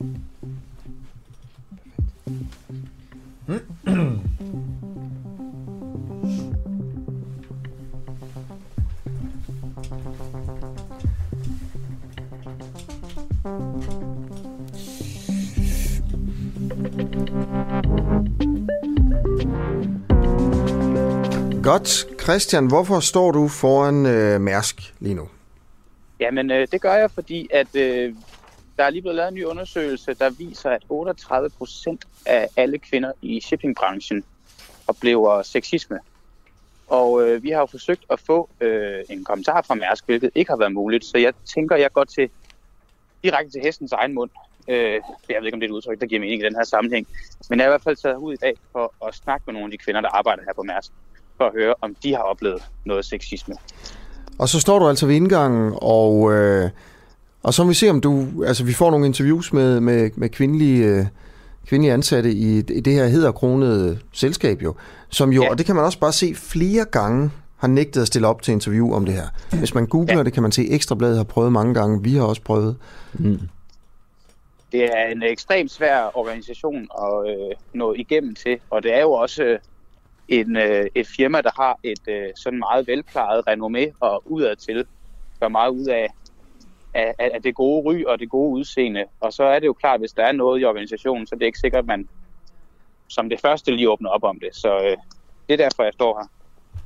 Godt. Christian, hvorfor står du foran Mærsk lige nu? Jamen, det gør jeg, fordi at der er lige blevet lavet en ny undersøgelse, der viser, at 38% af alle kvinder i shippingbranchen oplever sexisme. Og vi har jo forsøgt at få en kommentar fra Mærsk, hvilket ikke har været muligt. Så jeg tænker, jeg går direkte til hestens egen mund. Jeg ved ikke, om det er et udtryk, der giver mening i den her sammenhæng. Men jeg er i hvert fald taget ud i dag for at snakke med nogle af de kvinder, der arbejder her på Mærsk, for at høre, om de har oplevet noget sexisme. Og så står du altså ved indgangen, og så vil vi se, om vi får nogle interviews med kvindelige ansatte i det her hæderkronede selskab jo, som jo, og det kan man også bare se flere gange, har nægtet at stille op til interview om det her. Hvis man googler det, kan man se, Ekstra Bladet har prøvet mange gange, vi har også prøvet. Det er en ekstremt svær organisation at nå igennem til, og det er jo også et firma, der har et sådan meget velklaret renommé og udadtil gør meget ud af det gode ry og det gode udseende. Og så er det jo klart, hvis der er noget i organisationen, så det er ikke sikkert, at man som det første lige åbner op om det. Så det er derfor, jeg står her.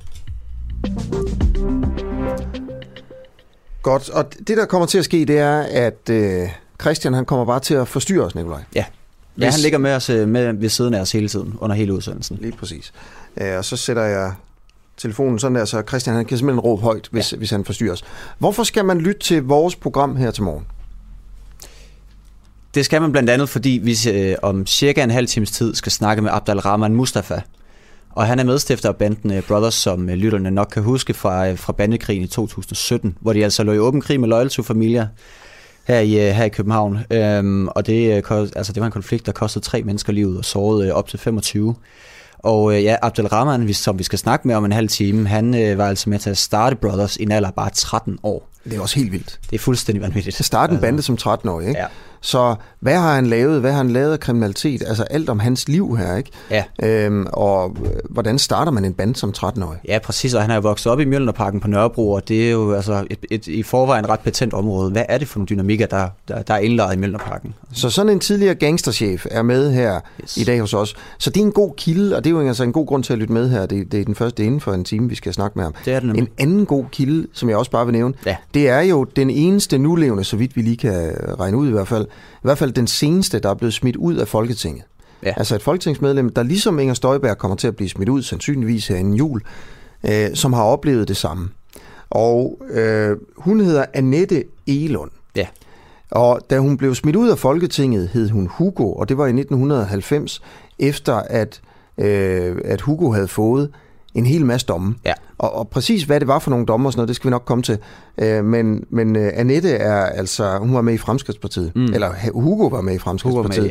Godt, og det der kommer til at ske, det er, at Christian han kommer bare til at forstyrre os, Nikolaj. Ja, han ligger med os med ved siden af os hele tiden, under hele udsendelsen. Lige præcis. Og så sætter jeg telefonen sådan der, så Christian han kan simpelthen råbe højt, hvis han forstyrrer os. Hvorfor skal man lytte til vores program her til morgen? Det skal man blandt andet, fordi vi om cirka en halv times tid skal snakke med Abdelrahman Mustafa. Og han er medstifter af banden Brothers, som lytterne nok kan huske fra bandekrigen i 2017, hvor de altså lå i åben krig med Loyal to Familia her i København. Og det var en konflikt, der kostede 3 mennesker livet og sårede op til 25. Og Abdelrahman, som vi skal snakke med om en halv time, han var altså med til at starte Brothers i en alder af bare 13 år. Det er også helt vildt. Det er fuldstændig vanvittigt. Starte en bande som 13-årig, ikke? Ja. Så hvad har han lavet? Hvad har han lavet af kriminalitet? Altså alt om hans liv her, ikke? Ja. Og hvordan starter man en bande som 13-årig? Ja, præcis. Og han er jo vokset op i Mjølnerparken på Nørrebro, og det er jo altså et i forvejen ret patent område. Hvad er det for nogle dynamikker, der er indlejret i Mjølnerparken? Så sådan en tidligere gangsterchef er med her i dag hos os. Så det er en god kilde, og det er jo altså en god grund til at lytte med her. Det er den første inden for en time, vi skal snakke med ham. Det er det. En anden god kilde, som jeg også bare vil nævne, det er jo den eneste nulevende, så vidt vi lige kan regne ud i hvert fald den seneste, der er blevet smidt ud af Folketinget. Ja. Altså et folketingsmedlem, der ligesom Inger Støjberg kommer til at blive smidt ud, sandsynligvis her inden jul, som har oplevet det samme. Og hun hedder Annette Egelund. Ja. Og da hun blev smidt ud af Folketinget, hed hun Hugo, og det var i 1990, efter at Hugo havde fået en hel masse domme. Ja. Og præcis hvad det var for nogle domme og sådan noget, det skal vi nok komme til. Men Annette er altså, hun var med i Fremskridtspartiet. Eller Hugo var med i Fremskridtspartiet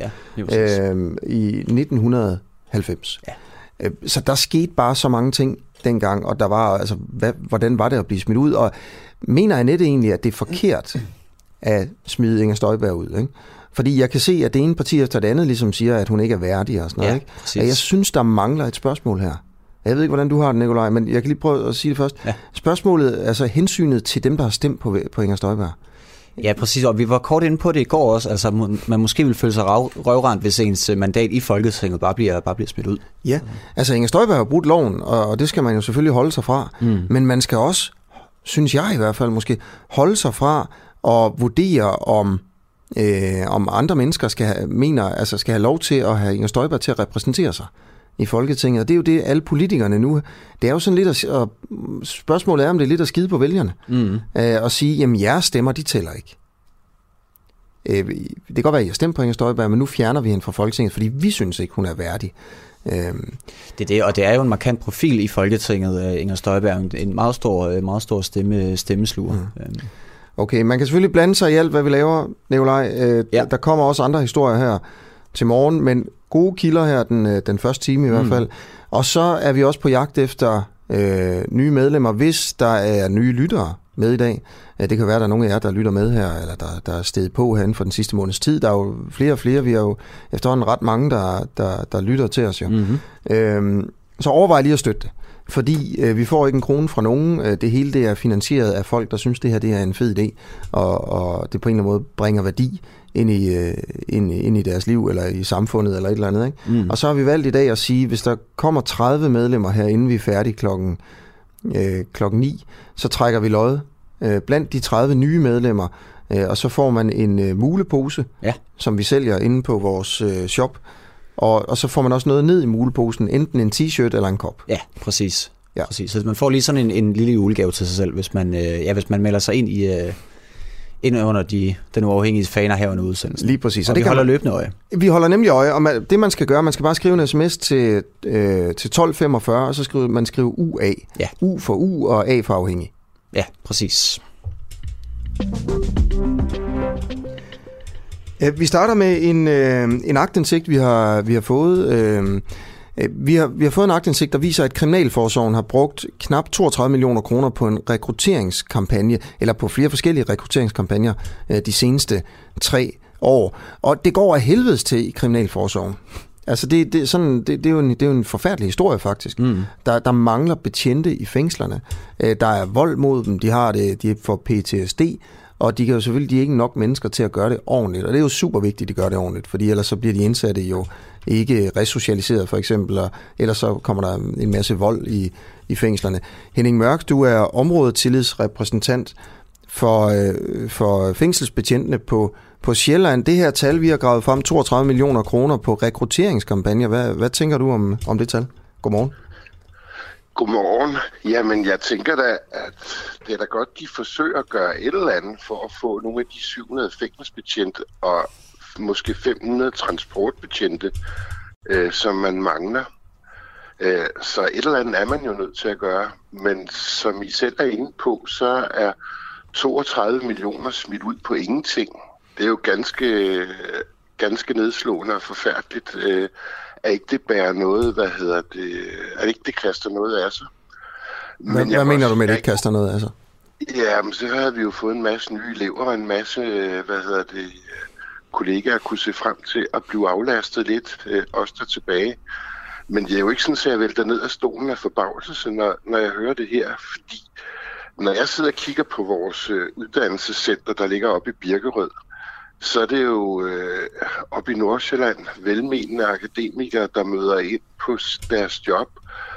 i 1990. Ja. Så der skete bare så mange ting dengang, og der var altså, hvordan var det at blive smidt ud? Og mener Annette egentlig, at det er forkert at smide Inger Støjberg ud, ikke? Fordi jeg kan se, at det ene parti efter det andet ligesom siger, at hun ikke er værdig og sådan noget. Ikke? Og jeg synes, der mangler et spørgsmål her. Jeg ved ikke, hvordan du har det, Nikolaj, men jeg kan lige prøve at sige det først. Ja. Spørgsmålet, altså hensynet til dem, der har stemt på Inger Støjberg. Ja, præcis, og vi var kort inde på det i går også. Altså, man måske vil føle sig røvrendt, hvis ens mandat i Folketinget bare bliver smidt ud. Ja, altså Inger Støjberg har brudt loven, og det skal man jo selvfølgelig holde sig fra. Men man skal også, synes jeg i hvert fald måske, holde sig fra og vurdere om andre mennesker skal have lov til at have Inger Støjberg til at repræsentere sig i Folketinget. Og det er jo det, alle politikerne nu, det er jo sådan lidt, spørgsmålet er, om det er lidt at skide på vælgerne. Og sige, jamen jeres stemmer, de tæller ikke. Det kan godt være, at jeg stemmer på Inger Støjberg, men nu fjerner vi hende fra Folketinget, fordi vi synes ikke, hun er værdig. Det er det, og det er jo en markant profil i Folketinget, Inger Støjberg, en meget stor stemmesluger. Okay, man kan selvfølgelig blande sig i alt, hvad vi laver, Nikolaj. Der kommer også andre historier her til morgen, men gode kilder her den første time i hvert fald. Og så er vi også på jagt efter nye medlemmer, hvis der er nye lyttere med i dag. Det kan være, at der er nogle af jer, der lytter med her, eller der er steget på herinde for den sidste måneds tid. Der er jo flere og flere. Vi har jo efterhånden ret mange, der lytter til os jo. Mm-hmm. Så overvej lige at støtte det. Fordi vi får ikke en krone fra nogen. Det hele det er finansieret af folk, der synes, det her det er en fed idé, og det på en eller anden måde bringer værdi ind i deres liv, eller i samfundet, eller et eller andet. Ikke? Mm. Og så har vi valgt i dag at sige, hvis der kommer 30 medlemmer her, inden vi er færdige klokken 9, så trækker vi lod blandt de 30 nye medlemmer, og så får man en mulepose, som vi sælger inde på vores shop. Og så får man også noget ned i muleposen, enten en t-shirt eller en kop. Ja, præcis. Ja. Præcis. Så man får lige sådan en lille julegave til sig selv, hvis man melder sig ind under den uafhængige faner her under udsendelsen. Lige præcis. Og det vi holder løbende øje. Vi holder nemlig øje, og det man skal gøre, man skal bare skrive en sms til 1245, og så skriver man UA. Ja. U for U og A for afhængig. Ja, præcis. Vi starter med en aktindsigt, vi har fået. Vi har fået en aktindsigt, der viser, at Kriminalforsorgen har brugt knap 32 millioner kroner på en rekrutteringskampagne, eller på flere forskellige rekrutteringskampagner de seneste 3 år. Og det går af helvedes til i Kriminalforsorgen. Altså det er jo en forfærdelig historie faktisk. Mm. Der mangler betjente i fængslerne. Der er vold mod dem, de får PTSD, og de kan jo selvfølgelig ikke nok mennesker til at gøre det ordentligt. Og det er jo super vigtigt, at de gør det ordentligt, fordi ellers så bliver de indsatte jo ikke resocialiseret for eksempel, og ellers så kommer der en masse vold i fængslerne. Henning Mørk, du er områdetillidsrepræsentant for fængselsbetjentene på Sjælland. Det her tal, vi har gravet frem, 32 millioner kroner på rekrutteringskampagner. Hvad tænker du om det tal? Godmorgen. Godmorgen. Jamen, jeg tænker da, at det er da godt, de forsøger at gøre et eller andet for at få nogle af de 700 fængselsbetjente og måske 500 transportbetjente, som man mangler. Så et eller andet er man jo nødt til at gøre. Men som I selv er inde på, så er 32 millioner smidt ud på ingenting. Det er jo ganske nedslående og forfærdeligt. At ikke det bærer noget, at ikke det kaster noget af sig. Hvad mener du med, at det ikke kaster noget af sig? Ja, men så havde vi jo fået en masse nye elever og en masse, kollegaer kunne se frem til at blive aflastet lidt, os der tilbage. Men det er jo ikke sådan, at jeg vælter ned af stolen af forbavselse, når jeg hører det her, fordi når jeg sidder og kigger på vores uddannelsescenter, der ligger oppe i Birkerød, så er det jo oppe i Nordsjælland velmenende akademikere, der møder ind på deres job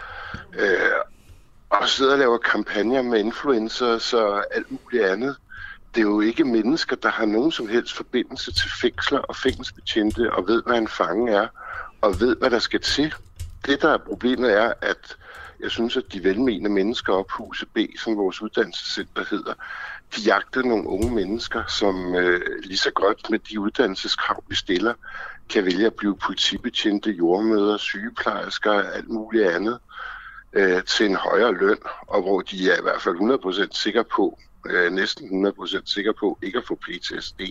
og sidder og laver kampagner med influencers og alt muligt andet. Det er jo ikke mennesker, der har nogen som helst forbindelse til fængsler og fængselsbetjente og ved, hvad en fange er og ved, hvad der skal til. Det, der er problemet, er, at jeg synes, at de velmenende mennesker op Huse B, som vores uddannelsescenter hedder, de jagter nogle unge mennesker, som lige så godt med de uddannelseskrav, vi stiller, kan vælge at blive politibetjente, jordmødre, sygeplejersker og alt muligt andet til en højere løn, og hvor de er i hvert fald 100% sikre på, næsten 100% sikre på, ikke at få PTSD.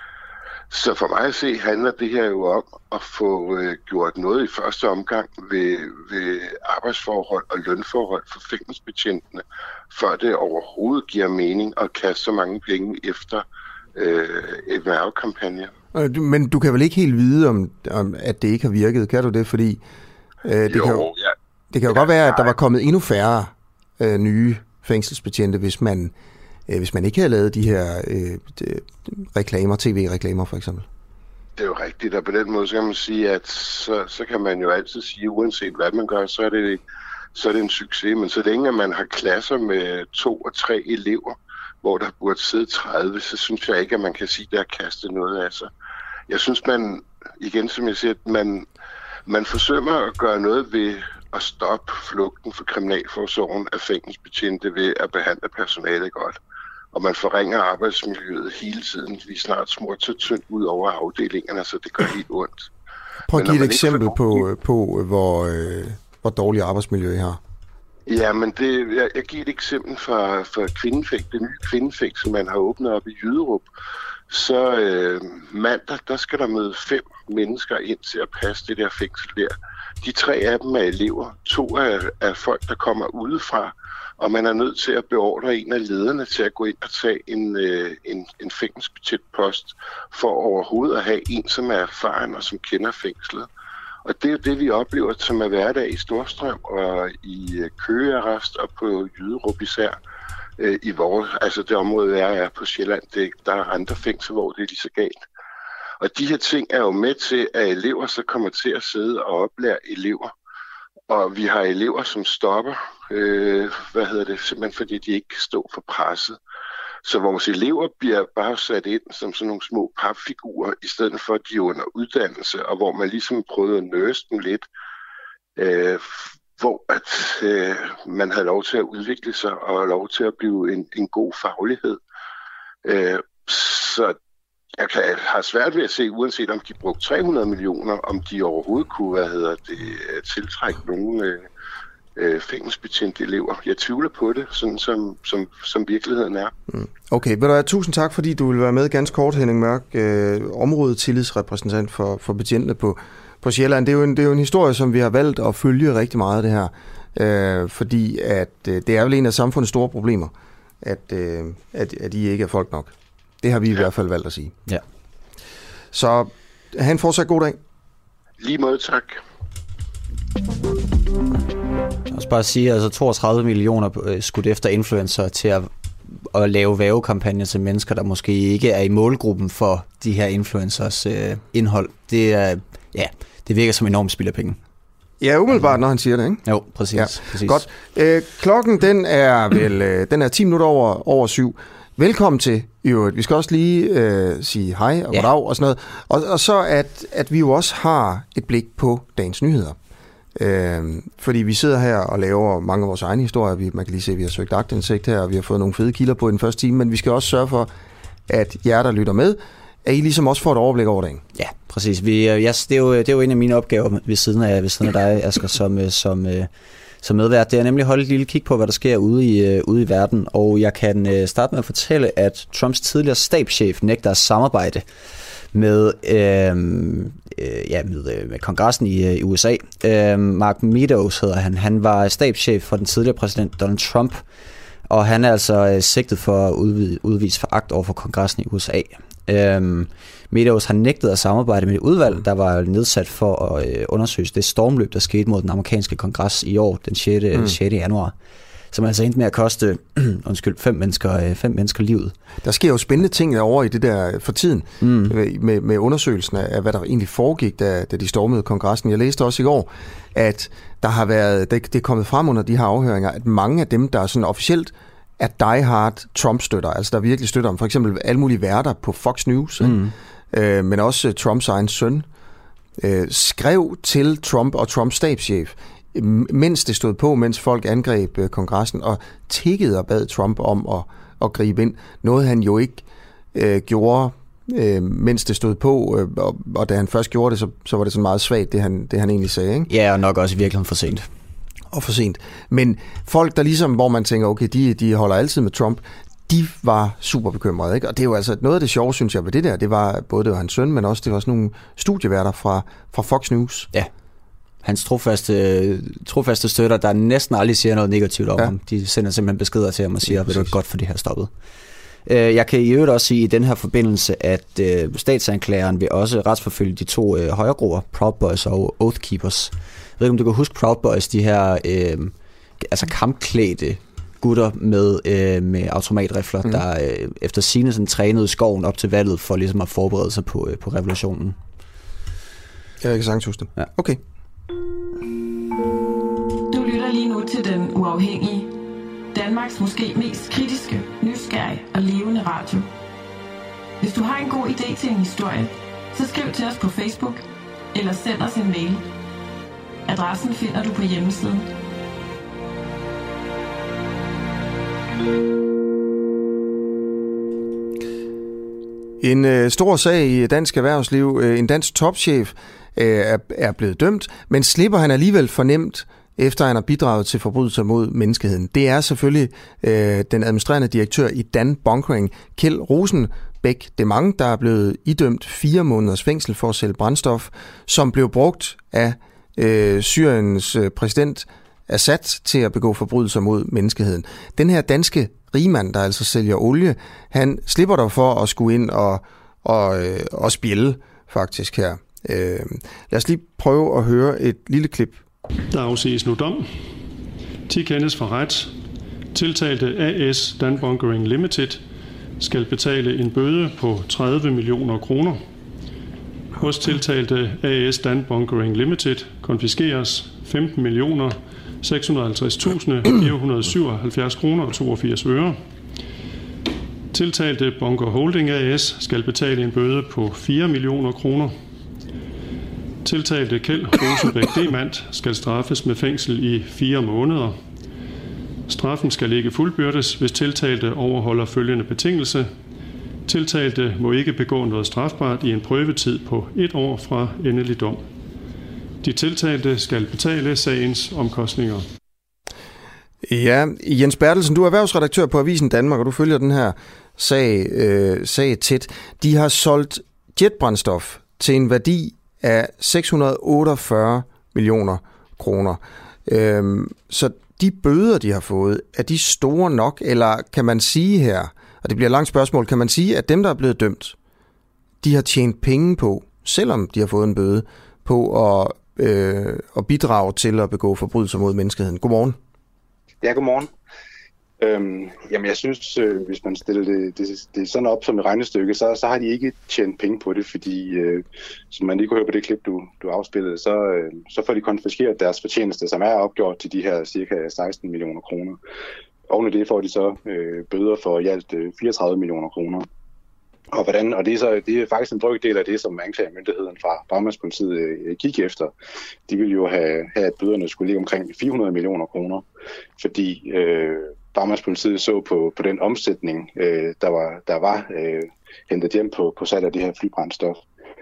Så for mig at se, handler det her jo om at få gjort noget i første omgang ved arbejdsforhold og lønforhold for fængselsbetjentene, før det overhovedet giver mening at kaste så mange penge efter et værvekampagne. Men du kan vel ikke helt vide, om at det ikke har virket? Kan du det? Fordi det kan jo godt være, at der var kommet endnu færre nye fængselsbetjente, hvis man ikke havde lavet de her reklamer, tv-reklamer for eksempel. Det er jo rigtigt, og på den måde så kan man sige, at så kan man jo altid sige, uanset hvad man gør, så er det en succes. Men så længe man har klasser med 2 og 3 elever, hvor der burde sidde 30, så synes jeg ikke, at man kan sige, at der har kastet noget af sig. Jeg synes, man, igen som jeg siger, man forsømmer at gøre noget ved at stoppe flugten for Kriminalforsorgen af fængselsbetjente ved at behandle personalet godt. Og man forringer arbejdsmiljøet hele tiden. Vi er snart smurt så tyndt ud over afdelingerne, så det gør helt ondt. Prøv at give et eksempel på hvor dårligt arbejdsmiljø I har. Ja, men jeg giver et eksempel for kvindefængsel, det nye kvindefængsel, man har åbnet op i Jyderup. Så mandag, der skal der møde 5 mennesker ind til at passe det der fængsel der. De 3 af dem er elever. 2 er folk, der kommer udefra og man er nødt til at beordre en af lederne til at gå ind og tage en fængselsbetjentpost for overhovedet at have en, som er erfaren og som kender fængslet. Og det er jo det, vi oplever, som er hverdag i Storstrøm og i Køge-arrest og på Jyderup især. I vores, altså det område, jeg er på Sjælland, der er andre fængsler, hvor det er lige så galt. Og de her ting er jo med til, at elever så kommer til at sidde og oplære elever. Og vi har elever, som stopper, simpelthen fordi de ikke kan stå for presset. Så vores elever bliver bare sat ind som sådan nogle små papfigurer, i stedet for at de er under uddannelse, og hvor man ligesom prøvede at nurse dem lidt, hvor man havde lov til at udvikle sig og lov til at blive en god faglighed. Så jeg har svært ved at se, uanset om de brugte 300 millioner, om de overhovedet kunne tiltrække nogle fængselsbetjente elever. Jeg tvivler på det, sådan som virkeligheden er. Okay, ved du hvad, tusind tak, fordi du vil være med ganske kort, Henning Mørk, områdetillidsrepræsentant for betjentene på Sjælland. Det er jo en historie, som vi har valgt at følge rigtig meget, det her, fordi at det er vel en af samfundets store problemer, at I ikke er folk nok. Det har vi i hvert fald valgt at sige. Ja. Så have en fortsat god dag. Lige måde, tak. Jeg vil bare sige, altså 32 millioner skudt efter influencer til at lave vævekampagner til mennesker, der måske ikke er i målgruppen for de her influencers indhold. Det virker som enormt spild af penge. Ja, umiddelbart, når han siger det, ikke? Jo, præcis. Ja. Præcis. Godt. Klokken, den er 10 minutter over 7. Velkommen til, øvrigt. Vi skal også lige sige hej og goddag og sådan noget. Og så at vi jo også har et blik på dagens nyheder. Fordi vi sidder her og laver mange af vores egne historier. Man kan lige se, at vi har søgt aktindsigt her, og vi har fået nogle fede kilder på i den første time, men vi skal også sørge for, at jer, der lytter med, at I ligesom også får et overblik over dagen. Ja, præcis. Det er jo en af mine opgaver ved siden af dig, Asger, som medvært. Det er nemlig at holde et lille kig på, hvad der sker ude i verden, og jeg kan starte med at fortælle, at Trumps tidligere stabschef nægter at samarbejde med kongressen i USA. Mark Meadows hedder han. Han var stabschef for den tidligere præsident Donald Trump, og han er altså sigtet for at udvise foragt over for kongressen i USA. Meadows har nægtet at samarbejde med et udvalg, der var nedsat for at undersøge det stormløb, der skete mod den amerikanske kongres i år, den 6. januar, som altså endte med at koste 5 mennesker livet. Der sker jo spændende ting derovre i det der for tiden, med undersøgelsen af, hvad der egentlig foregik, da de stormede kongressen. Jeg læste også i går, at der har været, det er kommet frem under de her afhøringer, at mange af dem, der sådan officielt er die-hard Trump-støtter, altså der virkelig støtter om, for eksempel alle mulige værter på Fox News, men også Trumps egen søn, skrev til Trump og Trumps stabschef, mens det stod på, mens folk angreb kongressen, og tiggede og bad Trump om at gribe ind. Noget han jo ikke gjorde, mens det stod på, og da han først gjorde det, så var det sådan meget svagt, det han egentlig sagde. Ikke? Ja, og nok også i virkeligheden for sent. Og for sent. Men folk, der ligesom, hvor man tænker, okay, de holder altid med Trump, de var super bekymrede, ikke? Og det er jo altså noget af det sjove, synes jeg, ved det der. Det var både det var hans søn, men også det var sådan nogle studieværter fra Fox News. Ja. Hans trofaste støtter, der næsten aldrig siger noget negativt om ham. De sender simpelthen beskeder til ham og siger, at det er godt for det her stoppet. Jeg kan i øvrigt også sige i den her forbindelse, at statsanklageren vil også retsforfølge de 2 højregrupper, Proud Boys og Oath Keepers. Jeg ved ikke, om du kan huske Proud Boys, de her kampklædte gutter med automatrifler, der efter sigende sådan trænede i skoven op til valget for ligesom at forberede sig på revolutionen. Jeg kan sagtens huske det. Ja. Okay. Du lytter lige nu til Den Uafhængige. Danmarks måske mest kritiske, nysgerrige og levende radio. Hvis du har en god idé til en historie, så skriv til os på Facebook eller send os en mail. Adressen finder du på hjemmesiden. En stor sag i dansk erhvervsliv. En dansk topchef er blevet dømt, men slipper han alligevel fornemt, efter han har bidraget til forbrydelser mod menneskeheden. Det er selvfølgelig den administrerende direktør i Dan Bunkering, Kjeld Rosenbæk Demang, der er blevet idømt 4 måneders fængsel for at sælge brændstof, som blev brugt af Syriens præsident Assad til at begå forbrydelser mod menneskeheden. Den her danske rigmand, der altså sælger olie, han slipper der for at skulle ind og spjælde faktisk her. Lad os lige prøve at høre et lille klip. Der afsiges nu dom. 10 kendes for ret. Tiltalte AS Danbunkering Limited skal betale en bøde på 30 millioner kroner. Hos tiltalte AS Danbunkering Limited konfiskeres 15.650.477 kroner og 82 øre. Tiltalte Bunker Holding AS skal betale en bøde på 4 millioner kroner. Tiltalte Kjeld Rosebæk Demand skal straffes med fængsel i 4 måneder. Straffen skal ikke fuldbyrdes, hvis tiltalte overholder følgende betingelse. Tiltalte må ikke begå noget strafbart i en prøvetid på 1 år fra endelig dom. De tiltalte skal betale sagens omkostninger. Ja, Jens Bertelsen, du er erhvervsredaktør på Avisen Danmark, og du følger den her sag tæt. De har solgt jetbrændstof til en værdi af 648 millioner kroner. Så de bøder, de har fået, er de store nok, eller kan man sige her, og det bliver et langt spørgsmål, kan man sige, at dem, der er blevet dømt, de har tjent penge på, selvom de har fået en bøde, på at bidrage til at begå forbrydelser mod menneskeheden? Godmorgen. Ja, godmorgen. Jamen jeg synes, hvis man stiller det sådan op som et regnestykke, så har de ikke tjent penge på det, fordi som man lige kunne høre på det klip, du afspillede, så får de konfiskeret deres fortjeneste, som er opgjort til de her cirka 16 millioner kroner. Oven i det får de så bøder for i alt 34 millioner kroner. Og det er faktisk en brøkdel af det, som anklagemyndigheden fra Bagmandspolitiet gik efter. De ville jo have, at bøderne skulle ligge omkring 400 millioner kroner, fordi Bagmandspolitiet så på den omsætning, der var hentet hjem på salg af det her flybrændstof.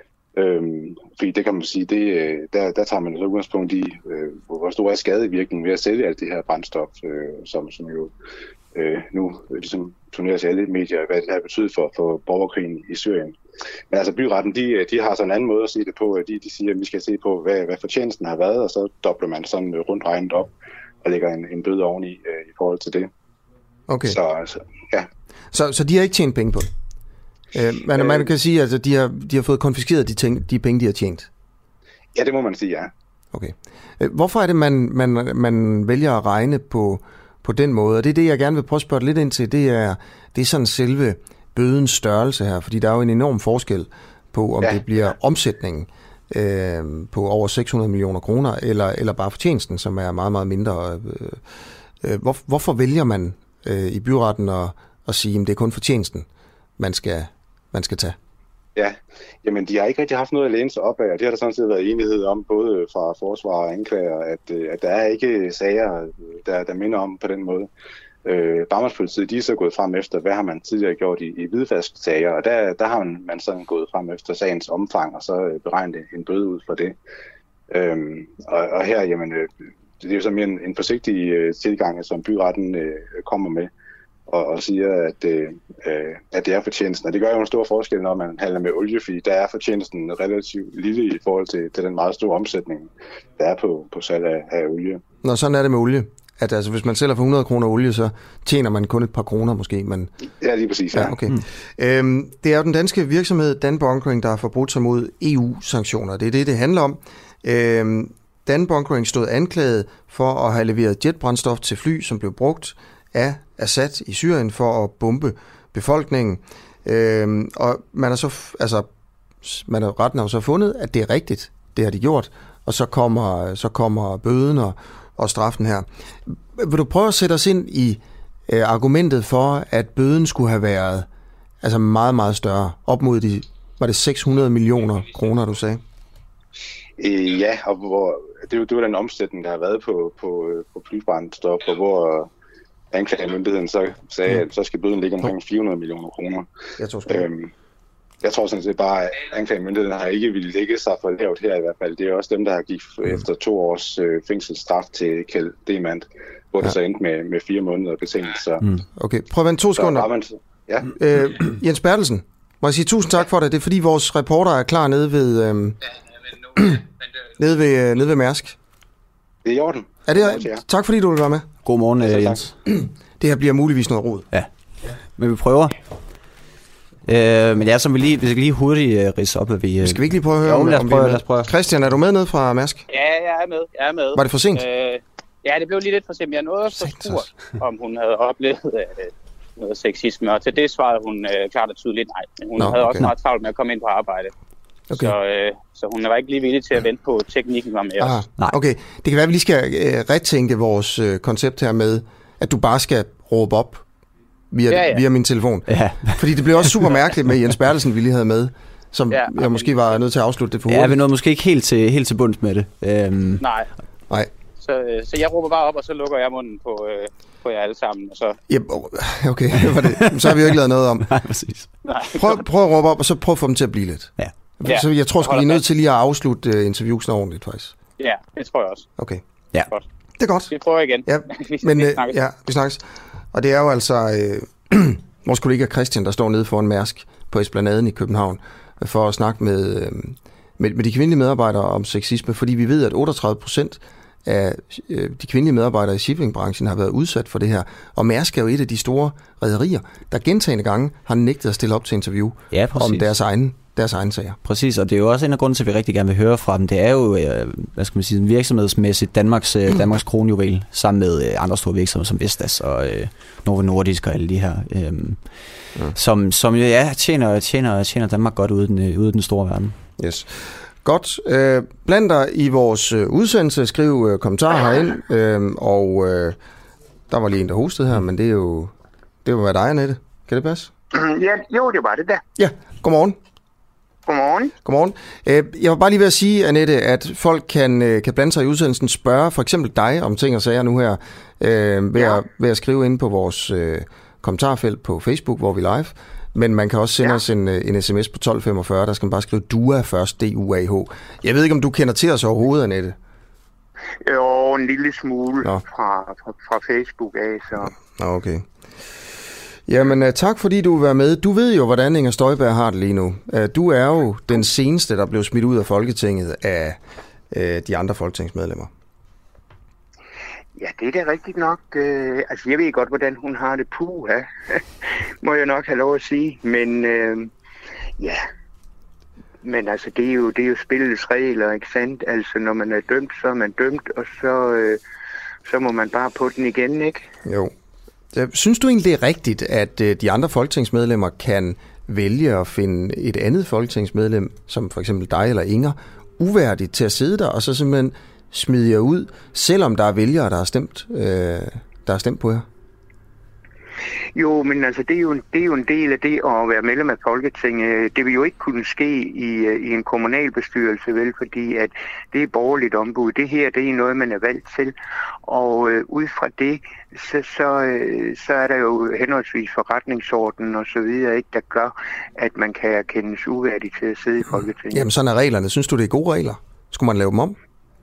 Fordi det kan man sige, der tager man så udgangspunkt i, hvor stor er skadevirkningen ved at sælge alt det her brændstof, som jo nu ligesom turneres i alle medier, hvad det har betydet for borgerkrigen i Syrien. Men altså byretten, de har sådan en anden måde at se det på. De siger, at vi skal se på, hvad fortjenesten har været, og så dobler man sådan rundt regnet op og lægger en bøde oveni i forhold til det. Okay. Ja. Så de har ikke tjent penge på det? Man kan sige, at de har fået konfiskeret de penge, de har tjent? Ja, det må man sige, ja. Okay. Hvorfor er det, man vælger at regne på den måde? Og det er det, jeg gerne vil prøve at spørge lidt ind til. Det er sådan selve bødens størrelse her, fordi der er jo en enorm forskel på, om det bliver omsætningen på over 600 millioner kroner, eller bare fortjenesten, som er meget, meget mindre. Hvorfor vælger man i byretten at sige, at det er kun fortjenesten, man skal tage? Ja, jamen de har ikke rigtig haft noget at læne sig op af, og det har der sådan set været enighed om, både fra forsvar og anklager, at der er ikke sager, der minder om på den måde. Bagmandspolitiet, de er så gået frem efter, hvad har man tidligere gjort i hvidvasksager, og der har man sådan gået frem efter sagens omfang, og så beregnet en bøde ud for det. Og her, jamen, det er jo så mere en forsigtig tilgang, som byretten kommer med, og siger, at det er fortjenesten. Og det gør jo en stor forskel, når man handler med olie, fordi der er fortjenesten relativt lille i forhold til den meget store omsætning, der er på salg af olie. Nå, sådan er det med olie. At altså, hvis man sælger for 100 kroner olie, så tjener man kun et par kroner måske. Men... Ja, lige præcis. Ja. Okay. Det er jo den danske virksomhed Danbunkering, der har forbrudt sig mod EU-sanktioner. Det er det handler om. Danbunkering stod anklaget for at have leveret jetbrændstof til fly, som blev brugt af Assad i Syrien for at bombe befolkningen. Og retten har så fundet, at det er rigtigt. Det har de gjort. Og så kommer bøden og straffen her. Vil du prøve at sætte os ind i argumentet for, at bøden skulle have været altså meget, meget større? Op mod var det 600 millioner kroner, du sagde? Ja, og det var den omsætning, der har været på flybrændstof, og hvor anklagemyndigheden så sagde, at så skal bøden ligge omkring 400 millioner kroner. Jeg tror sådan set bare, at anklagemyndigheden har ikke ville lægge sig for lavt her i hvert fald. Det er også dem, der har gik efter 2 års fængselsstraf til Kjeld Demand, hvor det så endte med 4 måneder betingelser. Okay, prøv at vente 2 sekunder. Jens Bertelsen, må jeg sige tusind tak for det. Det er fordi vores reporter er klar nede ved Mærsk. Det er i orden. Tak fordi du vil være med. God morgen, Jens. Det her bliver muligvis noget rod. Ja, men vi prøver. Men ja, som vi skal lige hurtigt ridse op, at vi... Skal vi ikke lige prøve at høre, lad os prøve. Christian, er du med ned fra Mærsk? Ja, jeg er med. Var det for sent? Ja, det blev lige lidt for sent. Jeg nåede også spurgt, om hun havde oplevet noget sexisme, og til det svarede hun klart og tydeligt nej. Men hun havde også meget travlt med at komme ind på arbejde. Okay. Så hun var ikke lige villig til at vente på, at teknikken var med os. Nej. Okay, det kan være, at vi lige skal retænke vores koncept her med, at du bare skal råbe op via min telefon. Ja. Fordi det blev også super mærkeligt med Jens Bertelsen, vi lige havde med, som jeg måske var nødt til at afslutte det for hurtigt. Ja, vi nåede måske ikke helt til bunds med det. Nej. Så jeg råber bare op, og så lukker jeg munden på jer alle sammen. Og så... Ja, okay, så har vi jo ikke lavet noget om. Nej, præcis. Prøv at råbe op, og så prøv at få dem til at blive lidt. Ja. Så jeg tror sgu, vi er nødt til lige at afslutte interviewsen ordentligt, faktisk. Ja, det tror jeg også. Okay. Ja. Godt. Det er godt. Vi prøver igen. Ja, vi snakkes. Og det er jo altså vores kollega Christian, der står nede foran Mærsk på Esplanaden i København, for at snakke med de kvindelige medarbejdere om sexisme, fordi vi ved, at 38% af de kvindelige medarbejdere i shippingbranchen har været udsat for det her. Og Mærsk er jo et af de store rederier, der gentagende gange har nægtet at stille op til interview om deres egen sager. Præcis, og det er jo også en af grunden til, at vi rigtig gerne vil høre fra dem. Det er jo, virksomhedsmæssigt Danmarks kronjuvel, sammen med andre store virksomheder som Vestas og Novo Nordisk og alle de her, som jo tjener Danmark godt ude i den store verden. Yes. Godt. Bland dig i vores udsendelse, skriv kommentarer herind, og der var lige en, der hostede her, men det var dig, Annette. Kan det passe? Ja, jo, det var det der. Ja, godmorgen. Godmorgen. Jeg var bare lige ved at sige, Annette, at folk kan blande sig i udsendelsen, spørge for eksempel dig om ting og sager nu her, ved at skrive ind på vores kommentarfelt på Facebook, hvor vi er live. Men man kan også sende os en sms på 1245, der skal man bare skrive DUAH først, D-U-A-H. Jeg ved ikke, om du kender til os overhovedet, Annette? Jo, en lille smule fra Facebook af, så... Okay. Jamen, tak fordi du vil være med. Du ved jo, hvordan Inger Støjberg har det lige nu. Du er jo den seneste, der blev smidt ud af Folketinget af de andre folketingsmedlemmer. Ja, det er da rigtigt nok. Altså, jeg ved godt, hvordan hun har det. Puha, må jeg nok have lov at sige. Men men altså, det er jo spillets regler, ikke sandt? Altså, når man er dømt, så er man dømt, og så må man bare på den igen, ikke? Jo. Synes du egentlig, det er rigtigt, at de andre folketingsmedlemmer kan vælge at finde et andet folketingsmedlem, som for eksempel dig eller Inger, uværdigt til at sidde der, og så simpelthen smide jer ud, selvom der er vælgere, der har stemt på jer? Jo, men altså, det er jo en del af det at være medlem af Folketinget. Det vil jo ikke kunne ske i en kommunalbestyrelse, vel, fordi at det er borgerligt ombud. Det her, det er noget, man er valgt til. Og ud fra det, så er der jo henholdsvis forretningsorden og så videre, ikke, der gør, at man kan erkendes uværdig til at sidde i Folketinget. Jamen, sådan er reglerne. Synes du, det er gode regler? Skulle man lave dem om?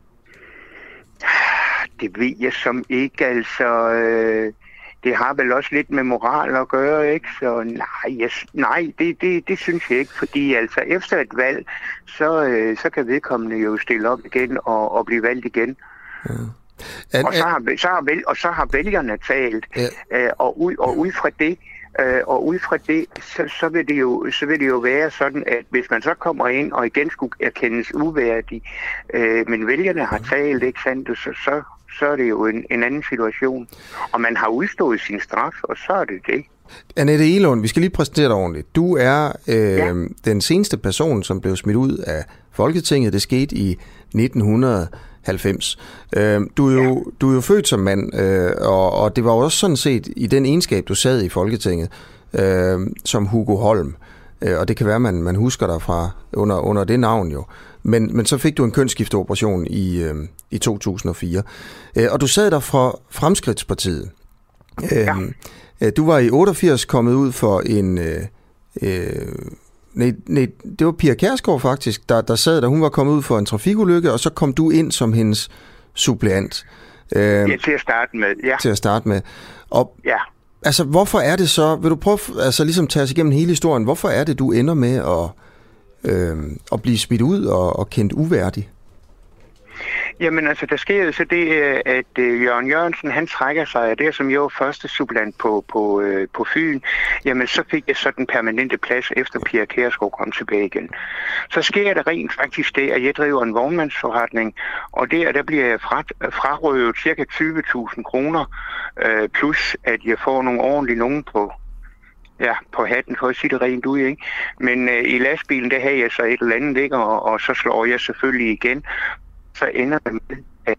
Det ved jeg som ikke, altså... Det har vel også lidt med moral at gøre, ikke? Så nej, det synes jeg ikke, fordi altså efter et valg, så kan vedkommende jo stille op igen og blive valgt igen. Ja. Så har vælgerne talt, og ud fra det, så vil det jo være sådan, at hvis man så kommer ind og igen skulle erkendes uværdig, men vælgerne har talt, ikke sandt, så er det jo en anden situation. Og man har udstået sin straf, og så er det det. Annette Egelund, vi skal lige præsentere dig ordentligt. Du er den seneste person, som blev smidt ud af Folketinget. Det skete i 1990. Du er jo født som mand, og det var også sådan set i den egenskab, du sad i Folketinget, som Hugo Holm. Og det kan være, man husker dig fra under det navn jo. Men så fik du en kønsskifteoperation i 2004. Og du sad der fra Fremskridtspartiet. Du var i 88 kommet ud for en... det var Pia Kjærsgaard faktisk, der sad der. Hun var kommet ud for en trafikulykke, og så kom du ind som hendes suppleant. Til at starte med, ja. Til at starte med. Og, altså, hvorfor er det så... Vil du prøve ligesom tage os igennem hele historien? Hvorfor er det, du ender med at blive smidt ud og kendt uværdig? Jamen altså, der sker jo så det, at Jørgen Jørgensen, han trækker sig af det, som jo var første supplant på Fyn. Jamen, så fik jeg så den permanente plads, efter Pia Kjærsgaard kom tilbage igen. Så sker der rent faktisk det, at jeg driver en vognmandsforretning, og der bliver jeg frarøvet ca. 20.000 kroner, plus at jeg får nogle ordentlige nogen på hatten, for at sige det rent ud, ikke? Men i lastbilen, der havde jeg så et eller andet, ikke? Og så slår jeg selvfølgelig igen. Så ender det med, at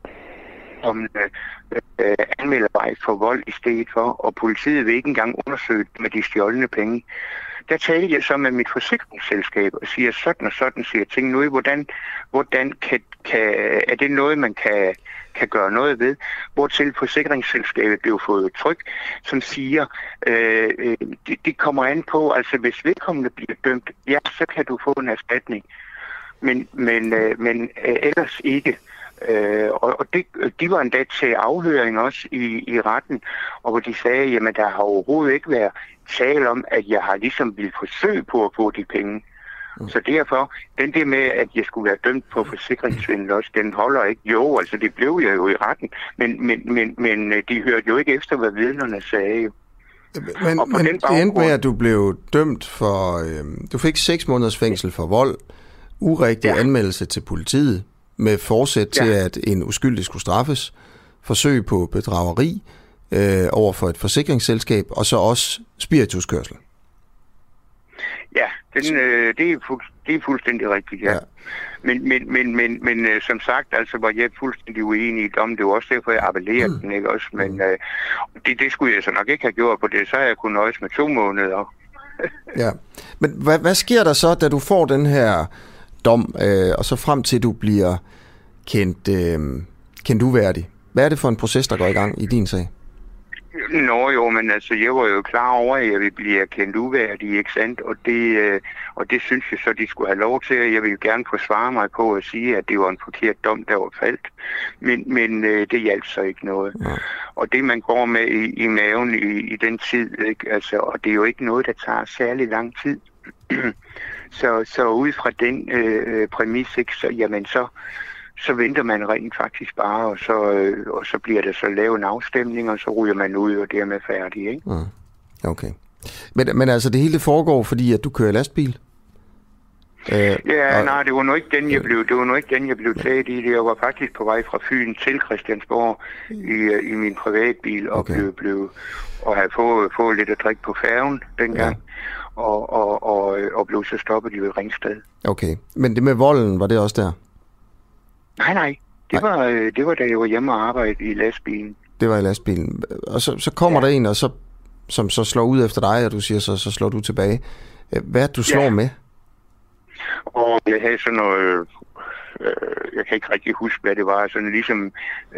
anmelder mig for vold i stedet for, og politiet vil ikke engang undersøge med de stjålne penge. Der taler jeg så med mit forsikringsselskab og siger sådan og sådan, siger ting nu, hvordan er det noget, man kan gøre noget ved, hvortil forsikringsselskabet blev fået tryk, som siger, det kommer an på, altså hvis vedkommende bliver dømt, ja, så kan du få en erstatning, men ellers ikke. Og de var endda til afhøring også i retten, og hvor de sagde, jamen der har overhovedet ikke været tale om, at jeg har ligesom ville forsøge på at få de penge. Så derfor, den der med, at jeg skulle være dømt på forsikringssvindel også, den holder ikke. Jo, altså det blev jeg jo i retten, men de hørte jo ikke efter, hvad vidnerne sagde. Men det endte med, at du blev dømt for, du fik 6 måneders fængsel for vold, urigtig anmeldelse til politiet, med forsæt til, at en uskyldig skulle straffes, forsøg på bedrageri over for et forsikringsselskab, og så også spirituskørsel. Ja, det er fuldstændig rigtigt, ja. Men som sagt, altså var jeg fuldstændig uenig i dommen. Det var også derfor, jeg appellerede den, ikke også? Men det skulle jeg så nok ikke have gjort på det, så jeg kunne nøjes med 2 måneder. Ja, men hvad sker der så, da du får den her dom, og så frem til, du bliver kendt uværdig? Hvad er det for en proces, der går i gang i din sag? Nå jo, men altså, jeg var jo klar over, at jeg ville blive kendt uværdig, ikke sandt? Og det synes jeg så, de skulle have lov til. Jeg ville gerne forsvare mig på at sige, at det var en forkert dom, der var faldt. Men det hjalp så ikke noget. Ja. Og det, man går med i maven i den tid, ikke? Altså, og det er jo ikke noget, der tager særlig lang tid. Så ud fra den præmis, ikke, så venter man rent faktisk bare, og så bliver det så lavet en afstemning, og så ryger man ud, og dermed færdig, ikke? Okay. Men altså, det hele foregår, fordi at du kører lastbil? Nej, det var nu ikke den, jeg blev taget i. Jeg var faktisk på vej fra Fyn til Christiansborg i min privatbil, og havde fået lidt at drikke på færgen dengang, og blev så stoppet i Ringsted. Okay, men det med volden, var det også der? Nej. Det var da jeg var hjemme og arbejdede i lastbilen. Det var i lastbilen. Og så kommer der en, og som så slår ud efter dig, og du siger, så slår du tilbage. Hvad er det, du slår med? Og jeg havde sådan noget... jeg kan ikke rigtig huske, hvad det var. Sådan ligesom...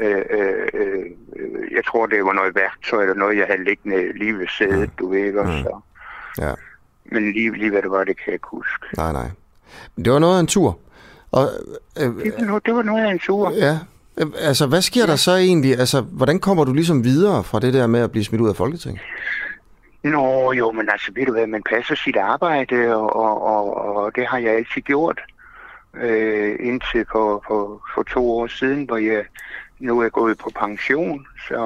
jeg tror, det var noget værktøj, eller noget, jeg havde liggende lige ved sædet, du ved ikke også. Ja. Men lige hvad det var, det kan jeg ikke huske. Nej. Men det var noget af en tur. Og, det var noget af en tur. Ja. Altså, hvad sker der så egentlig? Altså, hvordan kommer du ligesom videre fra det der med at blive smidt ud af Folketinget? Nå, jo, men altså, ved du hvad, man passer sit arbejde, og det har jeg altid gjort. Indtil for 2 år siden, hvor jeg nu er gået på pension,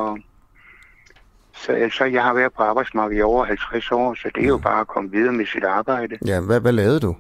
så jeg har været på arbejdsmarkedet i over 50 år, så det er jo bare at komme videre med sit arbejde. Ja, hvad lavede du?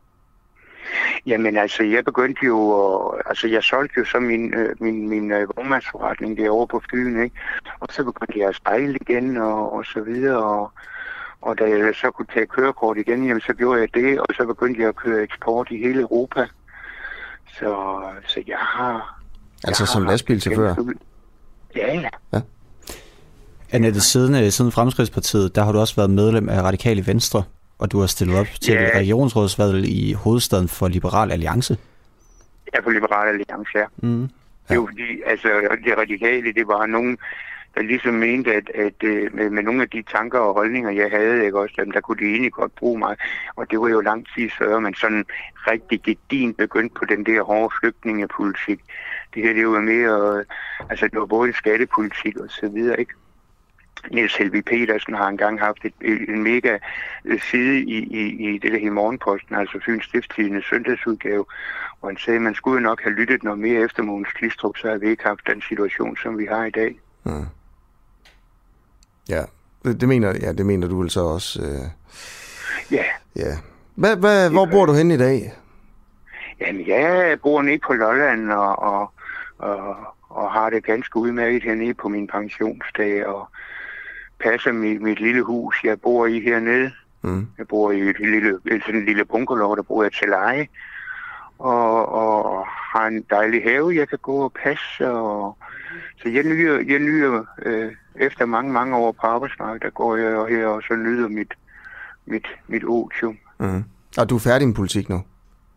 Jamen altså, jeg begyndte jo, jeg solgte jo så min vognmandsforretning derovre på Fyn, ikke? Og så begyndte jeg at spejle igen og så videre, og da jeg så kunne tage kørekort igen, jamen så gjorde jeg det, og så begyndte jeg at køre eksport i hele Europa. Så jeg har... Altså som lastbilchauffør? Ja. Annette, siden Fremskridtspartiet, der har du også været medlem af Radikale Venstre, og du har stillet op til regionsrådsvalget i hovedstaden for Liberal Alliance. Ja, for Liberal Alliance, ja. Det er jo fordi, altså, det radikale, det var nogen, der ligesom mente, at med nogle af de tanker og holdninger, jeg havde, ikke også, der kunne de egentlig godt bruge mig. Og det var jo lang tid før, man sådan rigtig gedin begyndte på den der hårde flygtningepolitik. Det her, det var mere, altså det var både skattepolitik og så videre, ikke? Niels Helvig Petersen har engang haft en mega side i det der i Morgenposten, altså Fyns Stiftstidendes søndagsudgave, hvor han sagde, at man skulle nok have lyttet noget mere efter Mogens Glistrup, så har vi ikke haft den situation, som vi har i dag. Mm. Ja, det mener du altså også. Ja. Hvor bor du henne i dag? Jamen, jeg bor nede på Lolland og har det ganske udmærket hernede på min pensionsdag og passer mit lille hus, jeg bor i hernede. Mm. Jeg bor i sådan en lille bunkerlov, der bor jeg til leje. Og har en dejlig have, jeg kan gå og passe. Så jeg nyder efter mange år på arbejdsmarkedet, der går jeg her og så nyder mit otium. Mm. Og du er færdig med politik nu?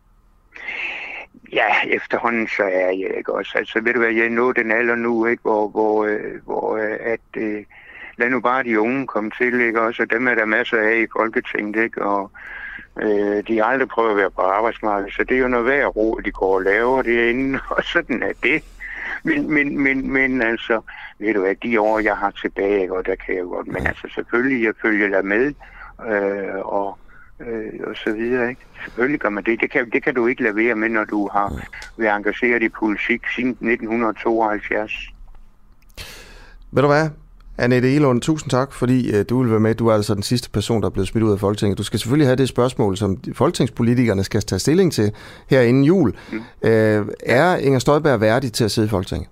Ja, efterhånden så er jeg ikke også. Altså ved du hvad, jeg er nået den alder nu, ikke, hvor lad nu bare de unge komme til, ikke også, og dem er der masser af i Folketinget, ikke, og de har aldrig prøvet at være på arbejdsmarkedet, så det er jo noget værd ro, de går og laver derinde, og sådan er det. Men altså, ved du hvad, de år, jeg har tilbage, og der kan jeg godt, men altså selvfølgelig, jeg følger der med, og så videre, ikke? Selvfølgelig gør man det. Det kan du ikke lade være med, når du har været engageret i politik siden 1972. Ved du hvad, Annette Egelund, tusind tak, fordi du vil være med. Du er altså den sidste person, der er blevet smidt ud af Folketinget. Du skal selvfølgelig have det spørgsmål, som folketingspolitikerne skal tage stilling til her inden jul. Mm. Er Inger Støjberg værdig til at sidde i Folketinget?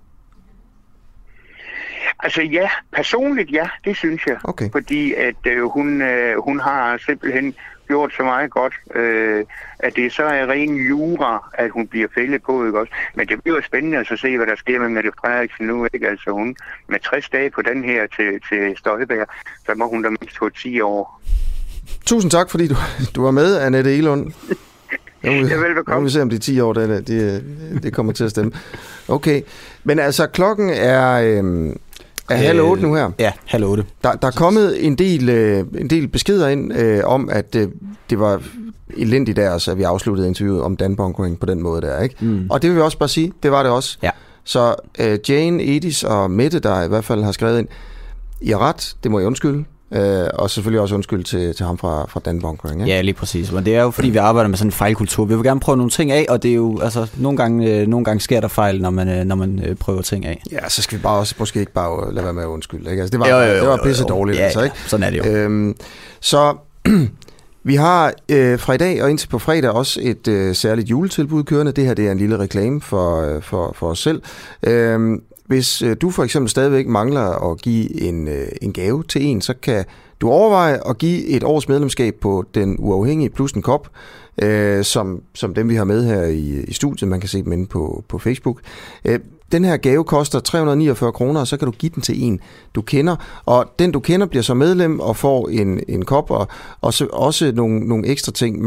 Altså ja, personligt ja, det synes jeg. Okay. Fordi at hun har simpelthen gjort så meget godt, at det så er ren jura, at hun bliver fældet på, ikke også? Men det bliver jo spændende at så se, hvad der sker med Mette Frederiksen nu, ikke? Altså hun med 60 dage på den her til Støjberg, så må hun da mindst få 10 år. Tusind tak, fordi du var med, Annette Egelund. Velbekomme. Nu vil vi se, om de 10 år, det kommer til at stemme. Okay, men altså klokken er 7:30 nu her. Ja, 7:30. Der er kommet en del beskeder ind om, at det var elendigt af os, at vi afsluttede interviewet om danbunkering på den måde der, ikke? Mm. Og det vil vi også bare sige, det var det også. Ja. Så Jane, Edis og Mette, der i hvert fald har skrevet ind, I har ret, det må jeg undskylde. Og selvfølgelig også undskyld til ham fra danbunkering. Ja, lige præcis. Men det er jo fordi, vi arbejder med sådan en fejlkultur. Vi vil gerne prøve nogle ting af, og det er jo, altså, nogle gange sker der fejl, når man prøver ting af. Ja, så skal vi bare også måske ikke bare lade være med at undskylde. Ikke? Altså, det var pisse dårligt. Ja, altså, ikke? Sådan er det jo. Så vi har fra i dag og indtil på fredag også et særligt juletilbud kørende. Det her det er en lille reklame for os selv. Hvis du for eksempel stadigvæk mangler at give en gave til en, så kan du overveje at give et års medlemskab på Den Uafhængige plus en kop, som dem vi har med her i studiet. Man kan se dem inde på Facebook. Den her gave koster 349 kroner, og så kan du give den til en, du kender. Og den, du kender, bliver så medlem og får en kop, og så også nogle ekstra ting.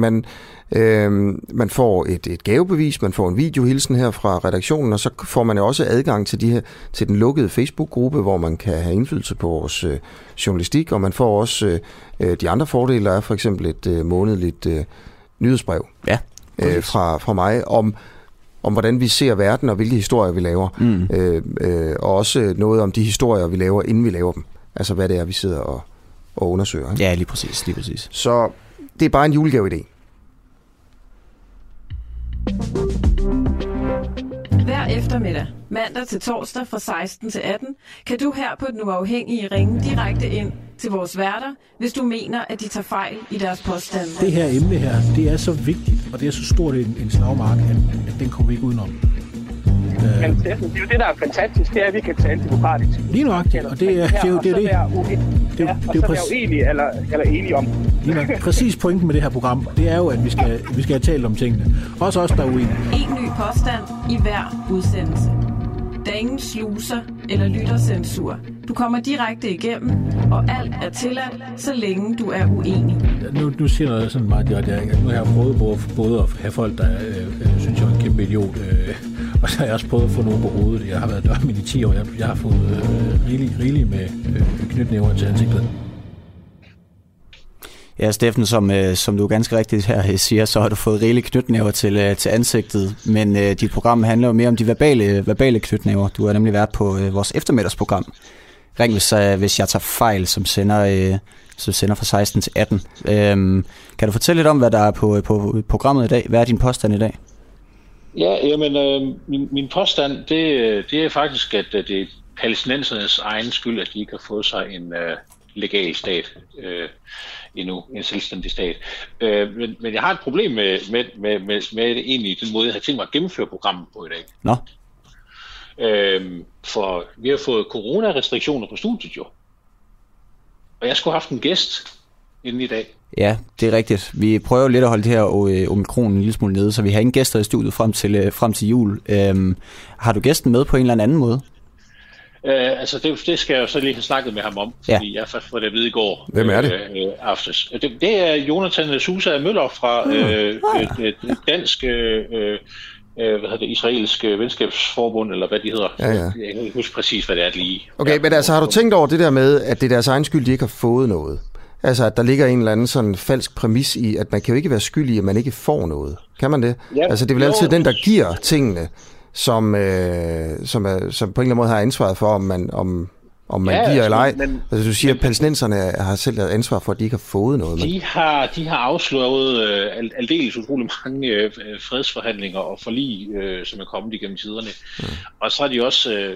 Man får et gavebevis, man får en videohilsen her fra redaktionen, og så får man jo også adgang til den lukkede Facebook-gruppe, hvor man kan have indflydelse på vores journalistik, og man får også de andre fordele, der er for eksempel et månedligt nyhedsbrev fra mig om hvordan vi ser verden og hvilke historier vi laver. Og også noget om de historier, vi laver, inden vi laver dem. Altså hvad det er, vi sidder og undersøger. Ikke? Ja, lige præcis. Så det er bare en julegave-idé. Hver eftermiddag, mandag til torsdag fra 16 til 18, kan du her på Den Uafhængige ringe direkte ind til vores værter, hvis du mener, at de tager fejl i deres påstande. Det her emne her, det er så vigtigt, og det er så stort en slagmark, at den kommer vi ikke udenom. Men det er jo det, der er fantastisk, det er, at vi kan tale demokratisk. Lige nøjagtigt, og det er jo det. Det er jo uenige eller enige om. Lige nok. Præcis pointen med det her program, det er jo, at vi skal have talt om tingene. Også os, der er uenige. En ny påstand i hver udsendelse. Der er ingen sluser eller lyttercensur. Du kommer direkte igennem, og alt er tilladt, så længe du er uenig. Nu siger noget sådan meget direkte. Nu har jeg prøvet både at have folk, der synes, jeg er en kæmpe idiot, og så har jeg også prøvet at få nogen på hovedet. Jeg har været dørmænd i 10 år. Jeg har fået rigeligt med knytnæver til ansigtet. Ja, Steffen, som du ganske rigtigt her siger, så har du fået rigeligt knytnæver til ansigtet, men dit program handler jo mere om de verbale knytnæver. Du har nemlig været på vores eftermiddagsprogram Ring, hvis jeg tager fejl, som sender fra 16 til 18. Kan du fortælle lidt om, hvad der er på programmet i dag? Hvad er din påstand i dag? Ja, jamen, min påstand, det er faktisk, at det er palæstinensernes egen skyld, at de ikke har fået sig en legal stat endnu, en selvstændig stat. Men jeg har et problem med egentlig den måde, jeg har tænkt mig at gennemføre programmet på i dag. Nå. For vi har fået coronarestriktioner på studiet jo. Og jeg skulle have haft en gæst inden i dag. Ja, det er rigtigt. Vi prøver lidt at holde det her omikron en lille smule nede, så vi har ingen gæster i studiet frem til jul. Har du gæsten med på en eller anden måde? Altså det skal jeg jo så lige have snakket med ham om, fordi jeg først får det at vide i går. Hvem er det? Aftes. Det er Jonathan Sousa Møller fra dansk israelsk venskabsforbund, eller hvad de hedder. Ja. Jeg kan ikke huske præcis, hvad det er lige. Okay, men altså har du tænkt over det der med, at det er deres egen skyld, de ikke har fået noget? Altså at der ligger en eller anden sådan falsk præmis i, at man kan jo ikke være skyldig, at man ikke får noget. Kan man det? Ja, altså det er vel altid den, der giver tingene, som på en eller anden måde har ansvaret for, om man giver eller ej. Altså du siger, at palæstinenserne har selv ansvar for, at de ikke har fået noget. De har afslået aldeles utrolig mange fredsforhandlinger og forlig, som er kommet igennem tiderne. Og så har de også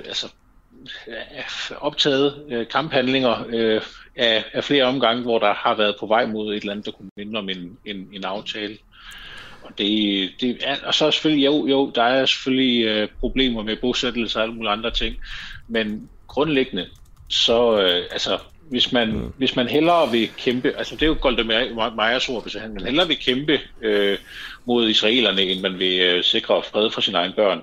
optaget kamphandlinger af flere omgange, hvor der har været på vej mod et eller andet, der kunne minde om en aftale. Og og så er selvfølgelig, der er selvfølgelig problemer med bosættelse og alle mulige andre ting, men grundlæggende, så hvis man hellere vil kæmpe, altså det er jo Golda Meirs ord, hvis man hellere vil kæmpe mod israelerne, end man vil sikre fred for sine egne børn,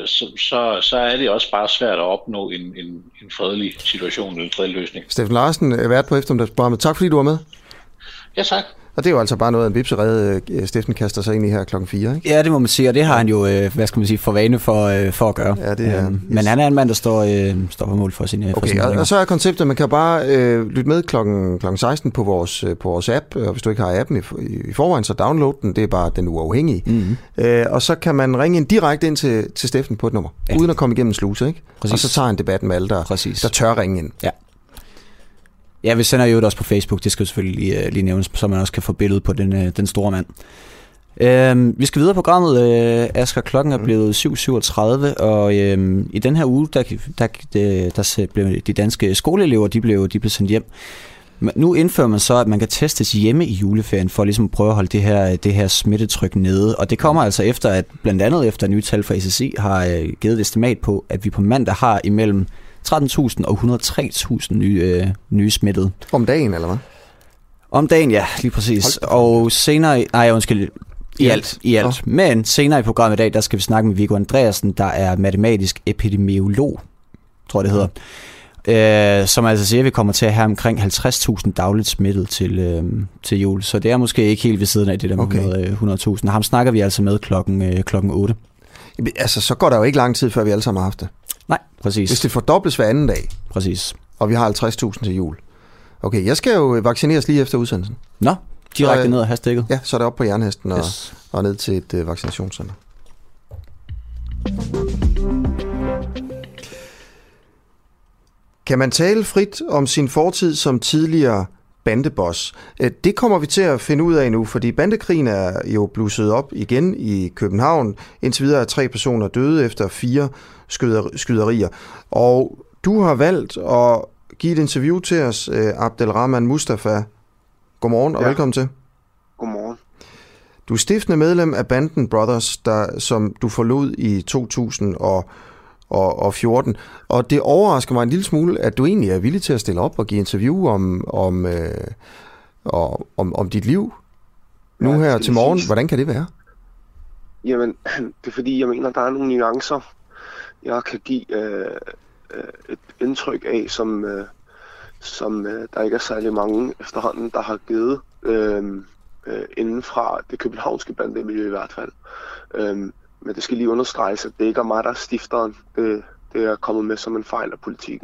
så er det også bare svært at opnå en fredelig situation eller en fredelig løsning. Steffen Larsen, vært på eftermiddagsprogrammet. Tak fordi du var med. Ja, tak. Og det er jo altså bare noget af en vipserede, Steffen kaster sig ind i her 4:00, ikke? Ja, det må man sige, og det har han jo, for vane for at gøre. Ja, det er, men han er en mand, der står på mål for sine okay, og så er konceptet, man kan bare lytte med klokken 16 på vores app, og hvis du ikke har appen i forvejen, så download den, det er bare Den Uafhængige. Mm-hmm. Og så kan man ringe ind direkte ind til Steffen på et nummer, uden at komme igennem sluse, ikke? Præcis. Og så tager han debatten med alle, der tør ringe ind. Ja. Ja, vi sender jo det også på Facebook, det skal jo selvfølgelig lige nævnes, så man også kan få billedet på den store mand. Vi skal videre på programmet, Asger. Klokken er blevet 7:37, og i den her uge, der blev de danske skoleelever, de blev sendt hjem. Nu indfører man så, at man kan testes hjemme i juleferien, for ligesom at prøve at holde det her smittetryk nede. Og det kommer altså efter, at blandt andet efter nye tal fra SSI har givet et estimat på, at vi på mandag har imellem 13.000 og 103.000 nye smittede. Om dagen, eller hvad? Om dagen, ja, lige præcis. Og senere, i alt. Men senere i programmet i dag, der skal vi snakke med Viggo Andreasen, der er matematisk epidemiolog, tror jeg det hedder. Som altså siger, at vi kommer til at have omkring 50.000 dagligt smittet til jul. Så det er måske ikke helt ved siden af det der med 100.000. Ham snakker vi altså med klokken 8. Altså, så går der jo ikke lang tid, før vi alle sammen har haft det. Nej, præcis. Hvis det fordobles hver anden dag. Præcis. Og vi har 50.000 til jul. Okay, jeg skal jo vaccineres lige efter udsendelsen. Nå, direkte ned ad hashtagget. Ja, så er det op på Jernhesten og ned til et vaccinationscenter. Kan man tale frit om sin fortid som tidligere bandeboss? Det kommer vi til at finde ud af nu, fordi bandekrigen er jo blusset op igen i København. Indtil videre er 3 personer døde efter 4 skyderier. Og du har valgt at give et interview til os, Abdelrahman Mustafa. Godmorgen og velkommen til. Godmorgen. Du er stiftende medlem af banden Brothers, som du forlod i 2014. Og det overrasker mig en lille smule, at du egentlig er villig til at stille op og give interview om dit liv nu her til morgen. Hvordan kan det være? Jamen, det er fordi, jeg mener, der er nogle nuancer, jeg kan give et indtryk af, som der ikke er særlig mange efterhånden, der har givet inden fra det københavnske bandemiljø i hvert fald. Men det skal lige understreges, at det ikke er mig, der er stifteren. Det er kommet med som en fejl af politikken.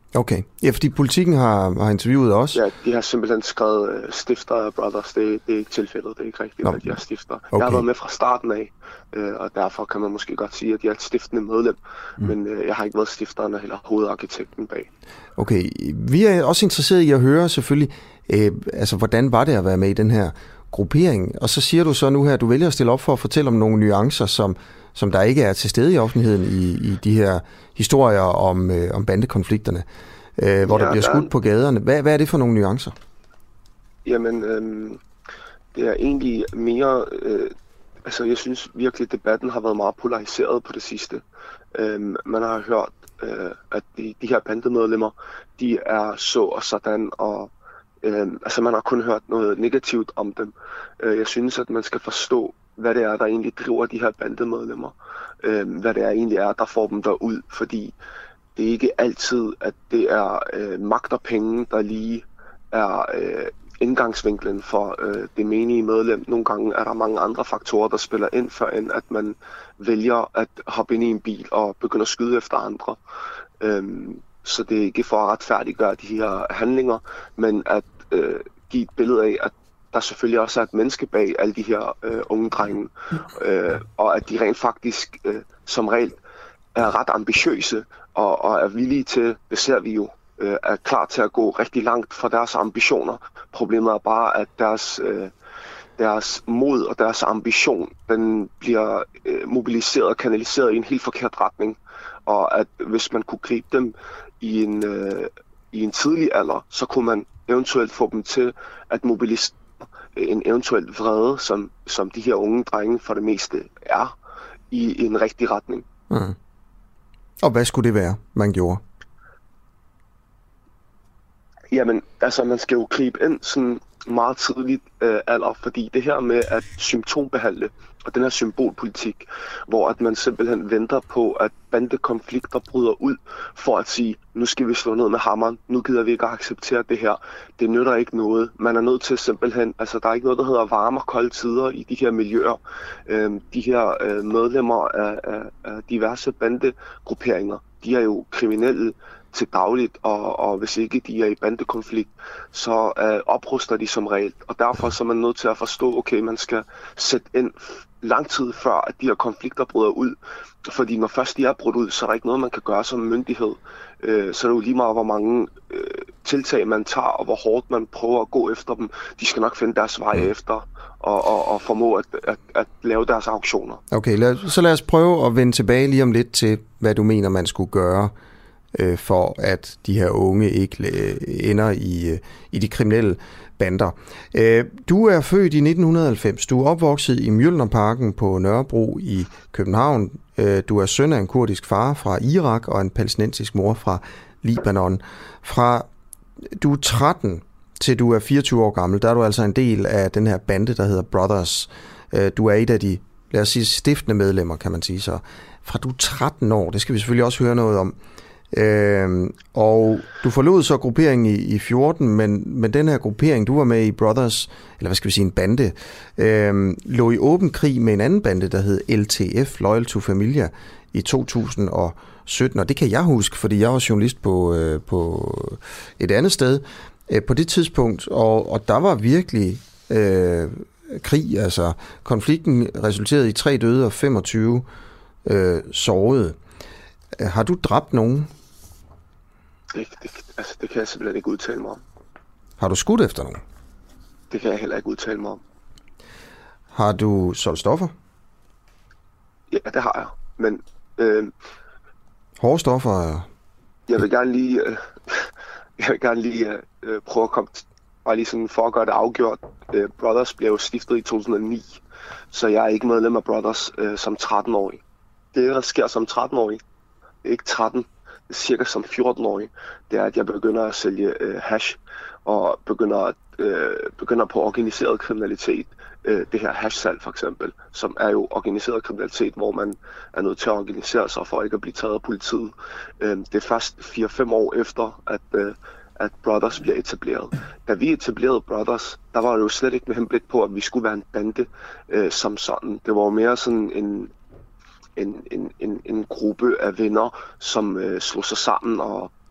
Okay, ja, fordi Politikken har interviewet også. Ja, de har simpelthen skrevet stifter af Brothers. Det er ikke tilfældet, det er ikke rigtigt, at de er stifter. Okay. Jeg har været med fra starten af, og derfor kan man måske godt sige, at jeg er et stiftende medlem, men jeg har ikke været stifteren eller hovedarkitekten bag. Okay, vi er også interesseret i at høre selvfølgelig, hvordan var det at være med i den her gruppering? Og så siger du så nu her, at du vælger at stille op for at fortælle om nogle nuancer, som der ikke er til stede i offentligheden i de her historier om bandekonflikterne, hvor der bliver skudt på gaderne. Hvad er det for nogle nuancer? Jamen, det er egentlig mere... jeg synes virkelig, at debatten har været meget polariseret på det sidste. Man har hørt, at de her bandemedlemmer, de er så og sådan, og man har kun hørt noget negativt om dem. Jeg synes, at man skal forstå, hvad det er, der egentlig driver de her bandemedlemmer. Hvad det er egentlig er, der får dem derud. Fordi det er ikke altid, at det er magt og penge, der lige er indgangsvinklen for det menige medlem. Nogle gange er der mange andre faktorer, der spiller ind, før end at man vælger at hoppe ind i en bil og begynde at skyde efter andre. Så det er ikke for at retfærdiggøre de her handlinger, men at give et billede af, at der selvfølgelig også er et menneske bag alle de her unge drenge, og at de rent faktisk som regel er ret ambitiøse og er villige til, det ser vi jo, er klar til at gå rigtig langt for deres ambitioner. Problemet er bare, at deres mod og deres ambition, den bliver mobiliseret og kanaliseret i en helt forkert retning, og at hvis man kunne gribe dem i en tidlig alder, så kunne man eventuelt få dem til at mobilisere en eventuel vrede, som de her unge drenge for det meste er, i en rigtig retning. Mm. Og hvad skulle det være, man gjorde? Jamen, man skal jo gribe ind sådan meget tidligt alder, fordi det her med at symptombehandle, og den her symbolpolitik, hvor at man simpelthen venter på, at bandekonflikter bryder ud, for at sige, nu skal vi slå ned med hammeren, nu gider vi ikke at acceptere det her, det nytter ikke noget. Man er nødt til simpelthen, der er ikke noget, der hedder varme og kolde tider i de her miljøer. De her medlemmer af diverse bandegrupperinger, de er jo kriminelle til dagligt, og hvis ikke de er i bandekonflikt, så opruster de som regel. Og derfor så er man nødt til at forstå, okay, man skal sætte ind lang tid før, at de her konflikter bryder ud. Fordi når først de er brudt ud, så er der ikke noget, man kan gøre som myndighed. Så er det jo lige meget, hvor mange tiltag man tager, og hvor hårdt man prøver at gå efter dem. De skal nok finde deres vej efter og formå at lave deres auktioner. Okay, så lad os prøve at vende tilbage lige om lidt til, hvad du mener, man skulle gøre for at de her unge ikke ender i de kriminelle bander. Du er født i 1990. Du er opvokset i Mjølnerparken på Nørrebro i København. Du er søn af en kurdisk far fra Irak og en palæstinensisk mor fra Libanon. Fra du er 13 til du er 24 år gammel, der er du altså en del af den her bande, der hedder Brothers. Du er et af de, lad os sige, stiftende medlemmer, kan man sige så. Fra du er 13 år, det skal vi selvfølgelig også høre noget om. Og du forlod så grupperingen i 14, men den her gruppering, du var med i Brothers, eller hvad skal vi sige, en bande, lå i åben krig med en anden bande, der hed LTF, Loyal to Familia, i 2017, og det kan jeg huske, fordi jeg var journalist på et andet sted på det tidspunkt, og der var virkelig krig, altså konflikten resulterede i 3 døde og 25 sårede. Har du dræbt nogen? Det kan jeg simpelthen ikke udtale mig om. Har du skudt efter nogen? Det kan jeg heller ikke udtale mig om. Har du solgt stoffer? Ja, det har jeg. Men hårde stoffer? Jeg vil gerne lige prøve at komme bare lige sådan for at gøre det afgjort. Brothers blev jo stiftet i 2009, så jeg er ikke medlem af Brothers som 13-årig. Det, der sker som 13-årig, det er ikke 13, det er cirka som 14-årig, det er, at jeg begynder at sælge hash, og begynder på organiseret kriminalitet. Det her hashsalg for eksempel, som er jo organiseret kriminalitet, hvor man er nødt til at organisere sig for ikke at blive taget af politiet. Det er først 4-5 år efter, at Brothers bliver etableret. Da vi etablerede Brothers, der var det jo slet ikke med henblik på, at vi skulle være en bande som sådan. Det var jo mere sådan en gruppe af venner, som slog sig sammen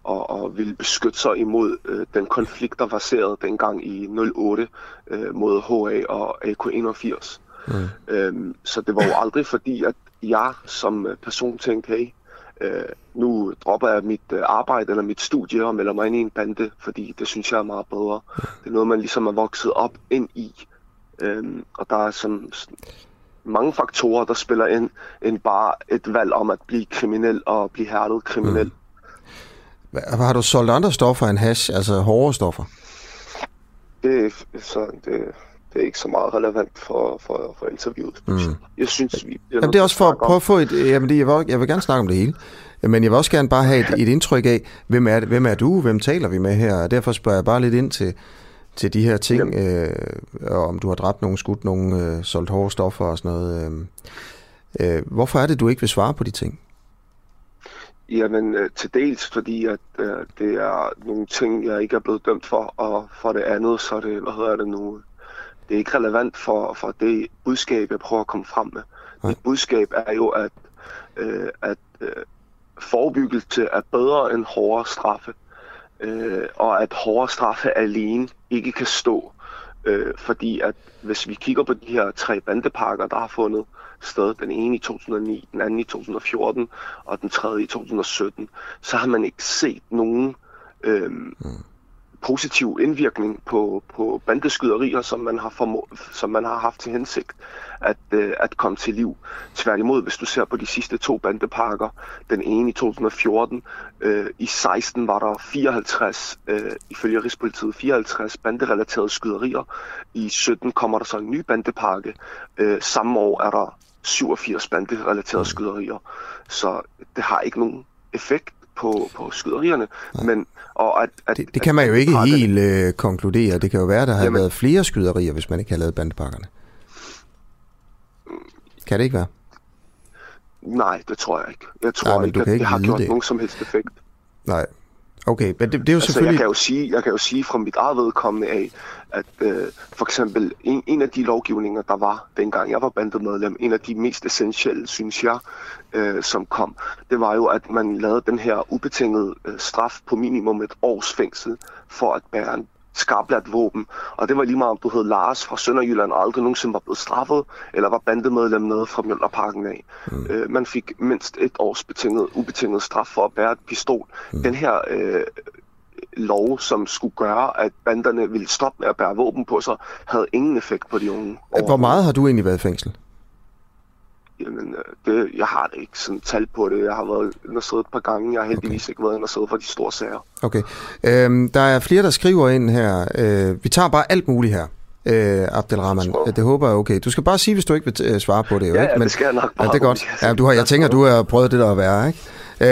og ville beskytte sig imod den konflikt, der verserede dengang i 08 mod HA og AK81. Så det var jo aldrig fordi, at jeg som person tænkte, hey, nu dropper jeg mit arbejde eller mit studie og melder mig ind i en bande, fordi det synes jeg er meget bedre. Det er noget, man ligesom er vokset op ind i. Og der er sådan mange faktorer, der spiller ind, end bare et valg om at blive kriminel og blive hærdet kriminel. Har du solgt andre stoffer end hash, altså hårde stoffer? Det er ikke så meget relevant for interviewet. Jeg synes, vi det er også for at prøve at få et... Jamen, jeg vil gerne snakke om det hele. Men jeg vil også gerne bare have et indtryk af, hvem er du? Hvem taler vi med her? Og derfor spørger jeg bare lidt ind til de her ting, om du har dræbt nogen, skudt nogen, solgt hårde stoffer og sådan noget. Hvorfor er det, du ikke vil svare på de ting? Jamen, til dels fordi, at det er nogle ting, jeg ikke er blevet dømt for, og for det andet, så er det, det er ikke relevant for det budskab, jeg prøver at komme frem med. Mit budskab er jo, at forebyggelse er bedre end hårdere straffe, og at hårdere straffe alene ikke kan stå. Fordi at hvis vi kigger på de her 3 bandepakker, der har fundet sted, den ene i 2009, den anden i 2014 og den tredje i 2017, så har man ikke set nogen positiv indvirkning på bandeskyderier, som man har haft til hensigt at komme til liv. Tværtimod, hvis du ser på de sidste 2 bandepakker, den ene i 2014, i 16 var der 54, ifølge Rigspolitiet, 54 banderelaterede skyderier. I 17 kommer der så en ny bandepakke. Samme år er der 87 banderelaterede skyderier. Så det har ikke nogen effekt på skyderierne. Men, det kan man jo ikke helt konkludere. Det kan jo være, der har været flere skyderier, hvis man ikke har lavet bandepakkerne. Kan det ikke være? Nej, det tror jeg ikke. Jeg tror ikke, at det har gjort nogen som helst effekt. Nej. Okay, men det er jo selvfølgelig... Jeg kan jo sige fra mit eget vedkommende af, at for eksempel en af de lovgivninger, der var dengang jeg var bandemedlem, en af de mest essentielle, synes jeg, som kom, det var jo, at man lavede den her ubetingede straf på minimum 1 års fængsel for at bære en skarpladt våben. Og det var lige meget, om du hed Lars fra Sønderjylland og aldrig nogensinde var blevet straffet, eller var bandemedlem nede fra Mjølnerparken af. Man fik mindst 1 års ubetinget straf for at bære et pistol. Den her lov, som skulle gøre, at banderne ville stoppe med at bære våben på sig, havde ingen effekt på de unge. Hvor meget har du egentlig været i fængsel? Jamen, jeg har det ikke sådan tal på det. Jeg har været inde og siddet et par gange. Jeg har heldigvis ikke været inde og siddet for de store sager. Okay. Der er flere, der skriver ind her. Vi tager bare alt muligt her, Abdelrahman. Det håber jeg okay. Du skal bare sige, hvis du ikke vil svare på det. Jo, ikke? Men, det skal jeg nok bare. Ja, det er godt. Jeg tænker, du har prøvet det der at være, ikke?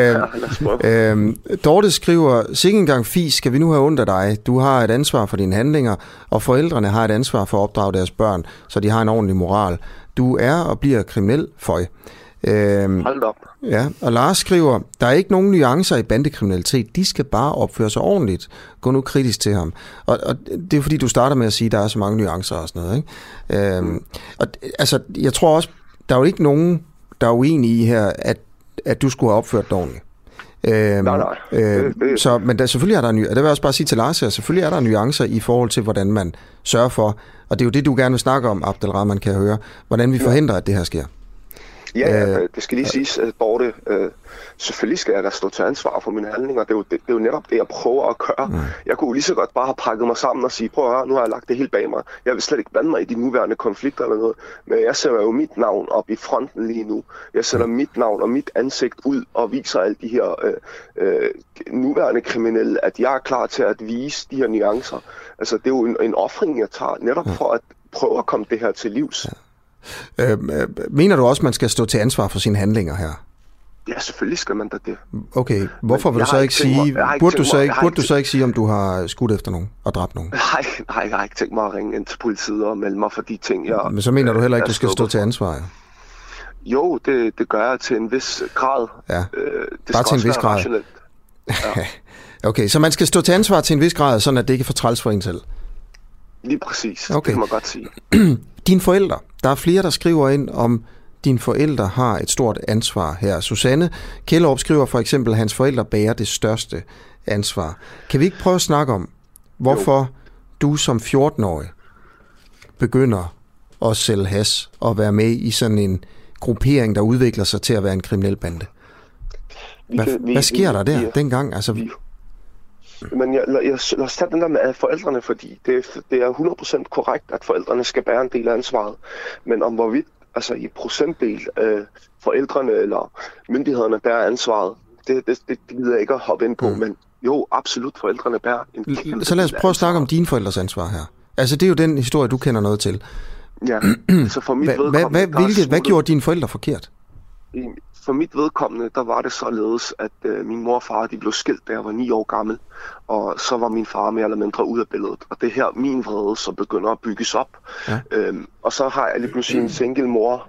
Dorte skriver, sikke engang fis, skal vi nu have ondt af dig. Du har et ansvar for dine handlinger, og forældrene har et ansvar for at opdrage deres børn, så de har en ordentlig moral. Du er og bliver kriminel, føj. Hold op. Ja, og Lars skriver, der er ikke nogen nuancer i bandekriminalitet. De skal bare opføre sig ordentligt. Gå nu kritisk til ham. Og det er fordi, du starter med at sige, at der er så mange nuancer og sådan noget. Ikke? Og altså, jeg tror også, der er jo ikke nogen, der er uenige i her, at du skulle have opført dig ordentligt. Nej. Så, men der, selvfølgelig er der det vil jeg også bare sige til Lars her, selvfølgelig er der nuancer i forhold til, hvordan man sørger for, og det er jo det, du gerne vil snakke om, Abdelrahman, kan jeg høre, hvordan vi forhindrer, at det her sker. Ja, det skal lige siges, Dorte. Selvfølgelig skal jeg da stå til ansvar for mine handlinger. Det er jo netop det, jeg prøver at gøre. Jeg kunne lige så godt bare have pakket mig sammen og sige, prøv at høre, nu har jeg lagt det helt bag mig. Jeg vil slet ikke blande mig i de nuværende konflikter eller noget. Men jeg sætter jo mit navn op i fronten lige nu. Jeg sætter mit navn og mit ansigt ud og viser alle de her nuværende kriminelle, at jeg er klar til at vise de her nuancer. Altså, det er jo en offring, jeg tager netop for at prøve at komme det her til livs. Mener du også, man skal stå til ansvar for sine handlinger her? Ja, selvfølgelig skal man da det. Okay, hvorfor vil du så ikke sige... Burde du så ikke sige, om du har skudt efter nogen og dræbt nogen? Nej, jeg har ikke tænkt mig at ringe ind til politiet og melde mig for de ting, jeg... Men så mener du heller ikke, du skal stå til ansvar, ja? Jo, det gør jeg til en vis grad. Ja, bare til en vis grad. Ja. Okay, så man skal stå til ansvar til en vis grad, sådan at det ikke er for træls for en selv? Lige præcis, okay. Det kan man godt sige. Dine forældre, der er flere, der skriver ind om, dine forældre har et stort ansvar her. Susanne Kjellerup skriver for eksempel, at hans forældre bærer det største ansvar. Kan vi ikke prøve at snakke om, hvorfor du som 14-årig begynder at sælge hash og være med i sådan en gruppering, der udvikler sig til at være en kriminel bande? Hvad sker der der dengang? Altså, men lad os tage den der med forældrene, fordi det er 100% korrekt, at forældrene skal bære en del af ansvaret. Men om hvorvidt altså i procentdel forældrene eller myndighederne bærer ansvaret, det gider jeg ikke at hoppe ind på, men jo, absolut forældrene bærer en Så lad os prøve at snakke om dine forældres ansvar her. Altså det er jo den historie, du kender noget til. Ja, så for mit vedkommende... Hvad gjorde dine forældre forkert? For mit vedkommende, der var det således, at min mor og far, de blev skilt, da jeg var 9 år gammel, og så var min far mere eller mindre ud af billedet. Og det her, min vrede, så begynder at bygges op. Ja. Og så har jeg lige pludselig en single mor,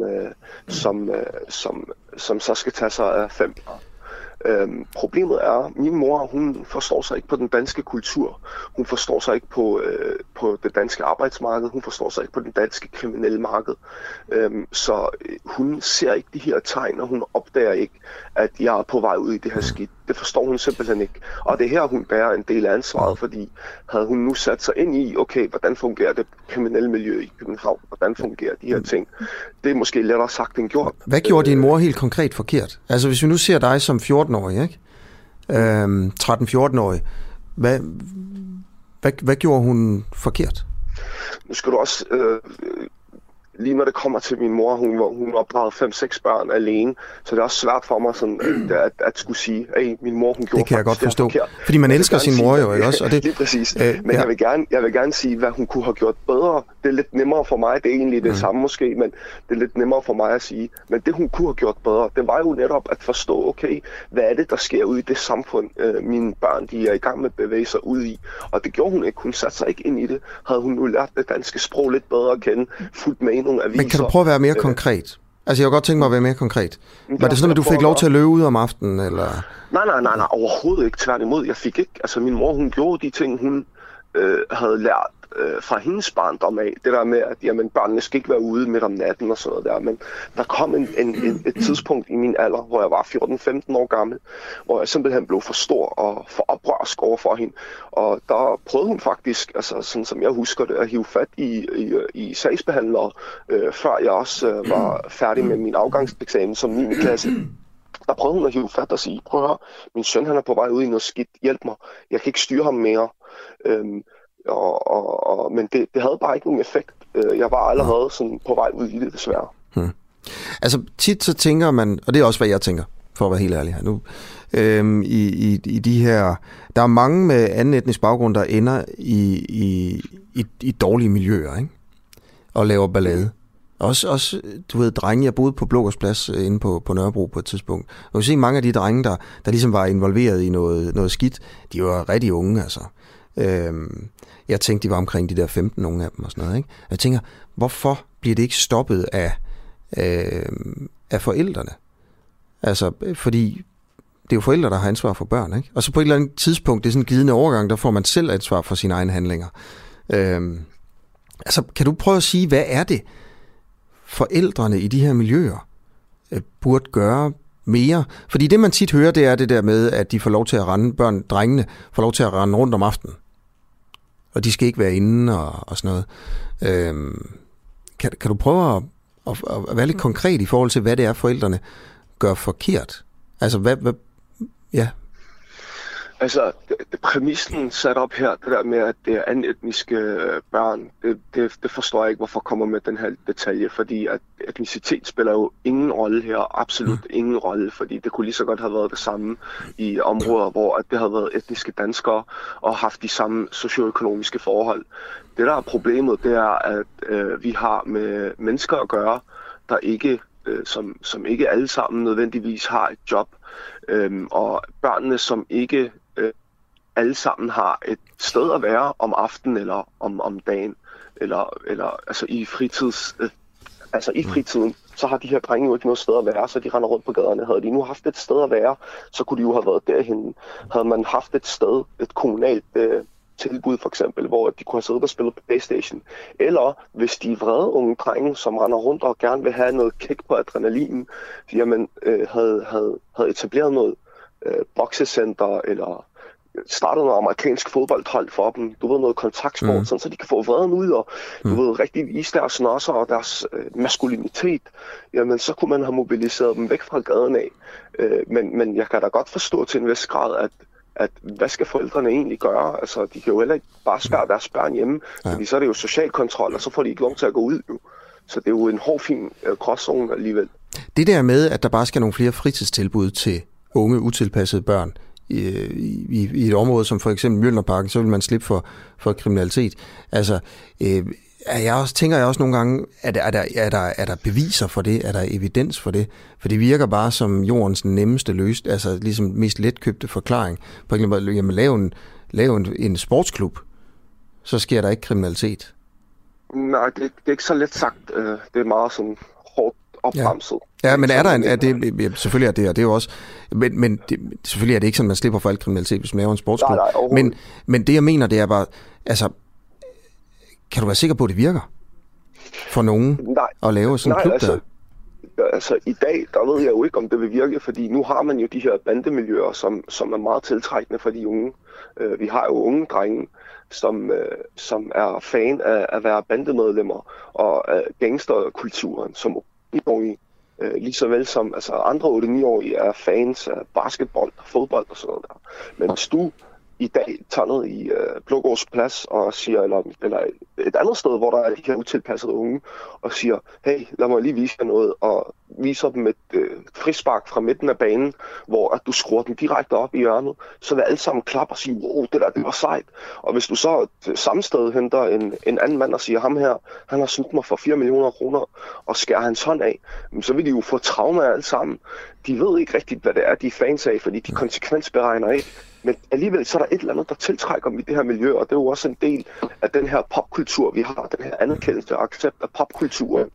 som så skal tage sig af 5. Problemet er, at min mor, hun forstår sig ikke på den danske kultur. Hun forstår sig ikke på det danske arbejdsmarked. Hun forstår sig ikke på den danske kriminelle marked. Så hun ser ikke de her tegn, og hun opdager ikke, at jeg er på vej ud i det her skidt. Det forstår hun simpelthen ikke. Og det er her, hun bærer en del af ansvaret, fordi havde hun nu sat sig ind i, okay, hvordan fungerer det kriminelle miljø i København? Hvordan fungerer de her ting? Det er måske lettere sagt end gjort. Hvad gjorde din mor helt konkret forkert? Altså hvis vi nu ser dig som 14-årig, ikke? 13-14-årig, hvad gjorde hun forkert? Nu skal du også... lige når det kommer til min mor, hun opdragede 5-6 børn alene, så det er også svært for mig sådan, at skulle sige, at min mor, hun gjorde det kan jeg godt forstå, fordi man elsker sin mor jo, ikke også? Og det, lige præcis. Men ja. jeg vil gerne sige, hvad hun kunne have gjort bedre. Det er lidt nemmere for mig, det er egentlig det samme måske, men det er lidt nemmere for mig at sige. Men det hun kunne have gjort bedre, det var jo netop at forstå, okay, hvad er det, der sker ude i det samfund, mine børn, de er i gang med at bevæge sig ud i. Og det gjorde hun ikke. Hun satte sig ikke ind i det. Havde hun nu lært det danske sprog lidt bedre at kende, fuldt med nogle aviser. Men kan du prøve at være mere konkret? Altså, jeg har godt tænkt mig at være mere konkret. Var det sådan, at du fik lov til at løbe ud om aftenen, eller? Nej, overhovedet ikke. Tværtimod. Jeg fik ikke. Altså, min mor, hun gjorde de ting, hun havde lært fra hendes barndom af. Det der med, at jamen, børnene skal ikke være ude midt om natten og sådan noget der. Men der kom et tidspunkt i min alder, hvor jeg var 14-15 år gammel, hvor jeg simpelthen blev for stor og for oprørsk over for hende. Og der prøvede hun faktisk, altså sådan som jeg husker det, at hive fat i sagsbehandlere, før jeg også var færdig med min afgangseksamen som 9. klasse. Der prøvede hun at hive fat og sige, prøv at høre, min søn han er på vej ud i noget skidt, hjælp mig, jeg kan ikke styre ham mere. Men det havde bare ikke nogen effekt. Jeg var allerede sådan på vej ud i det, desværre. Altså tit så tænker man, og det er også hvad jeg tænker, for at være helt ærlig her nu, i de her, der er mange med anden etnisk baggrund, der ender i dårlige miljøer, ikke? Og laver ballade. Også, du ved, drenge, jeg boede på Blågårdsplads inde på Nørrebro på et tidspunkt. Og vi se mange af de drenge, der ligesom var involveret i noget skidt, de var rigtig unge, altså. Jeg tænkte, de var omkring de der 15, nogle af dem og sådan noget, ikke? Jeg tænker, hvorfor bliver det ikke stoppet af forældrene? Altså, fordi det er jo forældre, der har ansvar for børn, ikke? Og så på et eller andet tidspunkt, det er sådan en glidende overgang, der får man selv ansvar for sine egne handlinger. Altså, kan du prøve at sige, hvad er det, forældrene i de her miljøer burde gøre mere? Fordi det, man tit hører, det er det der med, at de får lov til at rende, drengene får lov til at rende rundt om aftenen. Og de skal ikke være inde og sådan noget. Kan du prøve at være lidt konkret i forhold til, hvad det er, forældrene gør forkert? Altså, hvad ja. Altså, præmissen sat op her, det der med, at det er anetniske børn, det forstår jeg ikke, hvorfor kommer med den her detalje, fordi at etnicitet spiller jo ingen rolle her, absolut ingen rolle, fordi det kunne lige så godt have været det samme i områder, hvor at det har været etniske danskere og haft de samme socioøkonomiske forhold. Det der er problemet, det er, at vi har med mennesker at gøre, der ikke, som ikke alle sammen nødvendigvis har et job, og børnene, som ikke alle sammen har et sted at være om aftenen eller om dagen, eller altså i fritiden, så har de her drenge jo ikke noget sted at være, så de render rundt på gaderne. Havde de nu haft et sted at være, så kunne de jo have været derhenne. Havde man haft et sted, et kommunalt tilbud for eksempel, hvor de kunne have siddet og spillet på PlayStation. Eller hvis de er vrede unge drenge, som render rundt og gerne vil have noget kick på adrenalin, jamen havde etableret noget boksecenter eller startet noget amerikansk fodboldhold for dem, du ved, noget kontaktsport, sådan, så de kan få vreden ud og du ved, rigtig vise deres nosser og deres maskulinitet, jamen så kunne man have mobiliseret dem væk fra gaden af. Men jeg kan da godt forstå til en vis grad, at hvad skal forældrene egentlig gøre? Altså, de kan jo heller ikke bare spærre deres børn hjemme, fordi så er det jo social kontrol, og så får de ikke lov til at gå ud. Jo. Så det er jo en hård, fin gråzone alligevel. Det der med, at der bare skal nogle flere fritidstilbud til unge, utilpassede børn i et område som for eksempel Mjølnerparken, så vil man slippe for kriminalitet. Altså, tænker jeg også nogle gange, er der beviser for det? Er der evidens for det? For det virker bare som jordens nemmeste løsning, altså ligesom mest letkøbte forklaring. For eksempel, jamen, lave en sportsklub, så sker der ikke kriminalitet. Nej, det er ikke så let sagt. Det er meget sådan hårdt opbremset. Ja, men selvfølgelig er det, og det er jo også, men selvfølgelig er det ikke sådan, man slipper for al kriminalitet, hvis man laver en sportsklub. Nej, men det, jeg mener, det er bare, altså, kan du være sikker på, at det virker for nogen at lave sådan en klub der? Altså, i dag, der ved jeg jo ikke, om det vil virke, fordi nu har man jo de her bandemiljøer, som er meget tiltrækkende for de unge. Vi har jo unge drenge, som er fan af at være bandemedlemmer og af gangsterkulturen, som lige så vel som altså andre 8-9-årige er fans af basketball og fodbold og sådan noget der. Men hvis du i dag tager ned i Blågårds Plads og siger, eller et andet sted, hvor der er de her utilpassede unge, og siger, hey, lad mig lige vise jer noget, og viser dem et frispark fra midten af banen, hvor at du skruer den direkte op i hjørnet, så vil alle sammen klappe og sige, wow, det var sejt. Og hvis du så samme sted henter en anden mand og siger, ham her, han har snydt mig for 4 millioner kroner, og skærer hans hånd af, så vil de jo få traumer alle sammen. De ved ikke rigtigt, hvad det er, de er fans af, fordi de konsekvensberegner ikke. Men alligevel så er der et eller andet, der tiltrækker dem i det her miljø, og det er jo også en del af den her popkultur, vi har, den her anerkendelse og accept af popkulturen,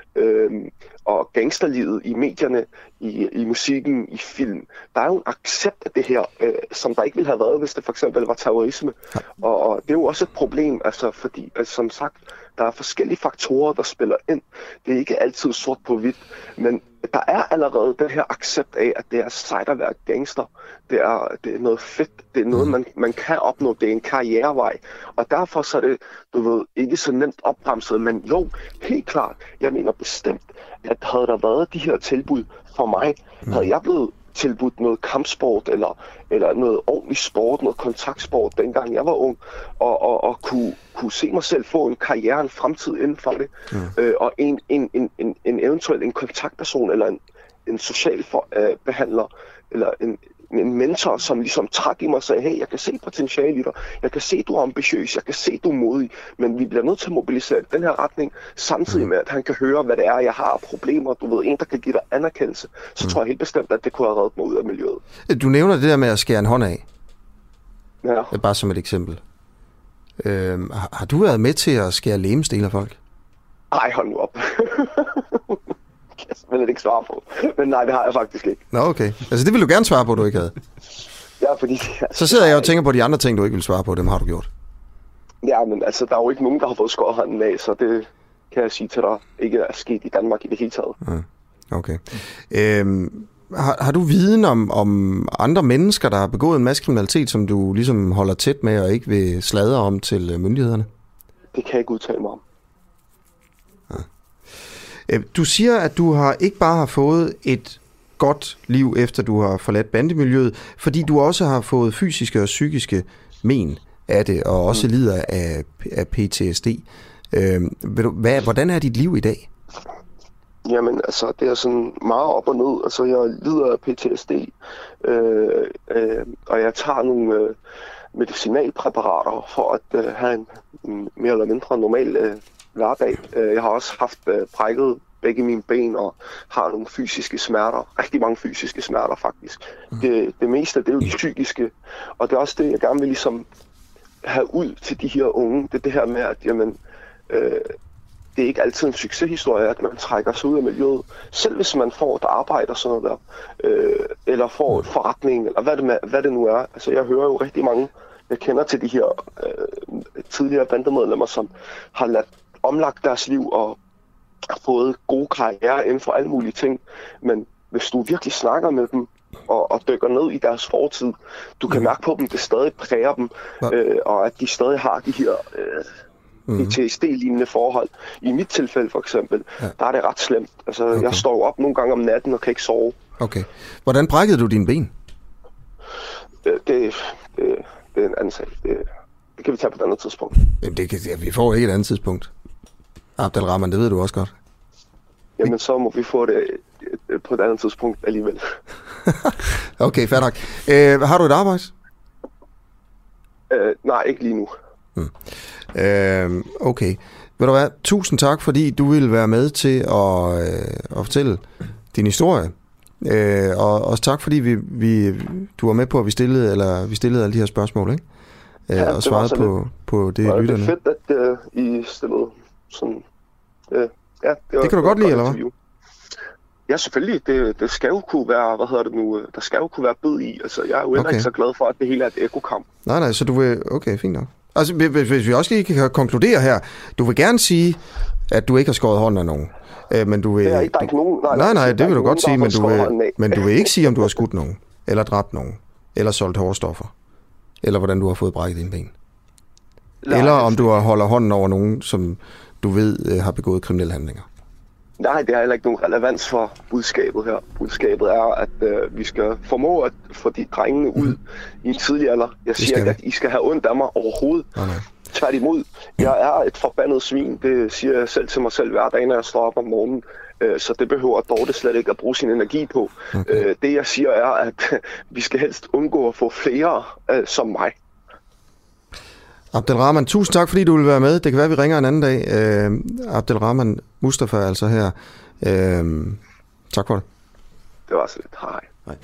og gangsterlivet i medierne, i musikken, i film. Der er jo en accept af det her, som der ikke ville have været, hvis det for eksempel var terrorisme. Og det er jo også et problem, altså fordi, som sagt, der er forskellige faktorer, der spiller ind. Det er ikke altid sort på hvidt, men der er allerede den her accept af, at det er sejt at være gangster. Det er noget fedt. Det er noget, man kan opnå. Det er en karrierevej. Og derfor så er det, du ved, ikke så nemt opbremset. Men jo, helt klart, jeg mener bestemt, at havde der været de her tilbud for mig, havde jeg blevet tilbudt noget kampsport, eller noget ordentlig sport, noget kontaktsport, dengang jeg var ung, og kunne se mig selv få en karriere, en fremtid inden for det, og en eventuelt en kontaktperson, eller en social behandler, eller en mentor, som ligesom trak i mig og sagde, hey, jeg kan se potentiale i dig, jeg kan se, du er ambitiøs, jeg kan se, du er modig, men vi bliver nødt til at mobilisere den her retning, samtidig med, at han kan høre, hvad det er, jeg har problemer, du ved, en, der kan give dig anerkendelse, så tror jeg helt bestemt, at det kunne have reddet mig ud af miljøet. Du nævner det der med at skære en hånd af. Ja. Bare som et eksempel. Har du været med til at skære legemsdele af folk? Ej, hold nu op. Jeg vil ikke svare på. Men nej, det har jeg faktisk ikke. Nå, okay. Altså, det ville du gerne svare på, du ikke havde? Ja, fordi... Så sidder jeg og tænker på de andre ting, du ikke vil svare på. Dem har du gjort. Ja, men altså, der er jo ikke nogen, der har fået skåret hånden af, så det kan jeg sige til dig ikke er sket i Danmark i det hele taget. Okay. Har du viden om andre mennesker, der har begået en masse kriminalitet, som du ligesom holder tæt med og ikke vil sladre om til myndighederne? Det kan jeg ikke udtale mig om. Du siger, at du ikke bare har fået et godt liv, efter du har forladt bandemiljøet, fordi du også har fået fysiske og psykiske men af det, og også lider af PTSD. Hvordan er dit liv i dag? Jamen, altså, det er sådan meget op og ned. Altså, jeg lider af PTSD, og jeg tager nogle medicinalpræparater for at have en mere eller mindre normal hverdag. Jeg har også haft brækket begge mine ben og har nogle fysiske smerter. Rigtig mange fysiske smerter, faktisk. Det meste, det er jo det psykiske. Og det er også det, jeg gerne vil ligesom have ud til de her unge. Det er det her med, at jamen, det er ikke altid en succeshistorie, at man trækker sig ud af miljøet. Selv hvis man får et arbejde og sådan noget der, eller får et forretning, eller hvad det nu er. Altså, jeg hører jo rigtig mange, jeg kender til de her tidligere bandemedlemmer, som har omlagt deres liv og har fået gode karriere inden for alle mulige ting. Men hvis du virkelig snakker med dem, og dykker ned i deres fortid. Du kan mærke på dem, det stadig præger dem, og at de stadig har de her PTSD-lignende forhold. I mit tilfælde for eksempel, der er det ret slemt. Altså, jeg står op nogle gange om natten og kan ikke sove. Okay. Hvordan brækkede du dine ben? Det er en anden sag. Det kan vi tage på et andet tidspunkt. Jamen, vi får ikke et andet tidspunkt. Abdelrahman, det ved du også godt. Jamen, så må vi få det på et andet tidspunkt alligevel. Okay, fair nok. Har du et arbejde? Nej, ikke lige nu. Okay. Ved du hvad? Tusind tak, fordi du ville være med til at fortælle din historie. Og også tak, fordi du var med på, at vi stillede alle de her spørgsmål, ikke? Og svarede på det, lytterne. Det er fedt, at I stillede sådan... det kan du godt lide, eller hvad? Ja, selvfølgelig. Det skal jo kunne være, der skal jo kunne være bid i. Altså, jeg er jo ikke så glad for, at det hele er et ekokamp. Nej, så du vil... Okay, fint nok. Altså, hvis vi også lige kan konkludere her, du vil gerne sige, at du ikke har skåret hånden af nogen. Men du vil... Der er ikke nogen... Nej, det vil du godt sige, men du vil ikke sige, om du har skudt nogen, eller dræbt nogen, eller solgt hårdstoffer, eller hvordan du har fået brækket dine ben. Eller om du holder hånden over nogen, som du ved har begået kriminelle handlinger. Nej, det har heller ikke nogen relevans for budskabet her. Budskabet er, at vi skal formå at få de drengene ud i en tidlig alder. Jeg siger ikke, at I skal have ondt af mig overhovedet. Nej. Tværtimod. Jeg er et forbandet svin. Det siger jeg selv til mig selv hver dag, når jeg står op om morgenen. Så det behøver Dorte slet ikke at bruge sin energi på. Okay. Det jeg siger er, at vi skal helst undgå at få flere som mig. Abdelrahman, tusind tak, fordi du vil være med. Det kan være, vi ringer en anden dag. Abdelrahman Mustafa altså her. Tak for det. Det var så lidt. Hej.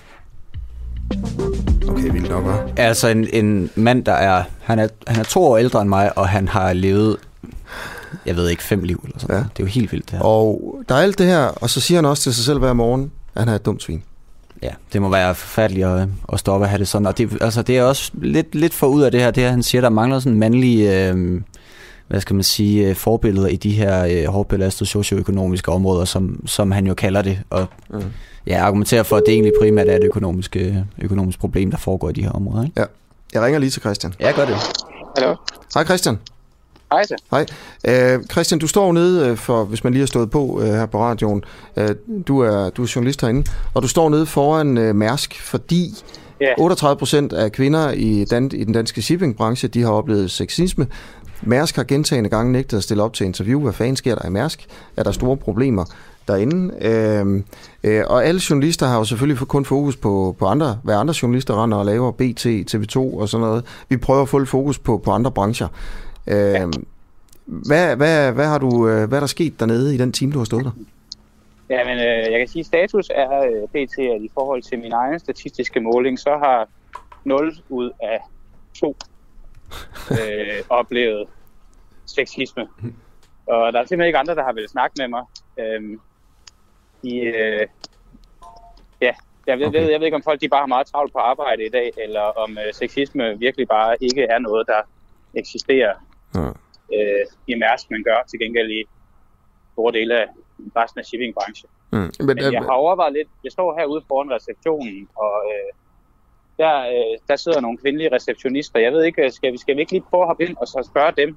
Okay, vildt nok, hva'? Altså en mand, han er 2 år ældre end mig, og han har levet, jeg ved ikke, 5 liv eller sådan. Ja. Det er jo helt vildt, det her. Og der er alt det her, og så siger han også til sig selv hver morgen, at han er et dumt svin. Ja, det må være forfærdeligt at stoppe at have det sådan. Og det er også lidt for ud af det her. Det her, han siger, der mangler sådan mandlige, forbilleder i de her hårdt belastede socioøkonomiske områder, som han jo kalder det. Og argumenterer for, at det egentlig primært er et økonomisk problem, der foregår i de her områder. Ikke? Ja, jeg ringer lige til Christian. Ja, gør det. Hallo. Hej Christian. Hej så. Hej. Christian, du står nede for, hvis man lige har stået på her på radioen, du er journalist herinde, og du står nede foran Mærsk, fordi 38% af kvinder i den danske shippingbranche, de har oplevet sexisme. Mærsk har gentagne gange nægtet at stille op til interview. Hvad fanden sker der i Mærsk? Er der store problemer derinde? Og alle journalister har jo selvfølgelig kun fokus på hvad andre journalister render og laver, BT, TV2 og sådan noget. Vi prøver at få fokus på andre brancher. Hvad er der sket dernede i den time, du har stået der? Ja, men jeg kan sige, at status er BT, at i forhold til min egen statistiske måling, så har 0 ud af 2 oplevet sexisme. Og der er simpelthen ikke andre, der har vel snakke med mig. Jeg ved ikke, om folk de bare har meget travlt på arbejde i dag, eller om sexisme virkelig bare ikke er noget, der eksisterer i Mærsk, man gør til gengæld i store dele af resten af shippingbranchen. Men jeg har overvejet lidt. Jeg står herude foran receptionen, og der sidder nogle kvindelige receptionister. Jeg ved ikke, skal vi ikke lige prøve at hoppe ind og så spørge dem?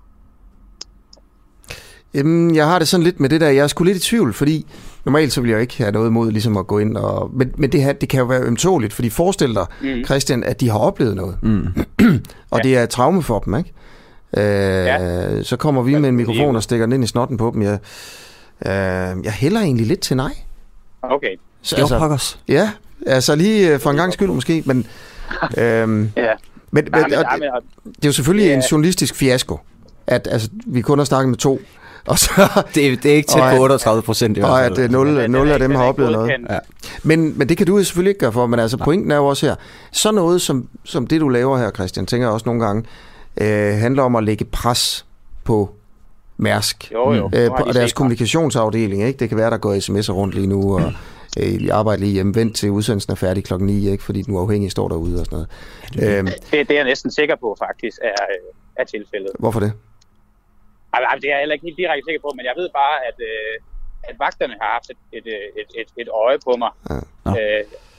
Jamen, jeg har det sådan lidt med det der. Jeg er sgu lidt i tvivl, fordi normalt så vil jeg ikke have noget imod ligesom at gå ind og... Men det her, det kan jo være ømtåligt, fordi forestil dig, Christian, at de har oplevet noget. Og det er et traume for dem, ikke? Så kommer vi med en mikrofon og stikker den ind i snotten på dem. Jeg hælder egentlig lidt til nej. Okay. Skævpakkers. Ja, altså lige for en gang skyld måske, men... Men det er jo selvfølgelig en journalistisk fiasko, at altså, vi kun har snakket med 2. Og så, det er ikke tæt på 38% i hvert fald. Og at 0 af dem har oplevet noget. Ja. Men det kan du selvfølgelig ikke gøre for, men altså pointen er jo også her. Så noget som det, du laver her, Christian, tænker jeg også nogle gange, handler om at lægge pres på Mærsk. Og deres kommunikationsafdeling, ikke? Det kan være, der går sms'er rundt lige nu, og arbejder lige hjemme, vent til udsendelsen er færdig 9:00, ikke? Fordi den uafhængige står derude og sådan noget. Det er jeg næsten sikker på, faktisk, er tilfældet. Hvorfor det? Det er jeg heller ikke helt direkte sikker på, men jeg ved bare, at vagterne har haft et øje på mig.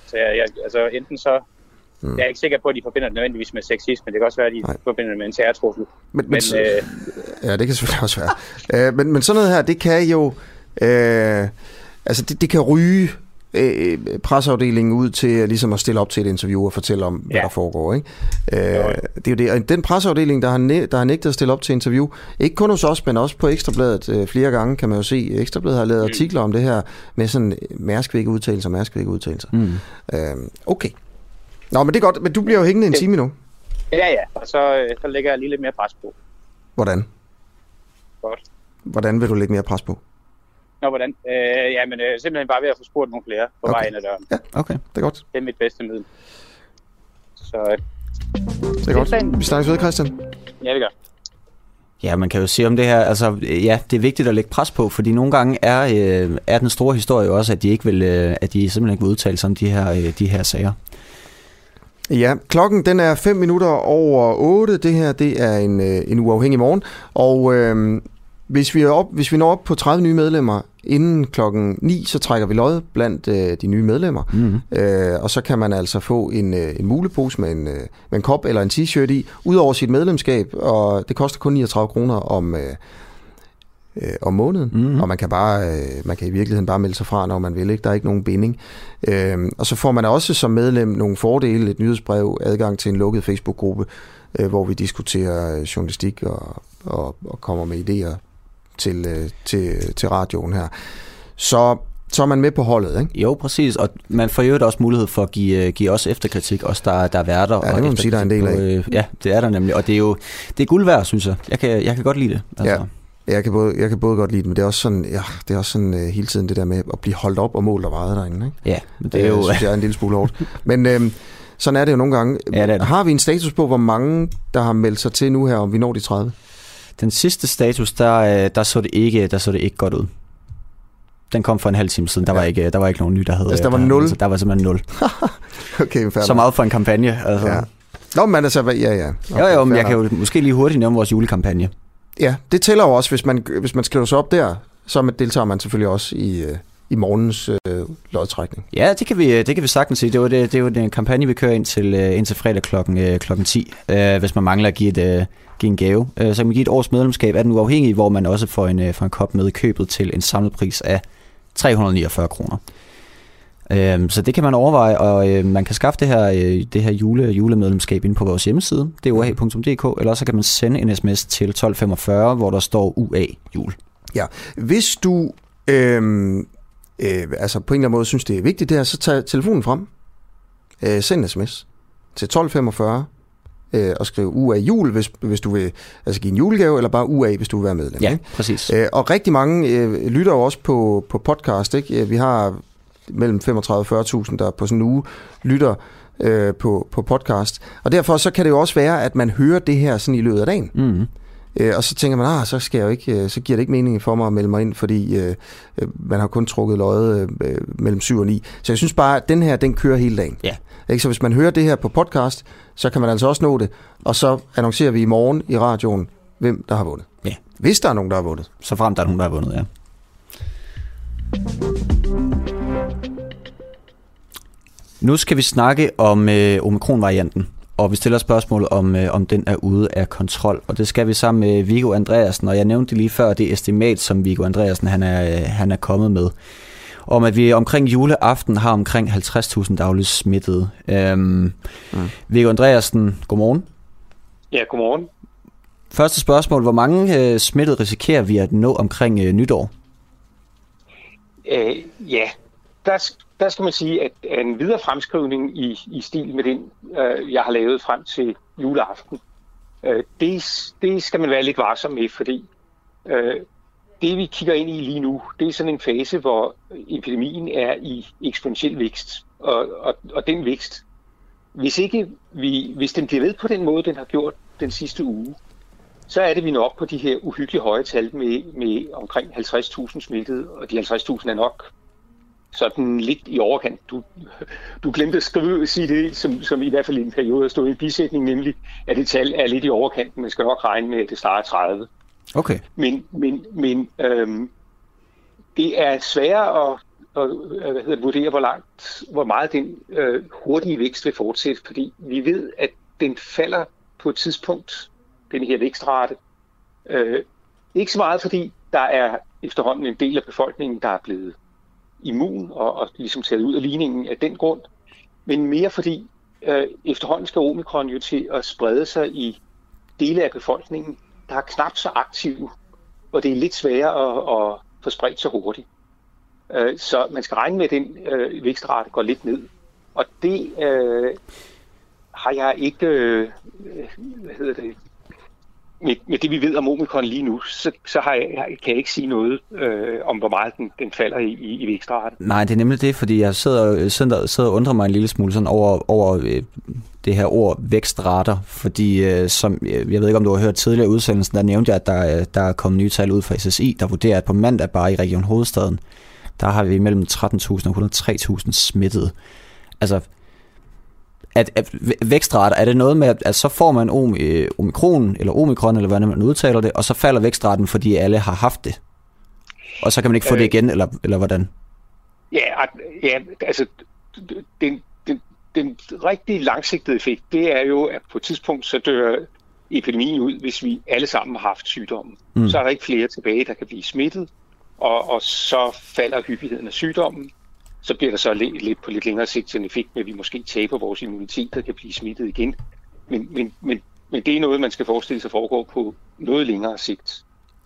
Så altså enten så... Jeg er ikke sikker på, at de forbinder det nødvendigvis med sexisme. Det kan også være, at de forbinder det med en terrortrussel. Ja, det kan selvfølgelig også være. Men sådan noget her, det kan jo... altså, det kan ryge presseafdelingen ud til ligesom at stille op til et interview og fortælle om, hvad der foregår. Ikke? Det er jo det. Og den presseafdeling, der har nægtet at stille op til interview, ikke kun hos os, men også på Ekstrabladet flere gange, kan man jo se. Ekstrabladet har lavet artikler om det her med sådan mærskvække udtalelser. Okay. Nå, men det er godt. Men du bliver jo hængende en time nu. Ja. Og så lægger jeg lige lidt mere pres på. Hvordan? Godt. Hvordan vil du lægge mere pres på? Nå, hvordan? Simpelthen bare ved at få spurgt nogle flere på vej ind ad døren. Ja, okay. Det er godt. Det er mit bedste middel. Så det er godt. Vi snakkes ved, Christian. Ja, det gør. Ja, man kan jo sige om det her, altså ja, det er vigtigt at lægge pres på, fordi nogle gange er den store historie også, at de ikke vil, at de simpelthen ikke vil udtale sig om de her sager. Ja, klokken den er 5 minutter over 8. Det her, det er en uafhængig morgen, og hvis vi når op på 30 nye medlemmer inden klokken 9, så trækker vi lod blandt de nye medlemmer. Og så kan man altså få en mulepose med en kop eller en t-shirt i, ud over sit medlemskab, og det koster kun 39 kroner om måneden, og man kan i virkeligheden bare melde sig fra, når man vil, ikke? Der er ikke nogen binding. Og så får man også som medlem nogle fordele, et nyhedsbrev, adgang til en lukket Facebook-gruppe, hvor vi diskuterer journalistik og kommer med idéer til radioen her. Så er man med på holdet, ikke? Jo, præcis, og man får jo også mulighed for at give os efterkritik, også der er værter. Ja, det må man sige, der er en del af. Ja, det er der nemlig, og det er guld værd, synes jeg. Jeg kan godt lide det. Altså. Ja. Jeg kan både godt lide det, men det er også sådan, hele tiden det der med at blive holdt op og målt og vejet derinde, ikke? Ja, men det er jo... synes jeg er en lille smule hårdt. Men sådan er det jo nogle gange. Ja, det. Har vi en status på, hvor mange, der har meldt sig til nu her, om vi når de 30? Den sidste status, der så det ikke godt ud. Den kom for en halv time siden. Der var ikke nogen ny, der havde... Altså, der var 0? Der var simpelthen 0. Okay, fair. Så meget for en kampagne. Altså. Ja. Nå, men altså, ja. Okay, jo, men jeg kan jo måske lige hurtigt nævne vores julekampagne. Ja, det tæller jo også, hvis man skriver sig op der, så deltager man selvfølgelig også i morgens lodtrækning. Ja, det kan vi sagtens sige. Det er jo den kampagne, vi kører indtil fredag klokken 10. Hvis man mangler at give en gave. Så kan man give et års medlemskab af den uafhængige, hvor man også får en kop med i købet til en samlet pris af 349 kroner. Så det kan man overveje, og man kan skaffe det her julemedlemskab inde på vores hjemmeside, doah.dk, eller så kan man sende en sms til 1245, hvor der står UA jul. Ja, hvis du altså på en eller anden måde synes, det er vigtigt det her, så tag telefonen frem, send en sms til 1245, og skrive UA jul, hvis du vil altså give en julegave, eller bare UA, hvis du vil være medlem. Ja, ikke? Præcis. Og rigtig mange lytter jo også på podcast, ikke? Vi har mellem 35 og 40.000, der på sådan en uge lytter på podcast. Og derfor så kan det jo også være, at man hører det her sådan i løbet af dagen. Mm. Og så tænker man, så giver det ikke mening for mig at melde mig ind, fordi man har kun trukket løjet mellem 7 og 9. Så jeg synes bare, at den her, den kører hele dagen. Ja. Ikke? Så hvis man hører det her på podcast, så kan man altså også nå det, og så annoncerer vi i morgen i radioen, hvem der har vundet. Ja. Hvis der er nogen, der har vundet. Så frem der er nogen, der har vundet, ja. Nu skal vi snakke om omikron-varianten, og vi stiller spørgsmål om den er ude af kontrol, og det skal vi sammen med Viggo Andreasen, og jeg nævnte det lige før, det estimat, som Viggo Andreasen han er kommet med, om at vi omkring juleaften har omkring 50.000 dagligt smittede. Viggo Andreasen, godmorgen. Ja, godmorgen. Første spørgsmål, hvor mange smittede risikerer vi at nå omkring nytår? Ja, der skal man sige, at en videre fremskrivning i stil med den, jeg har lavet frem til juleaften, det skal man være lidt varsom med, fordi det vi kigger ind i lige nu, det er sådan en fase, hvor epidemien er i eksponentiel vækst, og den vækst, hvis den bliver ved på den måde, den har gjort den sidste uge, så er det, vi når op på de her uhyggeligt høje tal med omkring 50.000 smittede, og de 50.000 er nok sådan lidt i overkant. Du glemte at sige det, som i hvert fald i en periode har stået i bisætning, nemlig at det tal er lidt i overkanten. Man skal nok regne med, at det starter 30. Okay. Men det er sværere vurdere, hvor meget den hurtige vækst vil fortsætte, fordi vi ved, at den falder på et tidspunkt, den her vækstrate. Ikke så meget, fordi der er efterhånden en del af befolkningen, der er blevet immun og ligesom taget ud af ligningen af den grund, men mere fordi efterhånden skal omikron jo til at sprede sig i dele af befolkningen, der er knap så aktive, og det er lidt sværere at få spredt så hurtigt. Så man skal regne med, at den vækstrate går lidt ned. Og det har jeg ikke, med det vi ved om omikron lige nu, så kan jeg ikke sige noget om, hvor meget den falder i vækstrate. Nej, det er nemlig det, fordi jeg sidder og undrer mig en lille smule sådan over det her ord vækstrater, fordi som, jeg ved ikke, om du har hørt tidligere udsendelsen, der nævnte jeg, at der er kommet nye tal ud fra SSI, der vurderer, at på mandag bare i Region Hovedstaden, der har vi mellem 13.000 og 103.000 smittede. Altså, at vækstrater, er det noget med, at så får man omikron, eller omikron, eller hvordan man udtaler det, og så falder vækstraten, fordi alle har haft det? Og så kan man ikke få det igen, eller hvordan? Ja, altså, den rigtig langsigtede effekt, det er jo, at på et tidspunkt, så dør epidemien ud, hvis vi alle sammen har haft sygdommen. Så er der ikke flere tilbage, der kan blive smittet, og så falder hyppigheden af sygdommen. Så bliver der så lidt på lidt længere sigt en effekt med, at vi måske taber vores immunitet, der kan blive smittet igen. Men det er noget, man skal forestille sig foregår på noget længere sigt.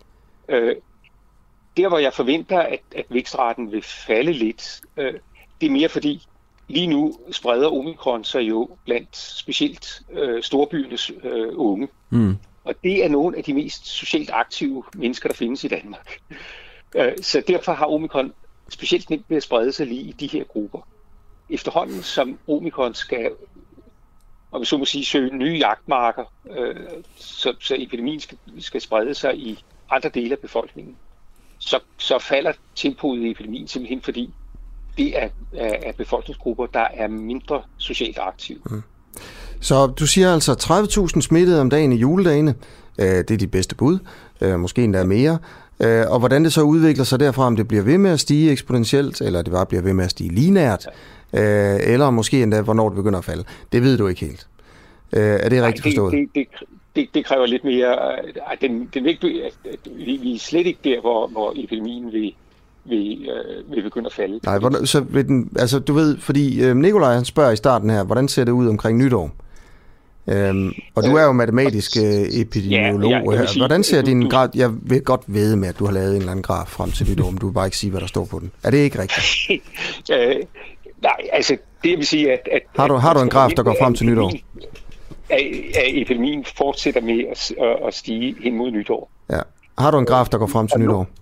Der, hvor jeg forventer, at vækstraten vil falde lidt, det er mere fordi, lige nu spreder omikron sig jo blandt specielt storbyernes unge. Og det er nogle af de mest socialt aktive mennesker, der findes i Danmark. Så derfor har omikron specielt nemt ved at sprede sig lige i de her grupper. Efterhånden som omikron skal, om vi så må sige, søge nye jagtmarker, så epidemien skal sprede sig i andre dele af befolkningen, så falder tempoet i epidemien simpelthen, fordi det er befolkningsgrupper, der er mindre socialt aktive. Så du siger altså 30.000 smittede om dagen i juledagene. Det er dit bedste bud. Måske endda mere. Og hvordan det så udvikler sig derfra, om det bliver ved med at stige eksponentielt, eller det bare bliver ved med at stige lineært, eller måske endda, hvornår det begynder at falde. Det ved du ikke helt. Er det rigtigt forstået? Det kræver lidt mere. Vi er slet ikke der, hvor epidemien vil begynde at falde. Nej, så vil den, altså du ved, fordi Nikolaj han spørger i starten her, hvordan ser det ud omkring nytår? Og du er jo matematisk epidemiolog her. Hvordan ser din graf? Jeg vil godt vide med, at du har lavet en eller anden graf frem til nytår, men du vil bare ikke sige, hvad der står på den. Er det ikke rigtigt? Nej, altså det vil sige, at har du en graf, der går frem til nytår? At epidemien fortsætter med at stige hen mod nytår. Ja. Har du en graf, der går frem til nytår?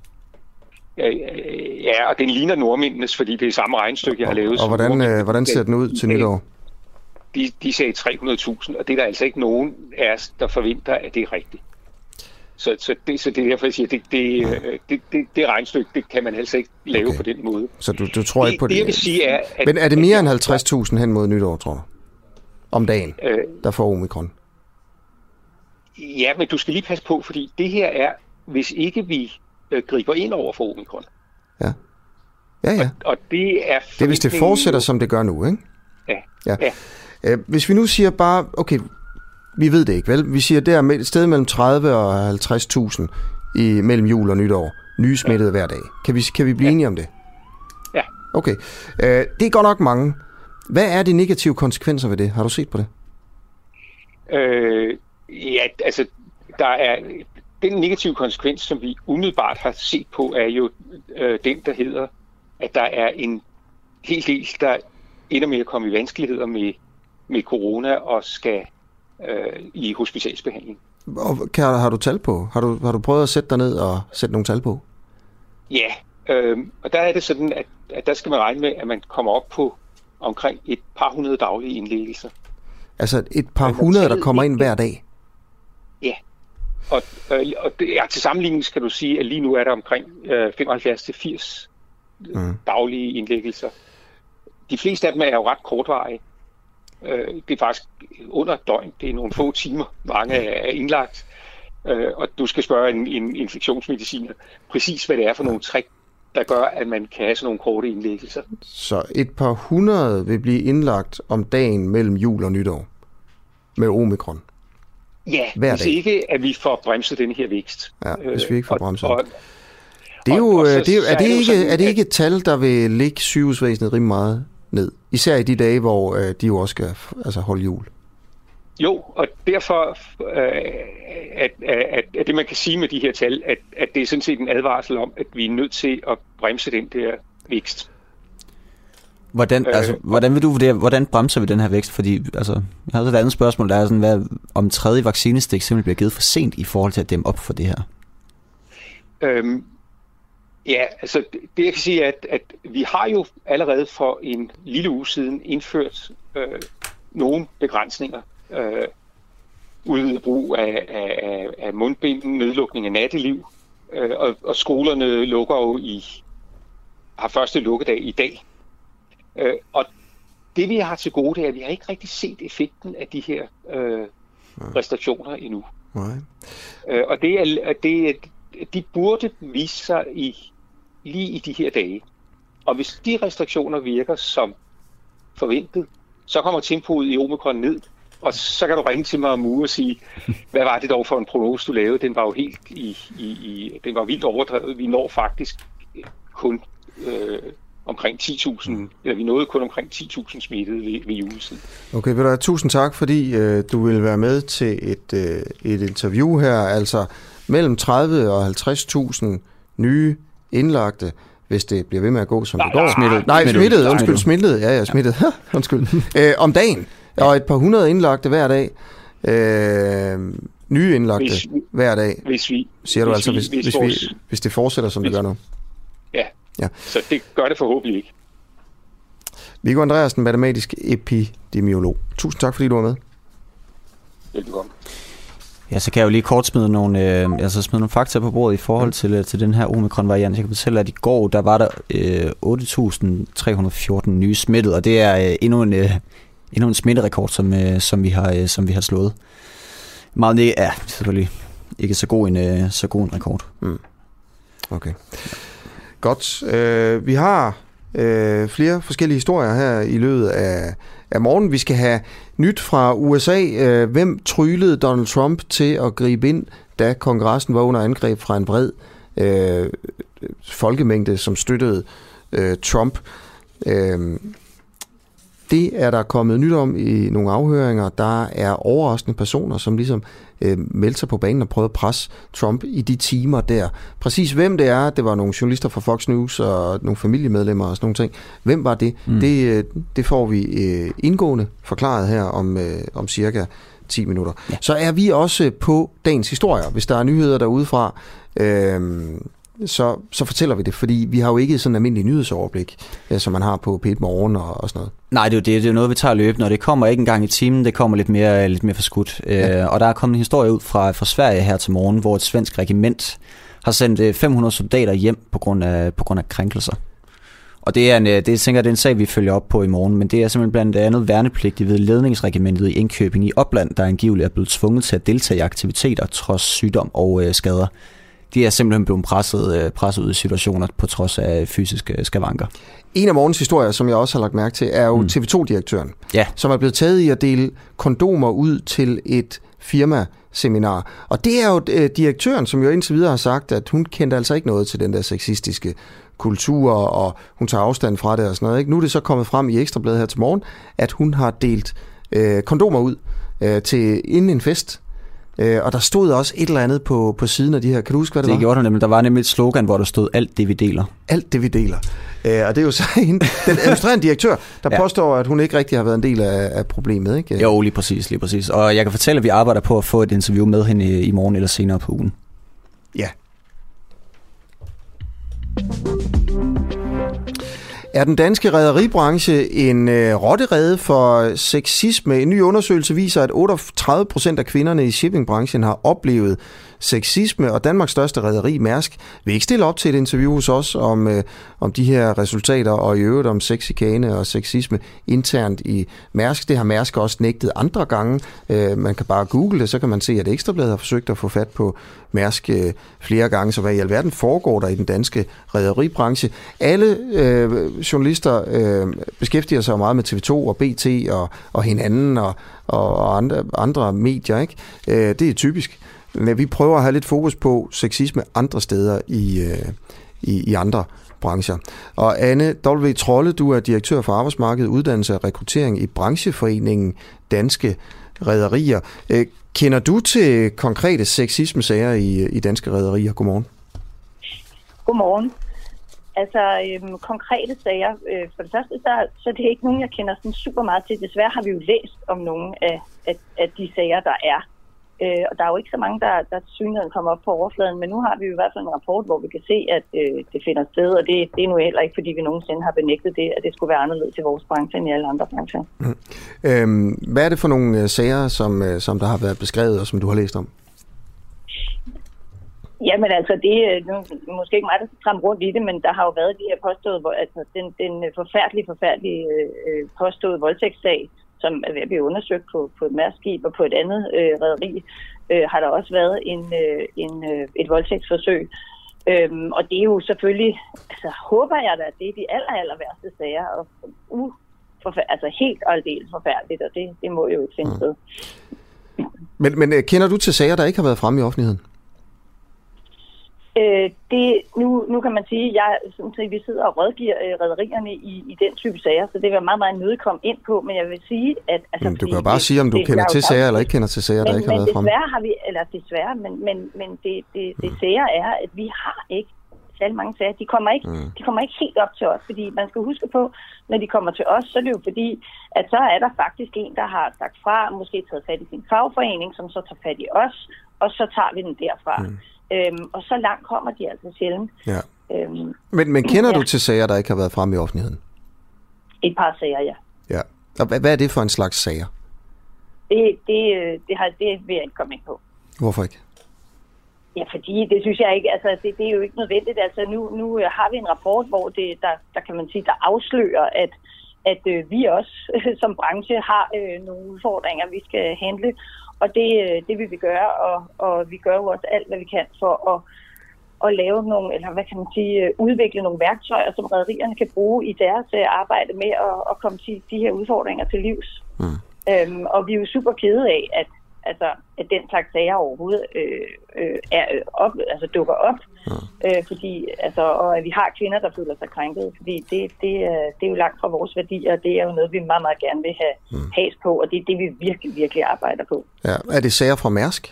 Ja, og den ligner nordmændenes, fordi det er samme regnestykke, jeg har lavet. Og hvordan ser den ud til nytår? De sagde 300.000, og det er der altså ikke nogen af os, der forventer, at det er rigtigt. Så det er derfor, jeg siger, det regnestykke, det kan man altså ikke lave på den måde. Så du tror ikke på det? Det jeg vil sige er... Men er det mere end 50.000 hen mod nytår, tror du? Om dagen, der får omikron? Ja, men du skal lige passe på, fordi det her er, hvis ikke vi griber ind over for omikron. Ja. Ja. Og det er... Det er, hvis det fortsætter, som det gør nu, ikke? Ja. Hvis vi nu siger bare, okay, vi ved det ikke, vel? Vi siger der et sted mellem 30 og 50.000 mellem jul og nytår, nye smittede hver dag. Kan vi blive enige om det? Ja. Okay. Det er godt nok mange. Hvad er de negative konsekvenser ved det? Har du set på det? Ja, altså, der er... Den negative konsekvens, som vi umiddelbart har set på, er jo den, der hedder, at der er en hel del, der ender med at komme i vanskeligheder med corona og skal i hospitalsbehandling. Og har du tal på? Har du prøvet at sætte dig ned og sætte nogle tal på? Ja, og der er det sådan, at der skal man regne med, at man kommer op på omkring et par hundrede daglige indlæggelser. Altså et par hundrede, der kommer ind hver dag? Ja. Og til sammenligning skal du sige, at lige nu er der omkring 75-80 daglige indlæggelser. De fleste af dem er jo ret kortvarige. Det er faktisk under et døgn. Det er nogle få timer, mange er indlagt. Og du skal spørge en infektionsmediciner præcis, hvad det er for nogle trick, der gør, at man kan have sådan nogle korte indlæggelser. Så et par hundrede vil blive indlagt om dagen mellem jul og nytår med omikron? Ja, hvis ikke, at vi får bremset den her vækst. Ja, hvis vi ikke får bremset. Det er jo, er det ikke et tal, der vil ligge sygehusvæsenet rimelig meget ned? Især i de dage, hvor de jo også skal holde jul. Jo, og derfor at det, man kan sige med de her tal, at det er sådan set en advarsel om, at vi er nødt til at bremse den der vækst. Hvordan vil du vurdere, hvordan bremser vi den her vækst? Fordi jeg har også et andet spørgsmål, der er sådan, hvad om tredje vaccinestik simpelthen bliver givet for sent i forhold til at dæmme op for det her? Ja, altså det jeg kan sige er, at vi har jo allerede for en lille uge siden indført nogle begrænsninger. Udvidet brug af mundbind, nedlukning af natteliv, og skolerne lukker jo har første lukkedag i dag. Og det vi har til gode, det er, at vi har ikke rigtig set effekten af de her restriktioner endnu. Nej. Og de burde vise sig lige i de her dage. Og hvis de restriktioner virker som forventet, så kommer tempoet i omikron ned, og så kan du ringe til mig om uge og sige, hvad var det dog for en prognose, du lavede? Den var jo helt den var vildt overdrevet. Vi når faktisk kun omkring 10.000, eller vi nåede kun omkring 10.000 smittede ved juletid. Okay, ved du, tusind tak, fordi du vil være med til et interview her. Altså mellem 30 og 50.000 nye indlagte, hvis det bliver ved med at gå, som det går. Smittet. Ja, smittet. Undskyld. Om dagen. Og et par hundrede indlagte hver dag. Nye indlagte hver dag. Hvis det fortsætter, som det gør nu. Ja, så det gør det forhåbentlig ikke. Viggo Andreasen, matematisk epidemiolog. Tusind tak, fordi du var med. Velbekomme. Ja, så kan jeg jo lige kort smide nogle fakta på bordet i forhold til den her omikron-variant. Jeg kan fortælle, at i går, der var der 8.314 nye smittede, og det er endnu en smitterekord, som vi har slået. Meget selvfølgelig ikke så god en rekord. Okay. Godt. Vi har flere forskellige historier her i løbet af morgen. Vi skal have nyt fra USA. Hvem tryllede Donald Trump til at gribe ind, da kongressen var under angreb fra en bred folkemængde, som støttede Trump? Det er der kommet nyt om i nogle afhøringer. Der er overraskende personer, som ligesom meldte sig på banen og prøvede at presse Trump i de timer der. Præcis hvem det er, det var nogle journalister fra Fox News og nogle familiemedlemmer og sådan nogle ting. Hvem var det? Det får vi indgående forklaret her om cirka 10 minutter. Ja. Så er vi også på dagens historier. Hvis der er nyheder derudefra, så fortæller vi det, fordi vi har jo ikke sådan en almindelig nyhedsoverblik, som man har på P1 Morgen og sådan noget. Nej, det er noget, vi tager løbende, og det kommer ikke engang i timen, det kommer lidt mere forskudt. Ja. Og der er kommet en historie ud fra Sverige her til morgen, hvor et svensk regiment har sendt 500 soldater hjem på grund af krænkelser. Og det er en sag, vi følger op på i morgen, men det er simpelthen blandt andet værnepligtige ved ledningsregimentet i Enköping i Uppland, der angiveligt er blevet tvunget til at deltage i aktiviteter trods sygdom og skader. De er simpelthen blevet presset ud i situationer på trods af fysiske skavanker. En af morgens historier, som jeg også har lagt mærke til, er jo TV2-direktøren, som er blevet taget i at dele kondomer ud til et firmaseminar. Og det er jo direktøren, som jo indtil videre har sagt, at hun kendte altså ikke noget til den der sexistiske kultur, og hun tager afstand fra det og sådan noget. Ikke? Nu er det så kommet frem i Ekstrabladet her til morgen, at hun har delt kondomer ud til inden en fest. Og der stod også et eller andet på siden af de her. Kan du huske, hvad det var? Det gjorde der nemlig. Der var nemlig et slogan, hvor der stod, alt det vi deler. Alt det vi deler. Og det er jo så den administrerende direktør, der påstår, at hun ikke rigtig har været en del af problemet, ikke? Jo, lige præcis. Og jeg kan fortælle, at vi arbejder på at få et interview med hende i morgen eller senere på ugen. Ja. Er den danske rederibranche en rotterede for sexisme? En ny undersøgelse viser, at 38% af kvinderne i shippingbranchen har oplevet sexisme, og Danmarks største rederi, Mærsk, vil ikke stille op til et interview hos os om de her resultater, og i øvrigt om sexchikane og sexisme internt i Mærsk. Det har Mærsk også nægtet andre gange. Man kan bare google det, så kan man se, at Ekstra Bladet har forsøgt at få fat på Mærsk flere gange. Så hvad i alverden foregår der i den danske rederibranche? Alle journalister beskæftiger sig meget med TV2 og BT og hinanden og andre medier, ikke? Det er typisk. Men vi prøver at have lidt fokus på sexisme andre steder i andre brancher. Og Anne W. Trolle, du er direktør for Arbejdsmarked, Uddannelse og Rekruttering i Brancheforeningen Danske Rederier. Kender du til konkrete sexisme-sager i danske rederier? Godmorgen. Godmorgen. Altså, konkrete sager, for det første, så det er ikke nogen, jeg kender sådan super meget til. Desværre har vi jo læst om nogle af de sager, der er. Og der er jo ikke så mange, der synligheden kommer op på overfladen, men nu har vi jo i hvert fald en rapport, hvor vi kan se, at det finder sted, og det er nu heller ikke, fordi vi nogensinde har benægtet det, at det skulle være anderledes i vores branche end i alle andre brancher. Hvad er det for nogle sager, som der har været beskrevet, og som du har læst om? Jamen altså, det er måske ikke mig, der skal tramme rundt i det, men der har jo været de her påståede, altså den forfærdelige påståede voldtægtssag, som er ved at blive undersøgt på et Mærskskib og på et andet rederi, har der også været et voldtægtsforsøg. Og det er jo selvfølgelig, altså håber jeg da, at det er de aller værste sager, og altså helt og aldeles forfærdeligt, og det må jo ikke finde sted. Men kender du til sager, der ikke har været fremme i offentligheden? Nu kan man sige, at vi sidder og rådgiver rederierne i den type sager, så det vil meget, meget nødigt komme ind på, men jeg vil sige, at... Altså, du kan bare sige, om du kender til sager eller ikke kender til sager, der ikke har været fremme. Men det sager er, at vi har ikke særlig mange sager. De kommer ikke helt op til os, fordi man skal huske på, når de kommer til os, så er det jo fordi, at så er der faktisk en, der har sagt fra, måske taget fat i sin fagforening, som så tager fat i os, og så tager vi den derfra. Og så langt kommer de altså sjældent. Ja. Men kender du til sager, der ikke har været fremme i offentligheden? Et par sager, ja. Ja. Og hvad er det for en slags sager? Det vil jeg ikke komme ind på. Hvorfor ikke? Ja, fordi det synes jeg ikke, altså det er jo ikke nødvendigt. Altså nu har vi en rapport, hvor der kan man sige, der afslører, at vi også som branche har nogle udfordringer, vi skal handle. Og det vil vi gøre, og vi gør jo også alt, hvad vi kan for at lave nogle, eller hvad kan man sige, udvikle nogle værktøjer, som rederierne kan bruge i deres arbejde med at komme til de her udfordringer til livs. Og vi er jo super kede af, at den slags sager overhovedet dukker op, fordi og at vi har kvinder, der føler sig krænket, fordi det er jo langt fra vores værdier, og det er jo noget, vi meget, meget gerne vil have has på, og det er det, vi virkelig, virkelig arbejder på. Ja. Er det sager fra Mærsk?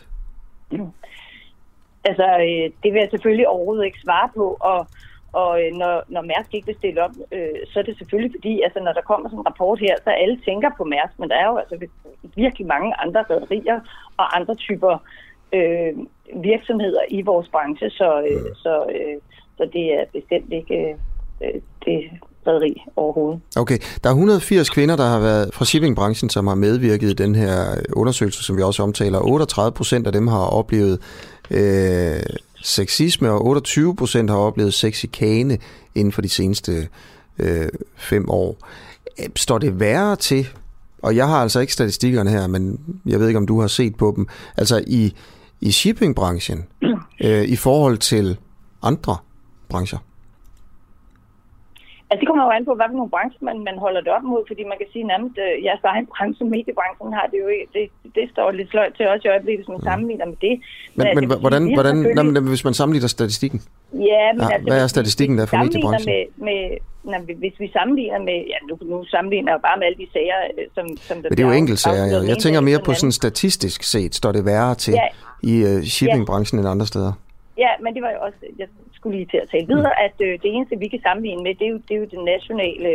Altså, det vil jeg selvfølgelig overhovedet ikke svare på, og når Mærsk ikke vil stille op, så er det selvfølgelig fordi, altså når der kommer sådan en rapport her, så alle tænker på Mærsk, men der er jo altså virkelig mange andre rederier og andre typer virksomheder i vores branche, så det er bestemt ikke det rederi overhovedet. Okay, der er 180 kvinder, der har været fra shippingbranchen, som har medvirket i den her undersøgelse, som vi også omtaler. 38% af dem har oplevet sexisme, og 28% har oplevet sexchikane inden for de seneste 5 år. Står det værre til, og jeg har altså ikke statistikkerne her, men jeg ved ikke, om du har set på dem, altså i shippingbranchen, i forhold til andre brancher? Altså det kommer jo an på, hvad for nogle brancher man holder det op mod, fordi man kan sige nærmest, jeres egen branche, mediebranchen har det jo ikke, det står lidt sløjt til os i øjeblikket, hvis man sammenligner med det. Men hvis man sammenligner statistikken? Ja, men hvad er statistikken der for mediebranchen? Hvis vi sammenligner med, nu sammenligner jeg bare med alle de sager, som der... Men det er jo enkeltsager, jeg tænker mere på sådan statistisk set, står det værre til i shippingbranchen end andre steder? Ja, men det var jo også, jeg skulle lige til at tale videre, at det eneste, vi kan sammenligne med, det er jo det nationale...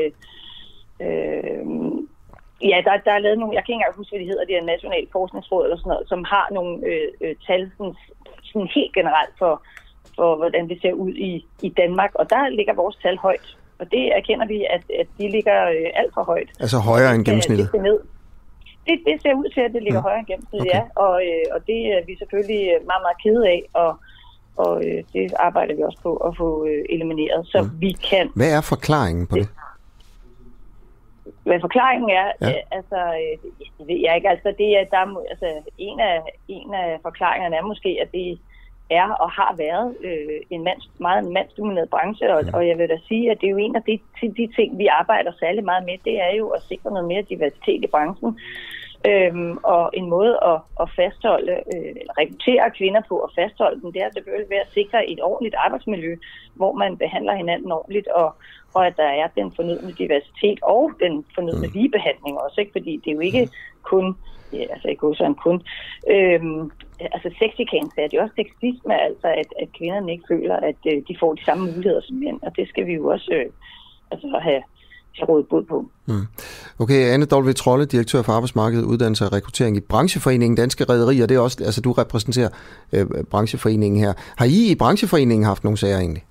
der er lavet nogle, jeg kan ikke engang huske, hvad de hedder, det er nationale forskningsråd eller sådan noget, som har nogle tal sådan helt generelt for hvordan det ser ud i Danmark, og der ligger vores tal højt. Og det erkender vi, at de ligger alt for højt. Altså højere end gennemsnittet? Det ser ud til, at det ligger højere end gennemsnittet, ja. Og det er vi selvfølgelig meget, meget kede af, og det arbejder vi også på at få elimineret, så vi kan... Hvad er forklaringen på det? Hvad forklaringen er, det ved jeg ikke. Altså, det er, en af forklaringerne er måske, at det er og har været en meget mandsdomineret branche, og jeg vil da sige, at det er jo en af de ting, vi arbejder særlig meget med, det er jo at sikre noget mere diversitet i branchen. Og en måde at fastholde, eller rekruttere kvinder på og fastholde dem, det er selvfølgelig ved at sikre et ordentligt arbejdsmiljø, hvor man behandler hinanden ordentligt, og at der er den fornødne diversitet og den fornødne ligebehandling også, ikke? Fordi det er jo ikke kun, sexikans er det også sexisme, altså at kvinderne ikke føler, at de får de samme muligheder som mænd, og det skal vi jo også have rådet bod på. Okay, Anne W. Trolle, direktør for Arbejdsmarkedet, Uddannelse og Rekruttering i Brancheforeningen Danske Rederier, det er også, altså du repræsenterer brancheforeningen her. Har I brancheforeningen haft nogle sager egentlig?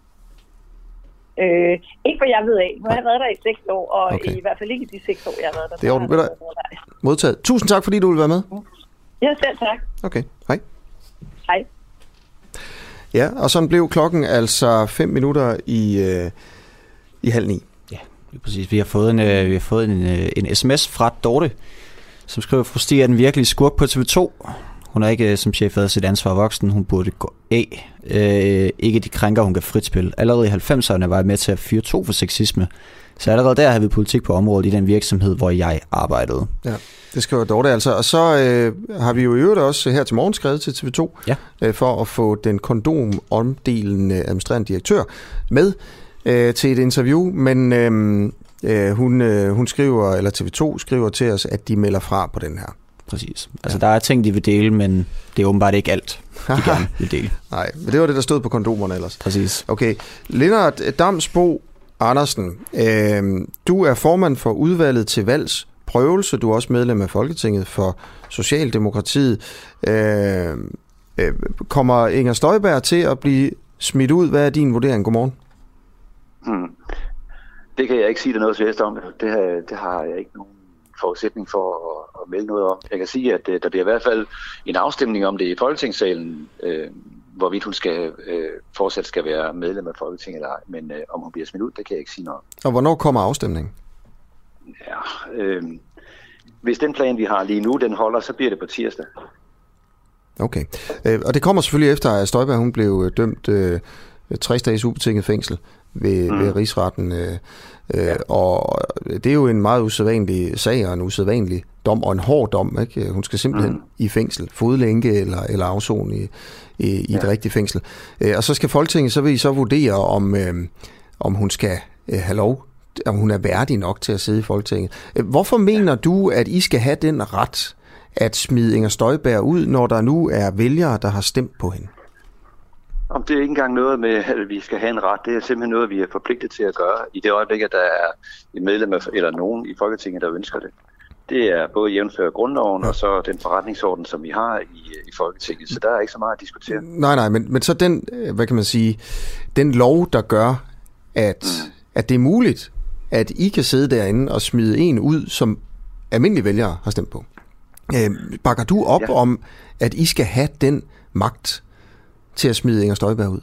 Ikke hvad jeg ved af. Nu har jeg været der i 6 år, og i hvert fald ikke i de 6 år, jeg har været der. Det er ordentligt. Modtaget. Tusind tak, fordi du ville være med. Ja, selv tak. Okay, hej. Hej. Ja, og sådan blev klokken altså 5 minutter i 8:30. Ja, lige præcis. Vi har fået en sms fra Dorte, som skriver, Frosti er den virkelige skurk på TV2. Hun er ikke som chef af sit ansvar voksen. Hun burde gå af. Ikke de krænker, hun kan frit spille. Allerede i 90'erne var jeg med til at fyre 2 for sexisme. Så allerede der havde vi politik på området i den virksomhed, hvor jeg arbejdede. Ja, det skriver Dorte altså. Og så har vi jo i øvrigt også her til morgen skrevet til TV2, for at få den kondomomdelende administrerende direktør med til et interview. Men hun skriver, eller TV2 skriver til os, at de melder fra på den her. Præcis. Altså der er ting, de vil dele, men det er åbenbart ikke alt, de gerne vil dele. Nej, men det var det, der stod på kondomerne ellers. Præcis. Okay. Lennart Damsbo Andersen, du er formand for udvalget til valgsprøvelse. Du er også medlem af Folketinget for Socialdemokratiet. Kommer Inger Støjberg til at blive smidt ud? Hvad er din vurdering? Godmorgen. Det kan jeg ikke sige noget svært om. Det har jeg ikke nogen forudsætning for at melde noget om. Jeg kan sige, at der bliver i hvert fald en afstemning om det i Folketingssalen, hvorvidt hun fortsat skal være medlem af Folketinget eller ej. Men om hun bliver smidt ud, det kan jeg ikke sige noget om. Og hvornår kommer afstemningen? Ja, hvis den plan, vi har lige nu, den holder, så bliver det på tirsdag. Okay. Og det kommer selvfølgelig efter, at Støjberg hun blev dømt 60 dages ubetinget fængsel ved Rigsretten. Og det er jo en meget usædvanlig sag og en usædvanlig dom og en hård dom. Ikke? Hun skal simpelthen i fængsel, fodlænke eller afzone i et rigtigt fængsel. Og så skal Folketinget, så vil I så vurdere, om hun skal have lov, om hun er værdig nok til at sidde i Folketinget. Hvorfor mener du, at I skal have den ret at smide Inger Støjberg ud, når der nu er vælgere, der har stemt på hende? Om det er ikke engang noget med, at vi skal have en ret. Det er simpelthen noget, vi er forpligtet til at gøre i det øjeblik, at der er et medlem eller nogen i Folketinget, der ønsker det. Det er både jævnfør grundloven og så den forretningsorden, som vi har i Folketinget. Så der er ikke så meget at diskutere. Nej, men så den, hvad kan man sige, den lov, der gør, at det er muligt, at I kan sidde derinde og smide en ud, som almindelige vælgere har stemt på. Bakker du op om, at I skal have den magt til at smide Inger Støjberg ud?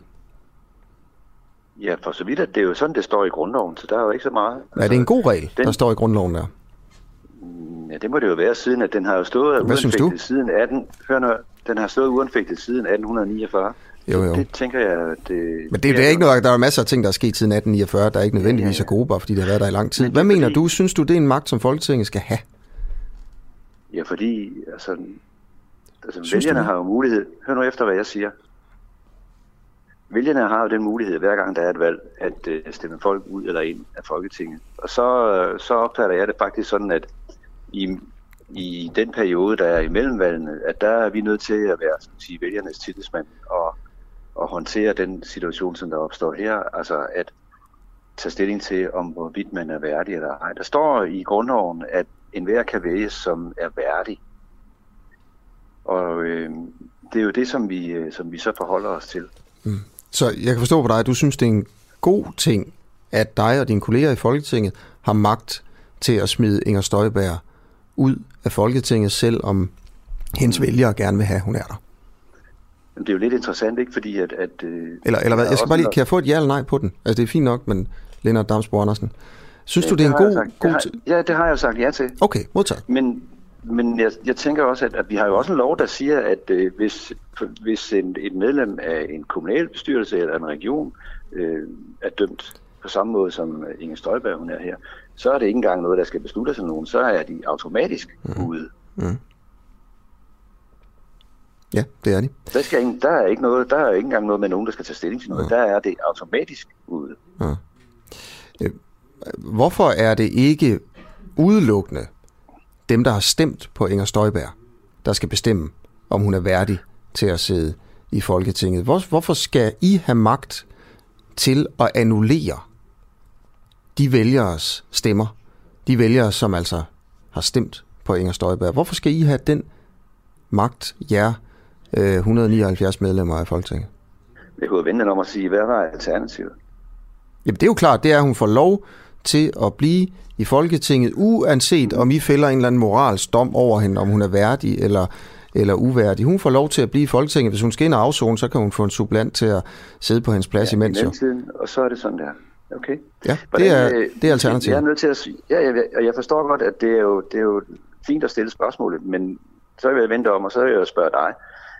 Ja, for så vidt, at det er jo sådan, det står i grundloven, så der er jo ikke så meget. Er det en god regel, der står i grundloven der? Ja, det må det jo være, siden at den har jo stået uanfægtet siden den har stået uanfægtet siden 1849. Jo. Det tænker jeg, Men det er ikke noget, der er masser af ting, der er sket siden 1849, der er ikke nødvendigvis er gode, bare fordi det har været der i lang tid. Hvad mener du? Synes du, det er en magt, som Folketinget skal have? Ja, fordi vælgerne har jo mulighed. Hør nu efter, hvad jeg siger. Vælgerne har jo den mulighed, hver gang der er et valg, at stemme folk ud eller ind af Folketinget. Og så opfatter jeg det faktisk sådan, at i den periode, der er imellem valgene, at der er vi nødt til at være vælgernes tillidsmand og håndtere den situation, som der opstår her. Altså at tage stilling til, om hvorvidt man er værdig eller ej. Der står i grundloven, at enhver kan vælges, som er værdig. Og det er jo det, som vi så forholder os til. Så jeg kan forstå på dig, at du synes, det er en god ting, at dig og dine kolleger i Folketinget har magt til at smide Inger Støjberg ud af Folketinget, selv om hendes vælgere gerne vil have, hun er der? Det er jo lidt interessant, ikke? Fordi at eller hvad? Jeg skal bare lige, kan jeg få et ja eller nej på den? Altså, det er fint nok, men Lennart Damsbo-Andersen. Synes du, det er en god... Ja, det har jeg jo sagt ja til. Okay, modtaget. Men jeg tænker også, at vi har jo også en lov, der siger, at hvis et medlem af en kommunalbestyrelse eller en region er dømt på samme måde som Inger Støjberg, hun er her, så er det ikke engang noget, der skal besluttes af nogen. Så er de automatisk ude. Mm. Ja, det er de. Der er ikke engang noget med nogen, der skal tage stilling til noget. Der er det automatisk ude. Ja. Hvorfor er det ikke udelukkende dem, der har stemt på Inger Støjberg, der skal bestemme, om hun er værdig til at sidde i Folketinget? Hvorfor skal I have magt til at annullere de vælgeres stemmer? De vælgere, som altså har stemt på Inger Støjberg. Hvorfor skal I have den magt, jer 179 medlemmer af Folketinget? Jeg kunne vente om at sige, hvad var alternativet? Jamen det er jo klart, det er, at hun får lov til at blive i Folketinget, uanset om I fælder en eller anden moralsk dom over hende, om hun er værdig eller uværdig. Hun får lov til at blive i Folketinget. Hvis hun skal ind og afzone, så kan hun få en supplant til at sidde på hendes plads imens. Og så er det sådan der. Okay. Ja, det er alternativet. Jeg er nødt til at sige, og jeg forstår godt, at det er jo fint at stille spørgsmålet, men så vil jeg vente om, og så vil jeg spørge dig.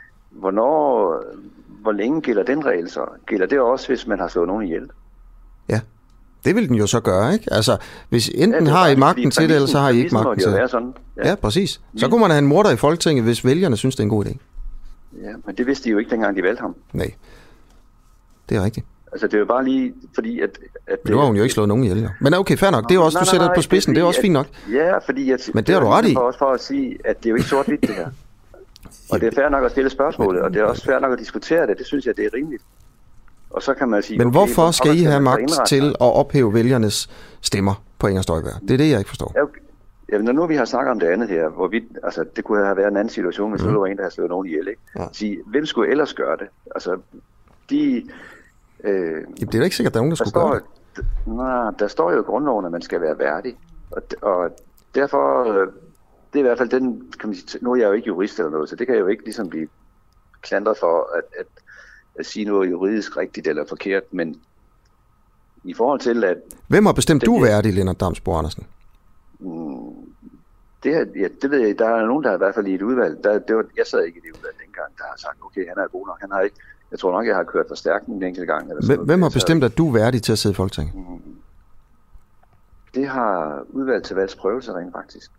Hvor længe gælder den regel så? Gælder det også, hvis man har slået nogen ihjel? Ja, det vil den jo så gøre, ikke? Altså, hvis enten har I magten til det, eller så har I ikke magten til det. Ja, præcis. Så kunne man have en morder i Folketinget, hvis vælgerne synes, det er en god idé. Ja, men det vidste de jo ikke, dengang de valgte ham. Nej, det er rigtigt. Altså, det er jo bare lige, fordi at men nu har hun jo ikke slået nogen ihjel, jo. Men okay, fair nok. Det er også, du sætter det på spidsen, det er også fint nok. Ja, fordi men det har du ret i. Også for at sige, at det er jo ikke sort-hvidt, det her. Og det er fair nok at stille spørgsmålet, og det er også fair nok at diskutere det. Det synes jeg, det er rimeligt. Og så kan man sige... Men hvorfor skal I have magt til at ophæve vælgernes stemmer på Inger Støjberg? Det er det, jeg ikke forstår. Ja, når nu vi har snakket om det andet her, altså det kunne have været en anden situation, hvis det var en, der havde slået nogen ihjel, ikke? Ja. Sige, hvem skulle ellers gøre det? Altså, det er da ikke sikkert, at der er nogen, der skulle gøre det. Der står jo i grundloven, at man skal være værdig. Og derfor... Det er i hvert fald den, kan man sige, nu er jeg jo ikke jurist eller noget, så det kan jeg jo ikke ligesom blive klandret for at sige noget juridisk rigtigt eller forkert, men i forhold til at... Hvem har bestemt du værdig, Lennart Damsbo-Andersen? Det ved jeg, der er nogen, der er i hvert fald i et udvalg, jeg sad ikke i det udvalg dengang, der har sagt, okay, han er god nok, han har ikke, jeg tror nok, jeg har kørt forstærkning en enkelt gang. Eller Hvem har bestemt, at du er værdig til at sidde i Folketinget? Det har udvalgt til valgsprøvelse rent faktisk.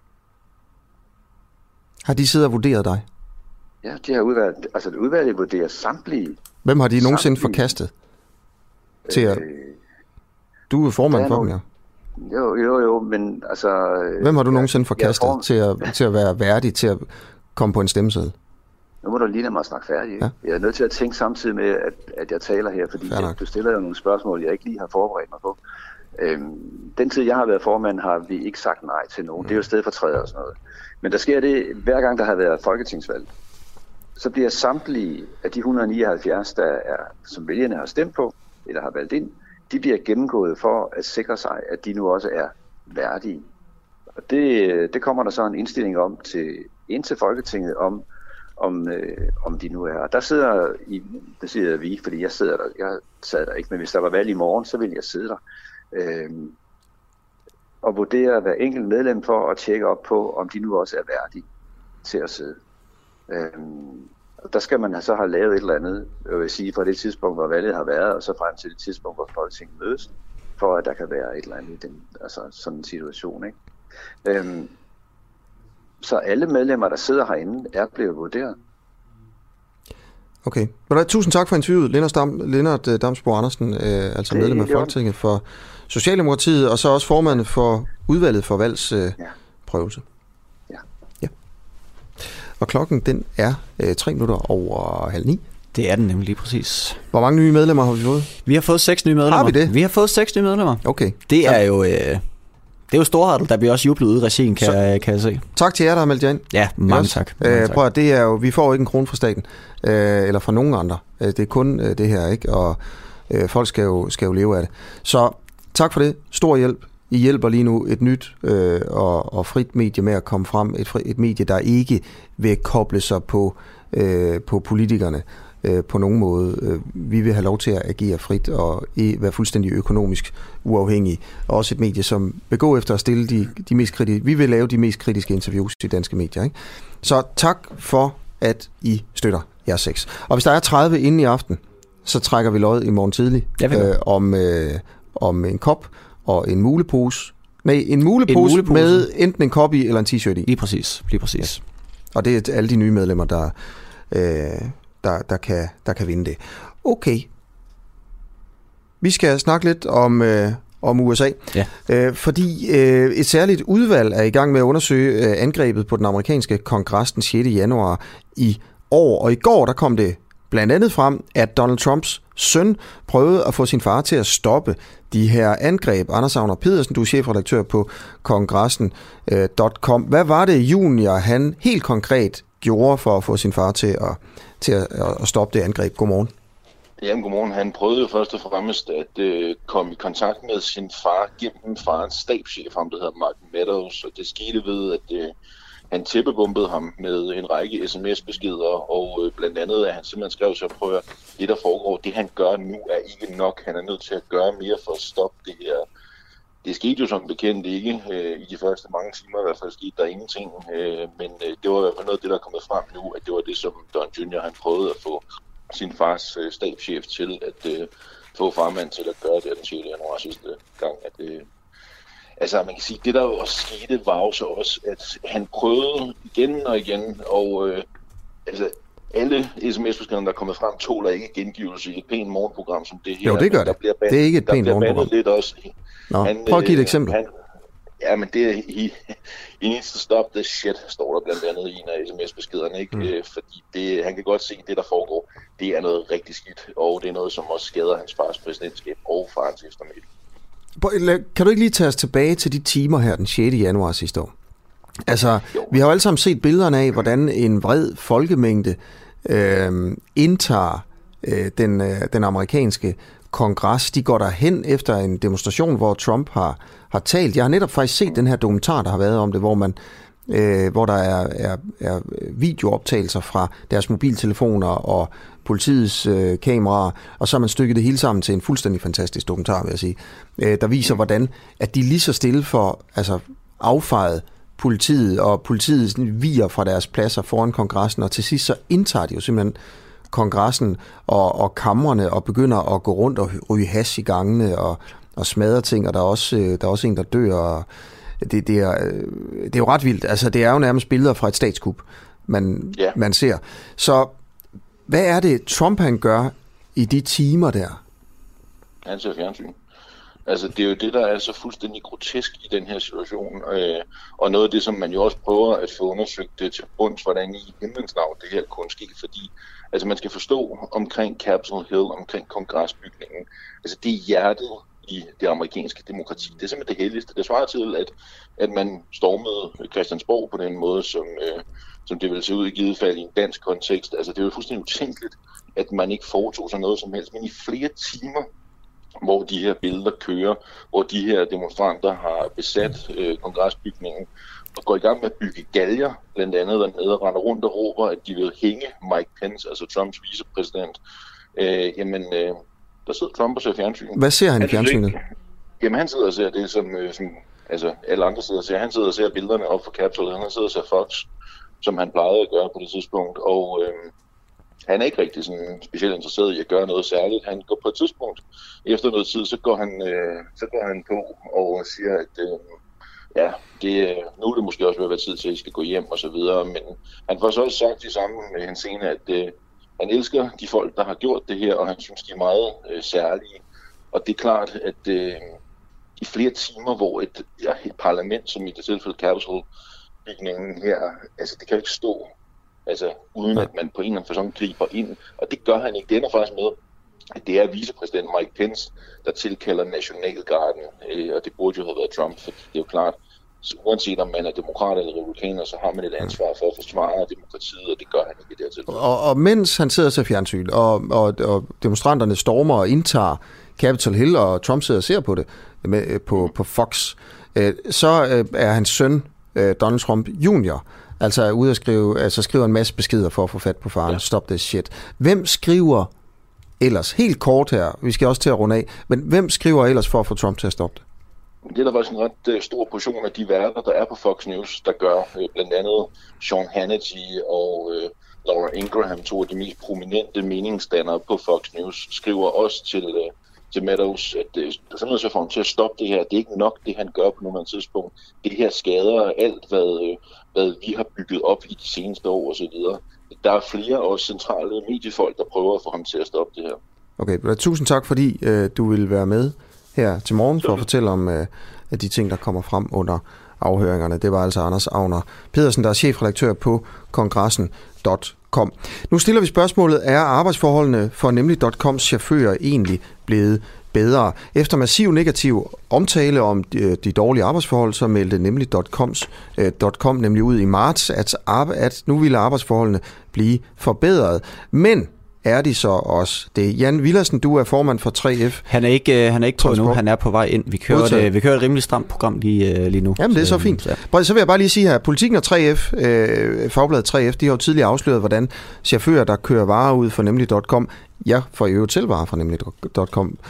Har de siddet og vurderet dig? Ja, de har udvalgt, altså udvalget vurderer samtlige. Hvem har de nogensinde forkastet? Til at... Du er formand for dem, ja. Jo, men altså... Hvem har du nogensinde forkastet til at være værdig til at komme på en stemmeseddel? Nu må du lige lade mig snakke færdig. Ja. Jeg er nødt til at tænke samtidig med, at jeg taler her, fordi du stiller jo nogle spørgsmål, jeg ikke lige har forberedt mig på. Den tid, jeg har været formand, har vi ikke sagt nej til nogen. Det er jo stedfortræder og sådan noget. Men der sker det, hver gang der har været folketingsvalg, så bliver samtlige af de 179, som vælgerne har stemt på, eller har valgt ind, de bliver gennemgået for at sikre sig, at de nu også er værdige. Og det kommer der så en indstilling om ind til Folketinget om de nu er. Og der sidder vi, fordi jeg sad der ikke, men hvis der var valg i morgen, så ville jeg sidde der. Og vurdere hver enkelt medlem for at tjekke op på, om de nu også er værdige til at sidde. Der skal man så have lavet et eller andet, jeg vil sige, fra det tidspunkt, hvor valget har været, og så frem til det tidspunkt, hvor Folketinget mødes, for at der kan være et eller andet i den, altså sådan en situation, ikke? Så alle medlemmer, der sidder herinde, er blevet vurderet. Okay. Tusind tak for interviewet, Lennart Damsbo-Andersen, altså medlem af Folketinget for Socialdemokratiet, og så også formand for udvalget for valgsprøvelse. Ja. Og klokken, den er 3:03. Det er den nemlig lige præcis. Hvor mange nye medlemmer har vi fået? Vi har fået 6 nye medlemmer. Har vi det? Vi har fået 6 nye medlemmer. Okay. Det er jo storhardt, der bliver også jublet ude i regien, kan jeg se. Tak til jer, der har meldt jer ind. Ja, mange tak. Prøv at, det er jo, vi får jo ikke en krone fra staten, eller fra nogen andre. Det er kun det her, ikke? Og folk skal jo leve af det. Så tak for det. Stor hjælp I hjælper lige nu et nyt og frit medie med at komme frem. Et medie, der ikke vil koble sig på politikerne på nogen måde. Vi vil have lov til at agere frit og være fuldstændig økonomisk uafhængige. Også et medie, som vil gå efter at stille de mest kritiske. Vi vil lave de mest kritiske interviews til danske medier. Ikke? Så tak for, at I støtter jer 6. Og hvis der er 30 inde i aften, så trækker vi lod i morgen tidlig om en kop og en mulepose. Nej, en mulepose med enten en kop i eller en t-shirt i. Lige præcis. Ja. Og det er alle de nye medlemmer, der kan vinde det. Okay. Vi skal snakke lidt om USA. Ja. Fordi et særligt udvalg er i gang med at undersøge angrebet på den amerikanske kongres den 6. januar i år. Og i går, der kom det blandt andet frem, at Donald Trumps søn prøvede at få sin far til at stoppe de her angreb. Anders Agner Pedersen, du er chefredaktør på kongressen.com. Hvad var det, Junior han helt konkret gjorde for at få sin far til at stoppe det angreb? Godmorgen. Jamen, godmorgen. Han prøvede jo først og fremmest at komme i kontakt med sin far gennem farens stabschef, ham der hedder Mark Meadows, og det skete ved, at han tæppebombede ham med en række sms-beskeder, og blandt andet, at han simpelthen skrev til at prøve, det der foregår, det han gør nu er ikke nok. Han er nødt til at gøre mere for at stoppe det her. Det skete jo som bekendt ikke. I de første mange timer i hvert fald skete der ingenting, men det var i hvert fald noget af det, der er kommet frem nu, at det var det, som Don Jr. han prøvede at få sin fars stabschef til at få farmand til at gøre det den 6. januar sidste gang. Altså man kan sige, det der jo også skete var jo så også, at han prøvede igen og igen, og altså alle sms-beskeder, der er kommet frem, tåler ikke gengivelse i et pænt morgenprogram som det her. Jo, det gør det. Det er ikke et pænt morgenprogram. Lidt også. Nå, prøv at give et eksempel. Ja, men det er he needs to stop this shit, står der blandt andet i en af sms-beskederne, ikke? Fordi han kan godt se, at det der foregår, det er noget rigtig skidt, og det er noget, som også skader hans fars præsidentskab og farens eftermæle. Kan du ikke lige tage os tilbage til de timer her den 6. januar sidste år? Altså, vi har jo alle sammen set billederne af, hvordan en vred folkemængde indtager den amerikanske kongres. De går derhen efter en demonstration, hvor Trump har talt. Jeg har netop faktisk set den her dokumentar, der har været om det, hvor der er videooptagelser fra deres mobiltelefoner og politiets kameraer, og så har man stykket det hele sammen til en fuldstændig fantastisk dokumentar, vil jeg sige, der viser, hvordan at de lige så stille for affejet politiet, og politiet viger fra deres pladser foran kongressen, og til sidst så indtager de jo simpelthen kongressen og kamrene og begynder at gå rundt og ryge hash i gangene og smadre ting, og der er også en, der dør, og det er jo ret vildt. Altså, det er jo nærmest billeder fra et statskup, man ser. Så hvad er det, Trump han gør i de timer der? Han ser fjernsyn. Altså, det er jo det, der er så fuldstændig grotesk i den her situation, og noget af det, som man jo også prøver at få undersøgt det til bunds, hvordan i himlens navn det her kunne ske, fordi altså, man skal forstå omkring Capitol Hill, omkring kongresbygningen, altså det er hjertet i det amerikanske demokrati. Det er simpelthen det helligste. Det svarer til, at man stormede Christiansborg på den måde, som det vil se ud i givet fald i en dansk kontekst. Altså, det er jo fuldstændig utænkeligt, at man ikke foretog sig noget som helst, men i flere timer, hvor de her billeder kører, hvor de her demonstranter har besat kongresbygningen og går i gang med at bygge galger, blandt andet dernede, og render rundt og råber, at de vil hænge Mike Pence, altså Trumps vicepræsident. Der sidder Trump og ser fjernsyn. Hvad ser han i fjernsynet? Jamen han sidder og ser det, som altså alle andre sidder og ser. Han sidder og ser billederne op fra Capitol, han sidder og ser Fox, som han plejede at gøre på det tidspunkt, og han er ikke rigtig sådan specielt interesseret i at gøre noget særligt. Han går på et tidspunkt, efter noget tid, så går han på og siger, at nu er det måske også ved at være tid til, at I skal gå hjem og så videre. Men han får så også sagt i samme henseende, at han elsker de folk, der har gjort det her, og han synes, de er meget særlige. Og det er klart, at i flere timer, hvor et parlament, som i det tilfælde Capitol-bygningen her, altså det kan jo ikke stå, altså uden at man på en eller anden facon griber ind. Og det gør han ikke. Det ender faktisk med, at det er vicepræsident Mike Pence, der tilkalder Nationalgarden, og det burde jo have været Trump, for det er jo klart, Så uanset om man er demokrat eller republikaner, så har man et ansvar for at forsvare demokratiet, og det gør han ikke dertil. Og mens han sidder til fjernsyn, og demonstranterne stormer og indtager Capitol Hill, og Trump sidder og ser på det på Fox, så er hans søn, Donald Trump Jr., altså ude at skriver en masse beskeder for at få fat på faren. Ja. Stop this shit. Hvem skriver ellers, helt kort her, vi skal også til at runde af, men hvem skriver ellers for at få Trump til at stoppe det? Det er der faktisk en ret stor portion af de værter, der er på Fox News, der gør. Blandt andet Sean Hannity og Laura Ingraham, to af de mest prominente meningsdannere på Fox News, skriver også til Meadows, at der er sådan noget, så får ham til at stoppe det her. Det er ikke nok, det han gør på nuværende tidspunkt. Det her skader alt, hvad vi har bygget op i de seneste år osv. Der er flere også centrale mediefolk, der prøver at få ham til at stoppe det her. Okay, tusind tak, fordi du vil være med her til morgen for at fortælle om de ting, der kommer frem under afhøringerne. Det var altså Anders Agner Pedersen, der er chefredaktør på kongressen.com. Nu stiller vi spørgsmålet, er arbejdsforholdene for nemlig.coms chauffører egentlig blevet bedre? Efter massiv negativ omtale om de dårlige arbejdsforhold, så meldte nemlig.com nemlig ud i marts, at nu ville arbejdsforholdene blive forbedret. Men er de så også det? Jan Villersen, du er formand for 3F. Han er ikke på nu, han er på vej ind. Vi kører et rimelig stramt program lige nu. Jamen, det er så fint. Så vil jeg bare lige sige her, Politikken og 3F, fagbladet 3F, de har jo tidligere afsløret, hvordan chauffører, der kører varer ud for nemlig.com, får i øvrigt selv varer fra nemlig.com,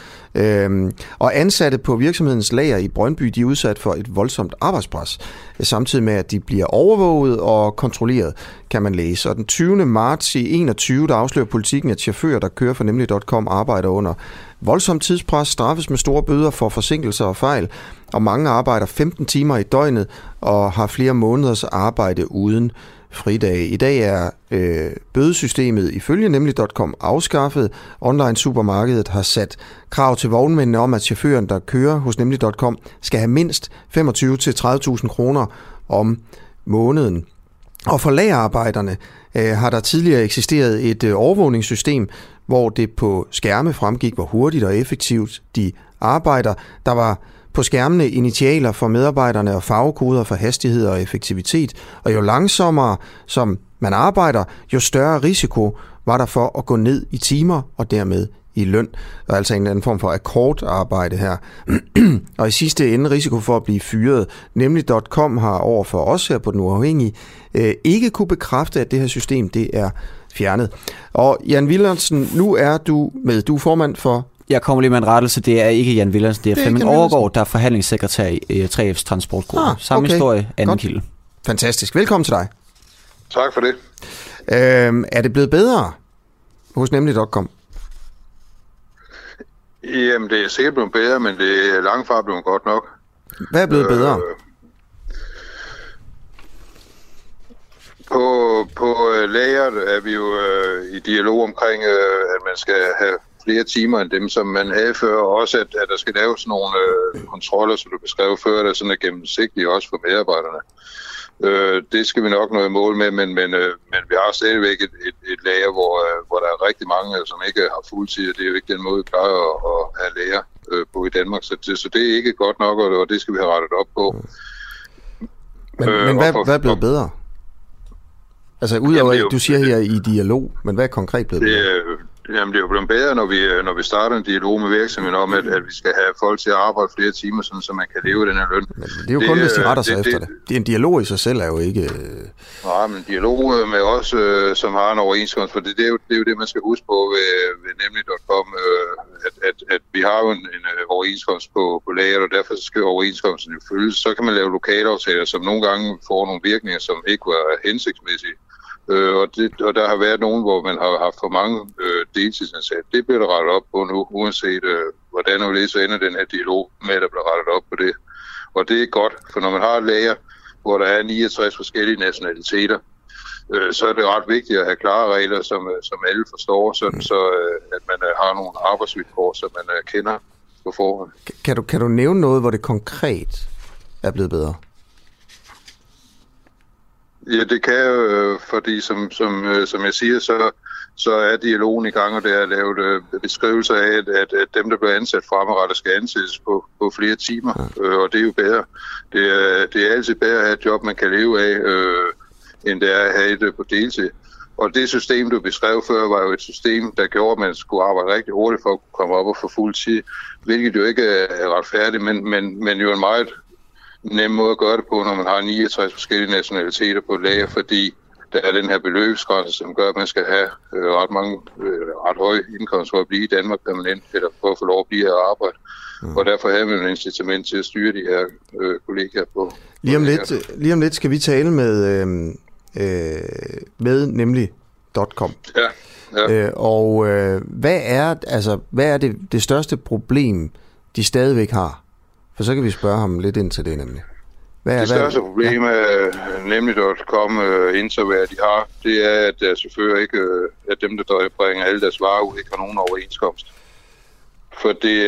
og ansatte på virksomhedens lager i Brøndby, de er udsat for et voldsomt arbejdspres, samtidig med, at de bliver overvåget og kontrolleret, kan man læse. Og den 20. marts i 21, der afslører Politikken, at chauffører, der kører for nemlig.com, arbejder under voldsomt tidspres, straffes med store bøder for forsinkelser og fejl, og mange arbejder 15 timer i døgnet og har flere måneders arbejde uden fridage. I dag er bødesystemet ifølge nemlig.com afskaffet. Online supermarkedet har sat krav til vognmændene om, at chaufføren, der kører hos nemlig.com, skal have mindst 25-30.000 kroner om måneden. Og for lagerarbejderne har der tidligere eksisteret et overvågningssystem, hvor det på skærme fremgik, hvor hurtigt og effektivt de arbejder. Der var på skærmene initialer for medarbejderne og farvekoder for hastighed og effektivitet, og jo langsommere som man arbejder, jo større risiko var der for at gå ned i timer og dermed i løn. Der er altså en anden form for akkordarbejde her. Og i sidste ende risiko for at blive fyret. Nemlig.com har over for os her på Den Uafhængige ikke kunne bekræfte, at det her system det er fjernet. Og Jan Villersen, nu er du med. Du er formand for... Jeg kommer lige med en rettelse. Det er ikke Jan Villersen, det er Flemming Overgaard, der er forhandlingssekretær i 3F's transportgruppe. Samme historie, anden kilde. Fantastisk. Velkommen til dig. Tak for det. Er det blevet bedre hos nemlig.com? Jamen, det er sikkert blevet bedre, men det er langt fra blevet godt nok. Hvad er blevet bedre? På lageret er vi jo i dialog omkring, at man skal have flere timer end dem, som man havde før, og også at der skal laves nogle kontroller, som du beskrev før, der sådan er gennemsigtige også for medarbejderne. Det skal vi nok nå i mål med, men vi har stadigvæk et lager, hvor der er rigtig mange, som ikke har fuldtid, og det er jo ikke den måde, vi plejer at have lager på i Danmark. Så det er ikke godt nok, og det skal vi have rettet op på. Men hvad er blevet bedre? Altså udover at du siger her i dialog, men hvad er konkret blevet bedre? Jamen, det er jo blevet bedre, når vi starter en dialog med virksomheden om, at vi skal have folk til at arbejde flere timer, sådan, så man kan leve den her løn. Men det er jo kun, hvis de retter sig efter det. Det er en dialog i sig selv, er jo ikke... Nej, men dialog med os, som har en overenskomst, for det er jo det, man skal huske på ved nemlig.com, at vi har jo en overenskomst på lager, og derfor skal overenskomsten jo følges. Så kan man lave lokalaftaler, som nogle gange får nogle virkninger, som ikke var hensigtsmæssige. Og der har været nogen, hvor man har haft for mange deltidsansatte. Det bliver der rettet op på nu, uanset hvordan og så ender den her dialog med, at der bliver rettet op på det. Og det er godt, for når man har et lager, hvor der er 69 forskellige nationaliteter, så er det ret vigtigt at have klare regler, som alle forstår, sådan, så at man har nogle arbejdsvilkår, som man kender på forhånd. Kan du nævne noget, hvor det konkret er blevet bedre? Ja, det kan jo, fordi som jeg siger, så er dialogen i gang, og det er lavet beskrivelser af, at dem, der bliver ansat fremadrettet, skal ansættes på flere timer, og det er jo bedre. Det er altid bedre at have et job, man kan leve af, end det er at have det på deltid. Og det system, du beskrev før, var jo et system, der gjorde, at man skulle arbejde rigtig hurtigt for at komme op og få fuld tid, hvilket jo ikke er retfærdigt, men jo en meget nem måde at gøre det på, når man har 69 forskellige nationaliteter på et lager, fordi der er den her beløbsgrænse, som gør, at man skal have ret høje indkomst for at blive i Danmark permanent, eller for at få lov at blive her og arbejde. Og derfor har man et incitament til at styre de her kollegaer på. Lige om lidt skal vi tale med nemlig.com. Ja. Og hvad er det største problem, de stadigvæk har? For så kan vi spørge ham lidt ind til det nemlig. Det største problem er nemlig.com intervær, de har, det er, at deres chauffører ikke, at dem, der bringer alle deres varer ud, ikke har nogen overenskomst. For det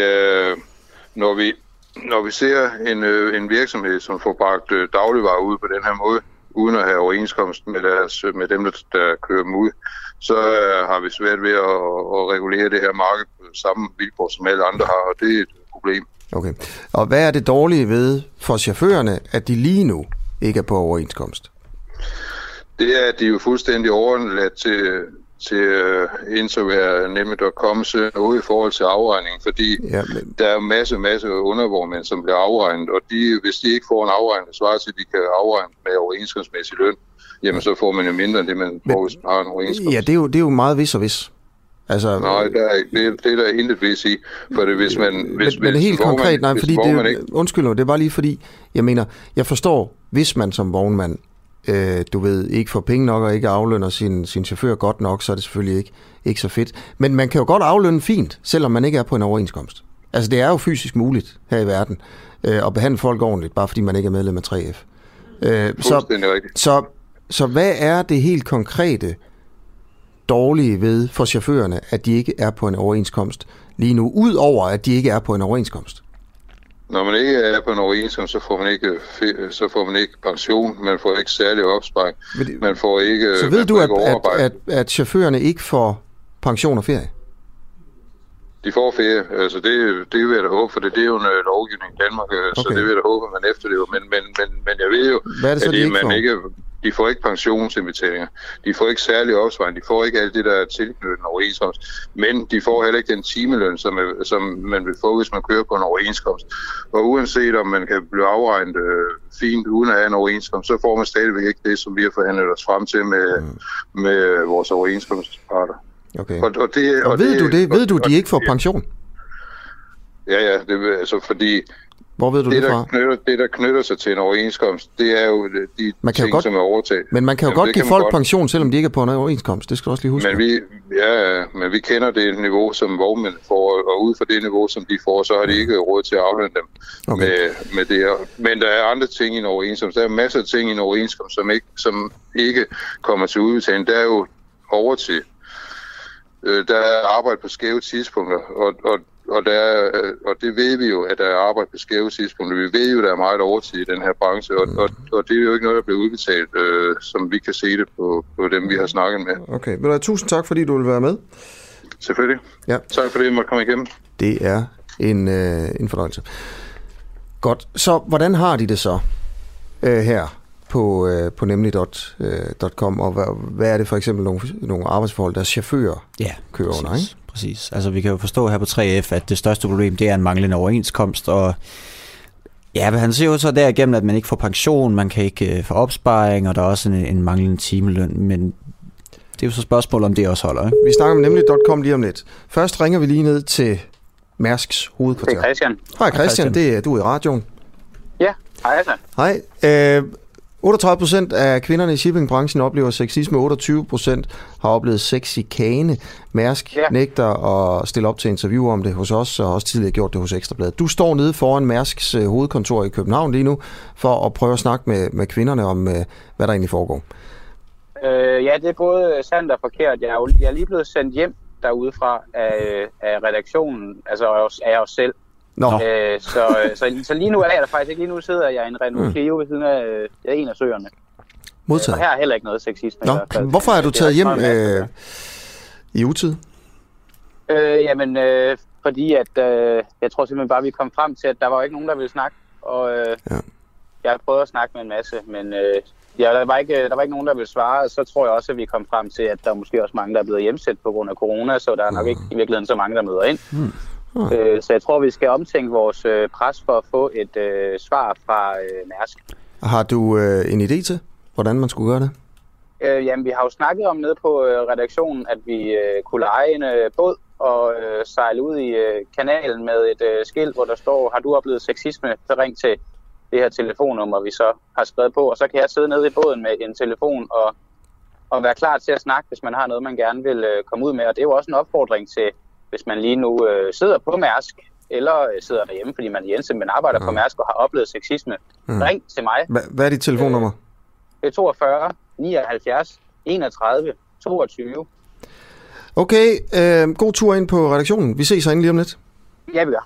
når vi ser en virksomhed, som får bragt dagligvarer ud på den her måde, uden at have overenskomst med dem, der kører dem ud, så har vi svært ved at regulere det her marked på samme vilkår, som alle andre har, og det er et problem. Okay. Og hvad er det dårlige ved for chaufførerne, at de lige nu ikke er på overenskomst? Det er, at de er jo fuldstændig overladt til intervær nemlig.com noget i forhold til afregning, fordi der er masse undervognmænd, som bliver afregnet, og hvis de ikke får en afregning, der svarer til, at de kan afregne med overenskomstmæssig løn, jamen så får man jo mindre end det, man får, hvis man har en overenskomst. Ja, det er jo meget vis og vis. Altså, nej, det er der intet vis i, for det hvis man... Men helt konkret, nej, fordi undskyld mig, det er bare lige fordi, jeg forstår, hvis man som vognmand, ikke får penge nok og ikke aflønner sin chauffør godt nok, så er det selvfølgelig ikke så fedt. Men man kan jo godt aflønne fint, selvom man ikke er på en overenskomst. Altså det er jo fysisk muligt her i verden at behandle folk ordentligt, bare fordi man ikke er medlem af 3F. Så hvad er det helt konkrete dårlige ved for chaufførerne, at de ikke er på en overenskomst lige nu, udover at de ikke er på en overenskomst? Når man ikke er på en overenskomst, så får man ikke pension, man får ikke særlig opsparing, man får ikke... Så ved du, at chaufførerne ikke får pension og ferie? De får ferie, altså det vil jeg da håbe, for det er jo en lovgivning i Danmark, okay. Så det vil jeg da håbe, at man efterlever, men jeg ved jo, at de får ikke pensionsindbetalinger, de får ikke særlig opsparing, de får ikke alt det, der er tilknyttet en overenskomst, men de får heller ikke den timeløn, som man vil få, hvis man kører på en overenskomst. Og uanset om man kan blive afregnet fint uden at have en overenskomst, så får man stadigvæk ikke det, som vi har forhandlet os frem til med vores overenskomstparter. Okay. Og ved du, de ikke får pension? Ja, det altså fordi... Hvor ved du det fra? Det, der knytter sig til en overenskomst, det er jo de ting, som er overtaget. Men man kan jo godt give folk pension, selvom de ikke er på en overenskomst. Det skal du også lige huske. Men vi kender det niveau, som vognmænd får, og ud fra det niveau, som de får, så har de ikke råd til at aflønne dem med det her. Men der er andre ting i en overenskomst. Der er masser af ting i en overenskomst, som ikke kommer til udbetaling. Der er jo overtid. Der er arbejde på skæve tidspunkter, og det ved vi jo, at der er arbejde på skæve tidspunkter. Vi ved jo, at der er meget overtid i den her branche, og det er jo ikke noget, der bliver udbetalt, som vi kan se det på dem, vi har snakket med. Okay, tusind tak, fordi du vil være med. Selvfølgelig. Ja. Tak for det, at måtte komme igennem. Det er en fornøjelse. Godt, så hvordan har de det så her på nemlig.com, og hvad er det for eksempel nogle arbejdsforhold, der chauffører kører under, ikke? Præcis. Altså vi kan jo forstå her på 3F, at det største problem, det er en manglende overenskomst, og han siger jo så derigennem, at man ikke får pension, man kan ikke få opsparing, og der er også en manglende timeløn, men det er jo så spørgsmål, om det også holder, ikke? Vi snakker om nemlig.com lige om lidt. Først ringer vi lige ned til Mærsks hovedkvarter. Hej Christian. Hej Christian, det er du i radioen. Ja, hej Christian. Hej. 38% af kvinderne i shippingbranchen oplever sexisme, 28% har oplevet sexchikane. Mærsk nægter at stille op til interview om det hos os, og har også tidligere gjort det hos Ekstrabladet. Du står nede foran Mærsks hovedkontor i København lige nu, for at prøve at snakke med kvinderne om, hvad der egentlig foregår. Ja, det er både sandt og forkert. Jeg er lige blevet sendt hjem derudefra af redaktionen, altså af os selv. Så lige nu er jeg der faktisk ikke. Lige nu sidder jeg i en Renault Clio ved siden af en af søerne. Modtaget. Og her er heller ikke noget sexisme. Nå, hvorfor er du taget hjem i utid? Fordi at jeg tror simpelthen bare, vi kom frem til, at der var ikke nogen, der ville snakke. Og jeg prøvede at snakke med en masse, men der var ikke nogen, der ville svare. Så tror jeg også, at vi kom frem til, at der er måske også mange, der er blevet hjemsendt på grund af corona, så der er nok ikke i virkeligheden så mange, der møder ind. Så jeg tror, vi skal omtænke vores pres for at få et svar fra Mærsk. Har du en idé til, hvordan man skulle gøre det? Jamen, vi har jo snakket om nede på redaktionen, at vi kunne leje en båd og sejle ud i kanalen med et skilt, hvor der står, har du oplevet sexisme, så ring til det her telefonnummer, vi så har skrevet på. Og så kan jeg sidde nede i båden med en telefon og være klar til at snakke, hvis man har noget, man gerne vil komme ud med. Og det er jo også en opfordring til, hvis man lige nu sidder på Mærsk, eller sidder derhjemme, fordi man er hjemme, men arbejder på Mærsk og har oplevet sexisme. Ring til mig. Hvad er dit telefonnummer? Det er 42 79 31 22. Okay, god tur ind på redaktionen. Vi ses herinde lige om lidt. Ja, vi gør.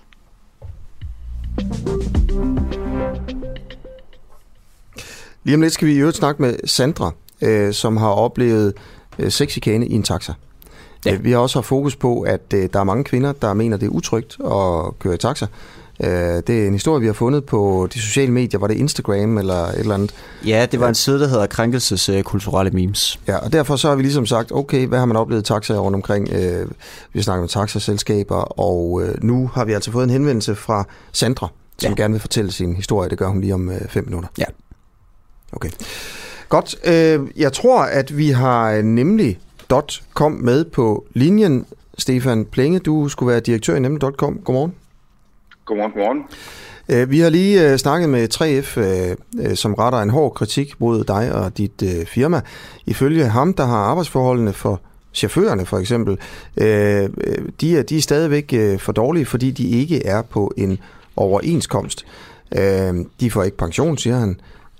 Lige om lidt skal vi i øvrigt snakke med Sandra, som har oplevet sexchikane i en taxa. Ja. Vi har også haft fokus på, at der er mange kvinder, der mener, det er utrygt at køre i taxa. Det er en historie, vi har fundet på de sociale medier. Var det Instagram eller et eller andet? Ja, det var en side, der hedder Krænkelseskulturelle Memes. Ja, og derfor så har vi ligesom sagt, okay, hvad har man oplevet i taxaer rundt omkring? Vi har snakket med taxaselskaber, og nu har vi altså fået en henvendelse fra Sandra, som gerne vil fortælle sin historie. Det gør hun lige om 5 minutter. Ja. Okay. Godt. Jeg tror, at vi har nemlig .com med på linjen. Stefan Plenge, du skulle være direktør i nemlig.com. Godmorgen. Godmorgen. Vi har lige snakket med 3F, som retter en hård kritik mod dig og dit firma. Ifølge ham, der har arbejdsforholdene for chaufførerne for eksempel, de er stadigvæk for dårlige, fordi de ikke er på en overenskomst. De får ikke pension, siger han.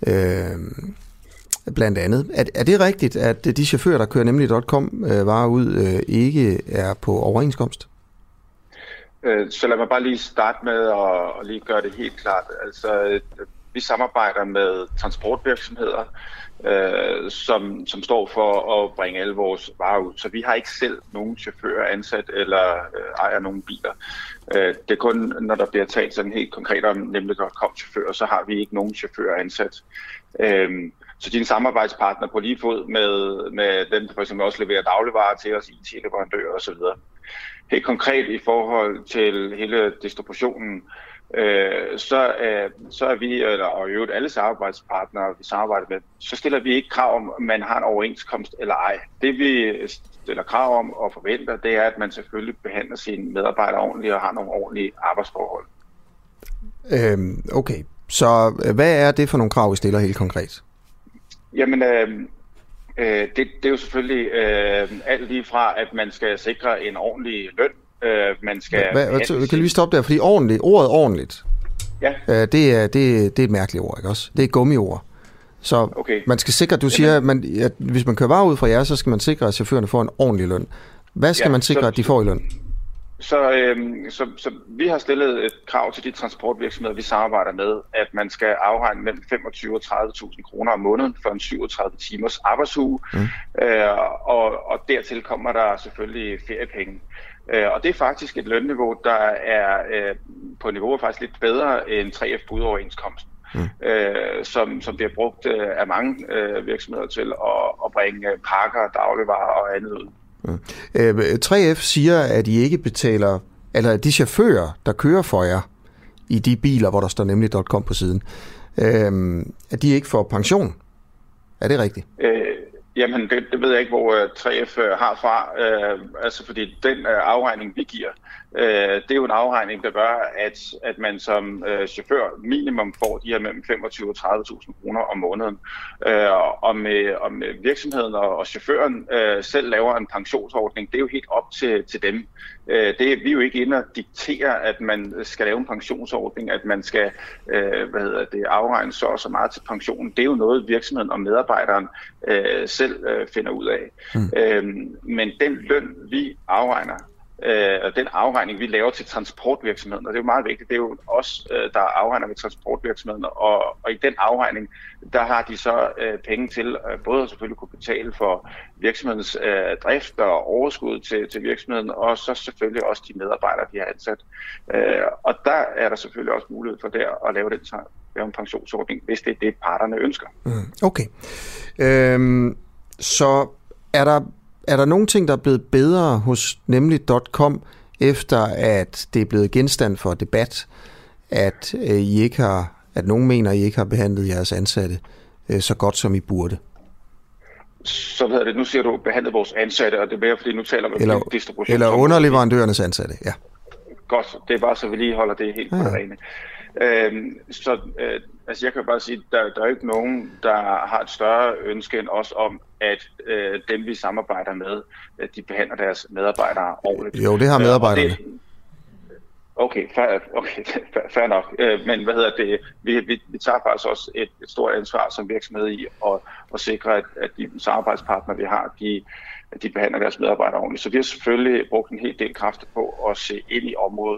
Blandt andet. Er det rigtigt, at de chauffører, der kører nemlig.com varer ud, ikke er på overenskomst? Så lad mig bare lige starte med at lige gøre det helt klart. Altså, vi samarbejder med transportvirksomheder, som står for at bringe alle vores varer ud. Så vi har ikke selv nogen chauffører ansat eller ejer nogen biler. Det er kun, når der bliver talt sådan helt konkret om nemlig.com chauffører, så har vi ikke nogen chauffører ansat. Så dine samarbejdspartnere på lige fod med dem, der for eksempel også leverer dagligvarer til os, IT-leverandører osv. Helt konkret i forhold til hele distributionen, så er vi, og i øvrigt alle samarbejdspartnere, vi samarbejder med, så stiller vi ikke krav om, at man har en overenskomst eller ej. Det vi stiller krav om og forventer, det er, at man selvfølgelig behandler sine medarbejdere ordentligt og har nogle ordentlige arbejdsforhold. Okay, så hvad er det for nogle krav, I stiller helt konkret? Jamen, det er jo selvfølgelig alt lige fra, at man skal sikre en ordentlig løn. Man skal kan lige stoppe der, fordi ordet ordentligt, ja. Det er et mærkeligt ord, ikke også? Det er et gummiord. Så okay. Man skal sikre, du siger, at hvis man kører varer ud fra jer, så skal man sikre, at chaufførerne får en ordentlig løn. Hvad skal man sikre, at de får i løn? Så vi har stillet et krav til de transportvirksomheder, vi samarbejder med, at man skal afregne mellem 25 og 30.000 kroner om måneden for en 37 timers arbejdsuge, og dertil kommer der selvfølgelig feriepenge. Og det er faktisk et lønniveau, der er på niveau faktisk lidt bedre end 3F budoverenskomsten, som bliver brugt af mange virksomheder til at bringe pakker, dagligvarer og andet ud. 3F siger, at I ikke betaler, eller de chauffører, der kører for jer i de biler, hvor der står nemlig.com på siden, at de ikke får pension. Er det rigtigt? Jamen, det ved jeg ikke, hvor 3F har fra. Altså, fordi den afregning, vi giver, det er jo en afregning, der gør, at man som chauffør minimum får de her mellem 25 og 30.000 kroner om måneden. Om virksomheden og chaufføren selv laver en pensionsordning, det er jo helt op til dem. Vi er jo ikke inde og diktere, at man skal lave en pensionsordning, at man skal afregne så og så meget til pensionen. Det er jo noget, virksomheden og medarbejderen selv finder ud af. Men den løn, vi afregner, den afregning, vi laver til transportvirksomheden, og det er jo meget vigtigt, det er jo os, der afregner med transportvirksomheden, og i den afregning, der har de så penge til både at selvfølgelig kunne betale for virksomhedens drift og overskud til virksomheden, og så selvfølgelig også de medarbejdere, de har ansat. Og der er der selvfølgelig også mulighed for der at lave en pensionsordning, hvis det er det, parterne ønsker. Okay. Så er der nogle ting, der er blevet bedre hos nemlig.com, efter at det er blevet genstand for debat, at nogen mener, at I ikke har behandlet jeres ansatte så godt, som I burde? Så hvad er det? Nu siger du behandlet vores ansatte, og det er mere, fordi nu taler vi om distribution. Eller underleverandørernes ansatte, ja. Godt, det er bare så vi lige holder det helt på det rene. Altså jeg kan bare sige, at der er ikke nogen, der har et større ønske end os om, at dem vi samarbejder med, at de behandler deres medarbejdere ordentligt. Jo, det har medarbejderne. Okay, fair nok. Men hvad hedder det? Vi tager faktisk også et stort ansvar som virksomhed i at sikre, at de samarbejdspartnere, vi har, de behandler deres medarbejdere ordentligt. Så vi har selvfølgelig brugt en hel del kræfter på at se ind i området.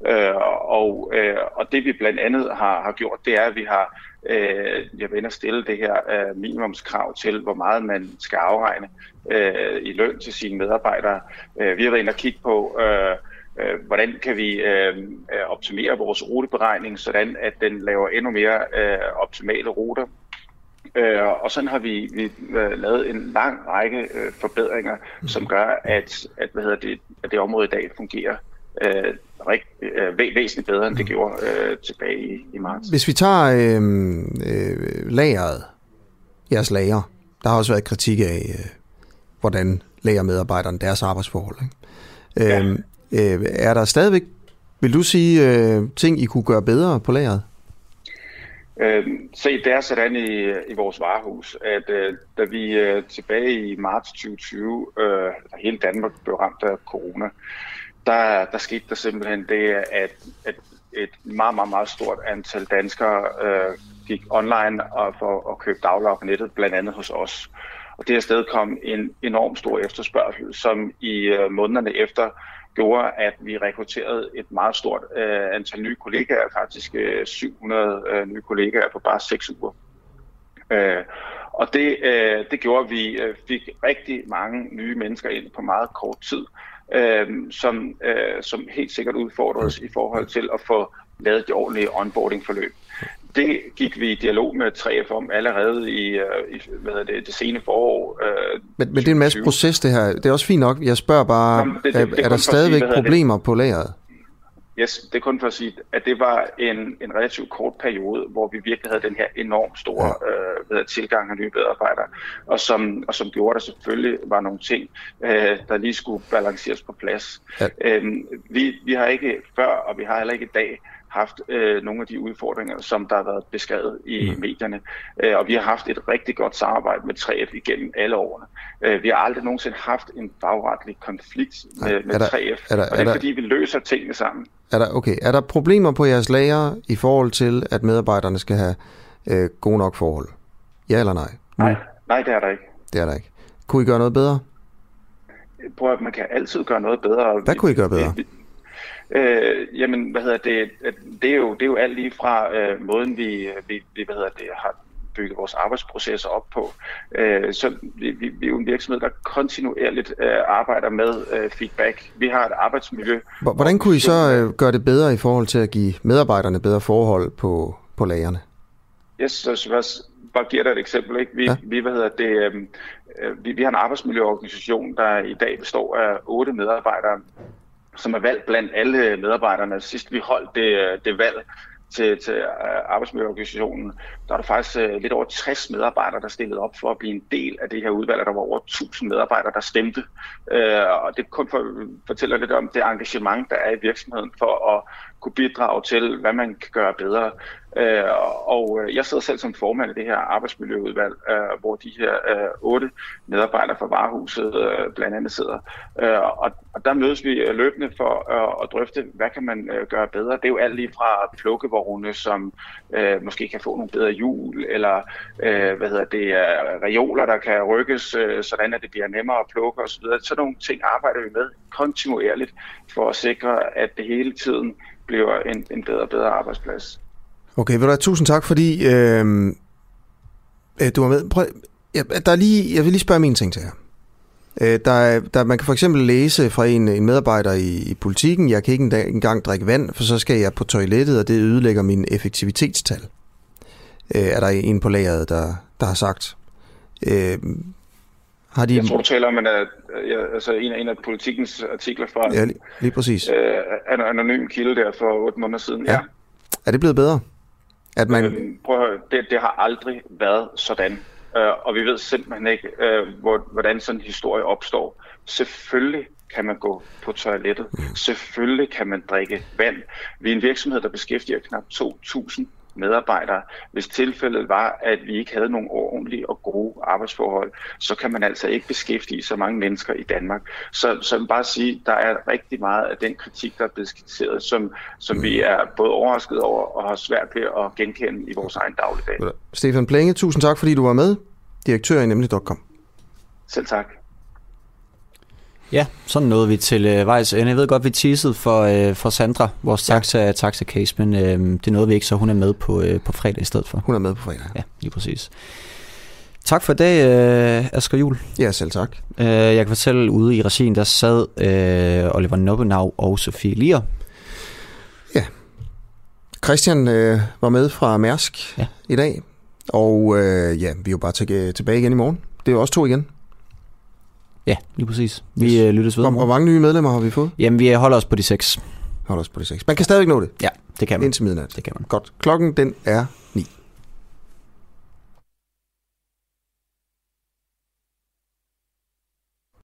Og det vi blandt andet har gjort, det er, at vi har været inde at stille det her minimumskrav til, hvor meget man skal afregne i løn til sine medarbejdere. Vi har været inde at kigge på, hvordan kan vi optimere vores ruteberegning, sådan at den laver endnu mere optimale ruter. Og sådan har vi lavet en lang række forbedringer, som gør, at det område i dag fungerer væsentligt bedre, end det gjorde tilbage i marts. Hvis vi tager lageret, jeres lager, der har også været kritik af, hvordan lagermedarbejderne deres arbejdsforhold. Ikke? Er der stadigvæk, vil du sige, ting, I kunne gøre bedre på lageret? Se, det er sådan i vores varehus, at da vi tilbage i marts 2020, hele Danmark blev ramt af corona, der skete der simpelthen det, at et meget, meget, meget stort antal danskere gik online for at købe dagligvarer på nettet, blandt andet hos os. Og det afsted kom en enorm stor efterspørgsel, som i månederne efter gjorde, at vi rekrutterede et meget stort antal nye kollegaer, faktisk 700 nye kollegaer på bare 6 uger. Og det gjorde, at vi fik rigtig mange nye mennesker ind på meget kort tid, som helt sikkert udfordrede os i forhold til at få lavet de ordentlige onboarding-forløb. Det gik vi i dialog med 3F om allerede i det sene forår. Men det er en masse proces, det her. Det er også fint nok. Jeg spørger bare, er der stadigvæk problemer på lageret? Yes, det er kun for at sige, at det var en relativt kort periode, hvor vi virkelig havde den her enormt store tilgang af nye medarbejdere, og som gjorde, at der selvfølgelig var nogle ting, der lige skulle balanceres på plads. Ja. Vi har ikke før, og vi har heller ikke i dag, haft nogle af de udfordringer, som der har været beskrevet i medierne. Og vi har haft et rigtig godt samarbejde med 3F igennem alle årene. Vi har aldrig nogensinde haft en fagretlig konflikt med 3F, og det er fordi, vi løser tingene sammen. Er der problemer på jeres lager i forhold til, at medarbejderne skal have gode nok forhold? Ja eller nej? Nej, det er der ikke. Det er der ikke. Kunne I gøre noget bedre? Prøv at man kan altid gøre noget bedre. Hvad kunne I gøre bedre? Jamen, det er jo alt lige fra måden vi har bygget vores arbejdsprocesser op på. Så vi er jo en virksomhed, der kontinuerligt arbejder med feedback. Vi har et arbejdsmiljø. Hvordan kunne I så gøre det bedre i forhold til at give medarbejderne bedre forhold på lagerne? Yes, så bare giver dig et eksempel. Ikke? Vi har en arbejdsmiljøorganisation, der i dag består af 8 medarbejdere, som er valgt blandt alle medarbejderne. Sidst vi holdt det valg til arbejdsmiljøorganisationen, der var der faktisk lidt over 60 medarbejdere, der stillede op for at blive en del af det her udvalg, og der var over 1000 medarbejdere, der stemte. Og det kun fortæller lidt om det engagement, der er i virksomheden for at kunne bidrage til, hvad man kan gøre bedre. Og jeg sidder selv som formand i det her arbejdsmiljøudvalg, hvor de her 8 medarbejdere fra Varehuset blandt andet sidder. Og der mødes vi løbende for at drøfte, hvad kan man gøre bedre. Det er jo alt lige fra plukkevogne, som måske kan få nogle bedre hjul, eller reoler, der kan rykkes, sådan at det bliver nemmere at plukke osv. Sådan nogle ting arbejder vi med kontinuerligt for at sikre, at det hele tiden bliver en bedre og bedre arbejdsplads. Okay, tusind tak, fordi du var med. Jeg vil lige spørge min ting til her. Man kan for eksempel læse fra en medarbejder i Politiken, jeg kan ikke engang drikke vand, for så skal jeg på toilettet, og det ødelægger min effektivitetstal. Er der en på lageret, der har sagt. Har de... Jeg tror, du taler om en af Politikens artikler fra ja, lige præcis. En anonym kilde der for 8 måneder siden. Ja. Er det blevet bedre? At man... Prøv at høre, det har aldrig været sådan. Og vi ved simpelthen ikke, hvordan sådan en historie opstår. Selvfølgelig kan man gå på toilettet. Selvfølgelig kan man drikke vand. Vi er en virksomhed, der beskæftiger knap 2.000 medarbejdere. Hvis tilfældet var, at vi ikke havde nogle ordentlige og gode arbejdsforhold, så kan man altså ikke beskæftige så mange mennesker i Danmark. Så jeg vil bare sige, der er rigtig meget af den kritik, der er blevet skitseret, som vi er både overrasket over og har svært ved at genkende i vores egen dagligdag. Stefan Plenge, tusind tak, fordi du var med. Direktør i Nemlig.com. Selv tak. Ja, sådan nåede vi til vejs ende. Jeg ved godt, vi teasede for Sandra, vores taxa-case, men det nåede vi ikke, så hun er med på fredag i stedet for. Hun er med på fredag. Ja, lige præcis. Tak for i dag, Asger Juhl. Ja, selv tak. Jeg kan fortælle, ude i regien, der sad Oliver Noppenau og Sofie Lier. Ja. Christian var med fra Mærsk i dag, og vi er jo bare tilbage igen i morgen. Det er jo også 2 igen. Ja, lige præcis. Vi lyttes ved. Hvor mange nye medlemmer har vi fået? Jamen, vi holder os på de 6. Man kan stadigvæk nå det? Ja, det kan man. Indtil midnat. Det kan man. Godt. Klokken, den er 9.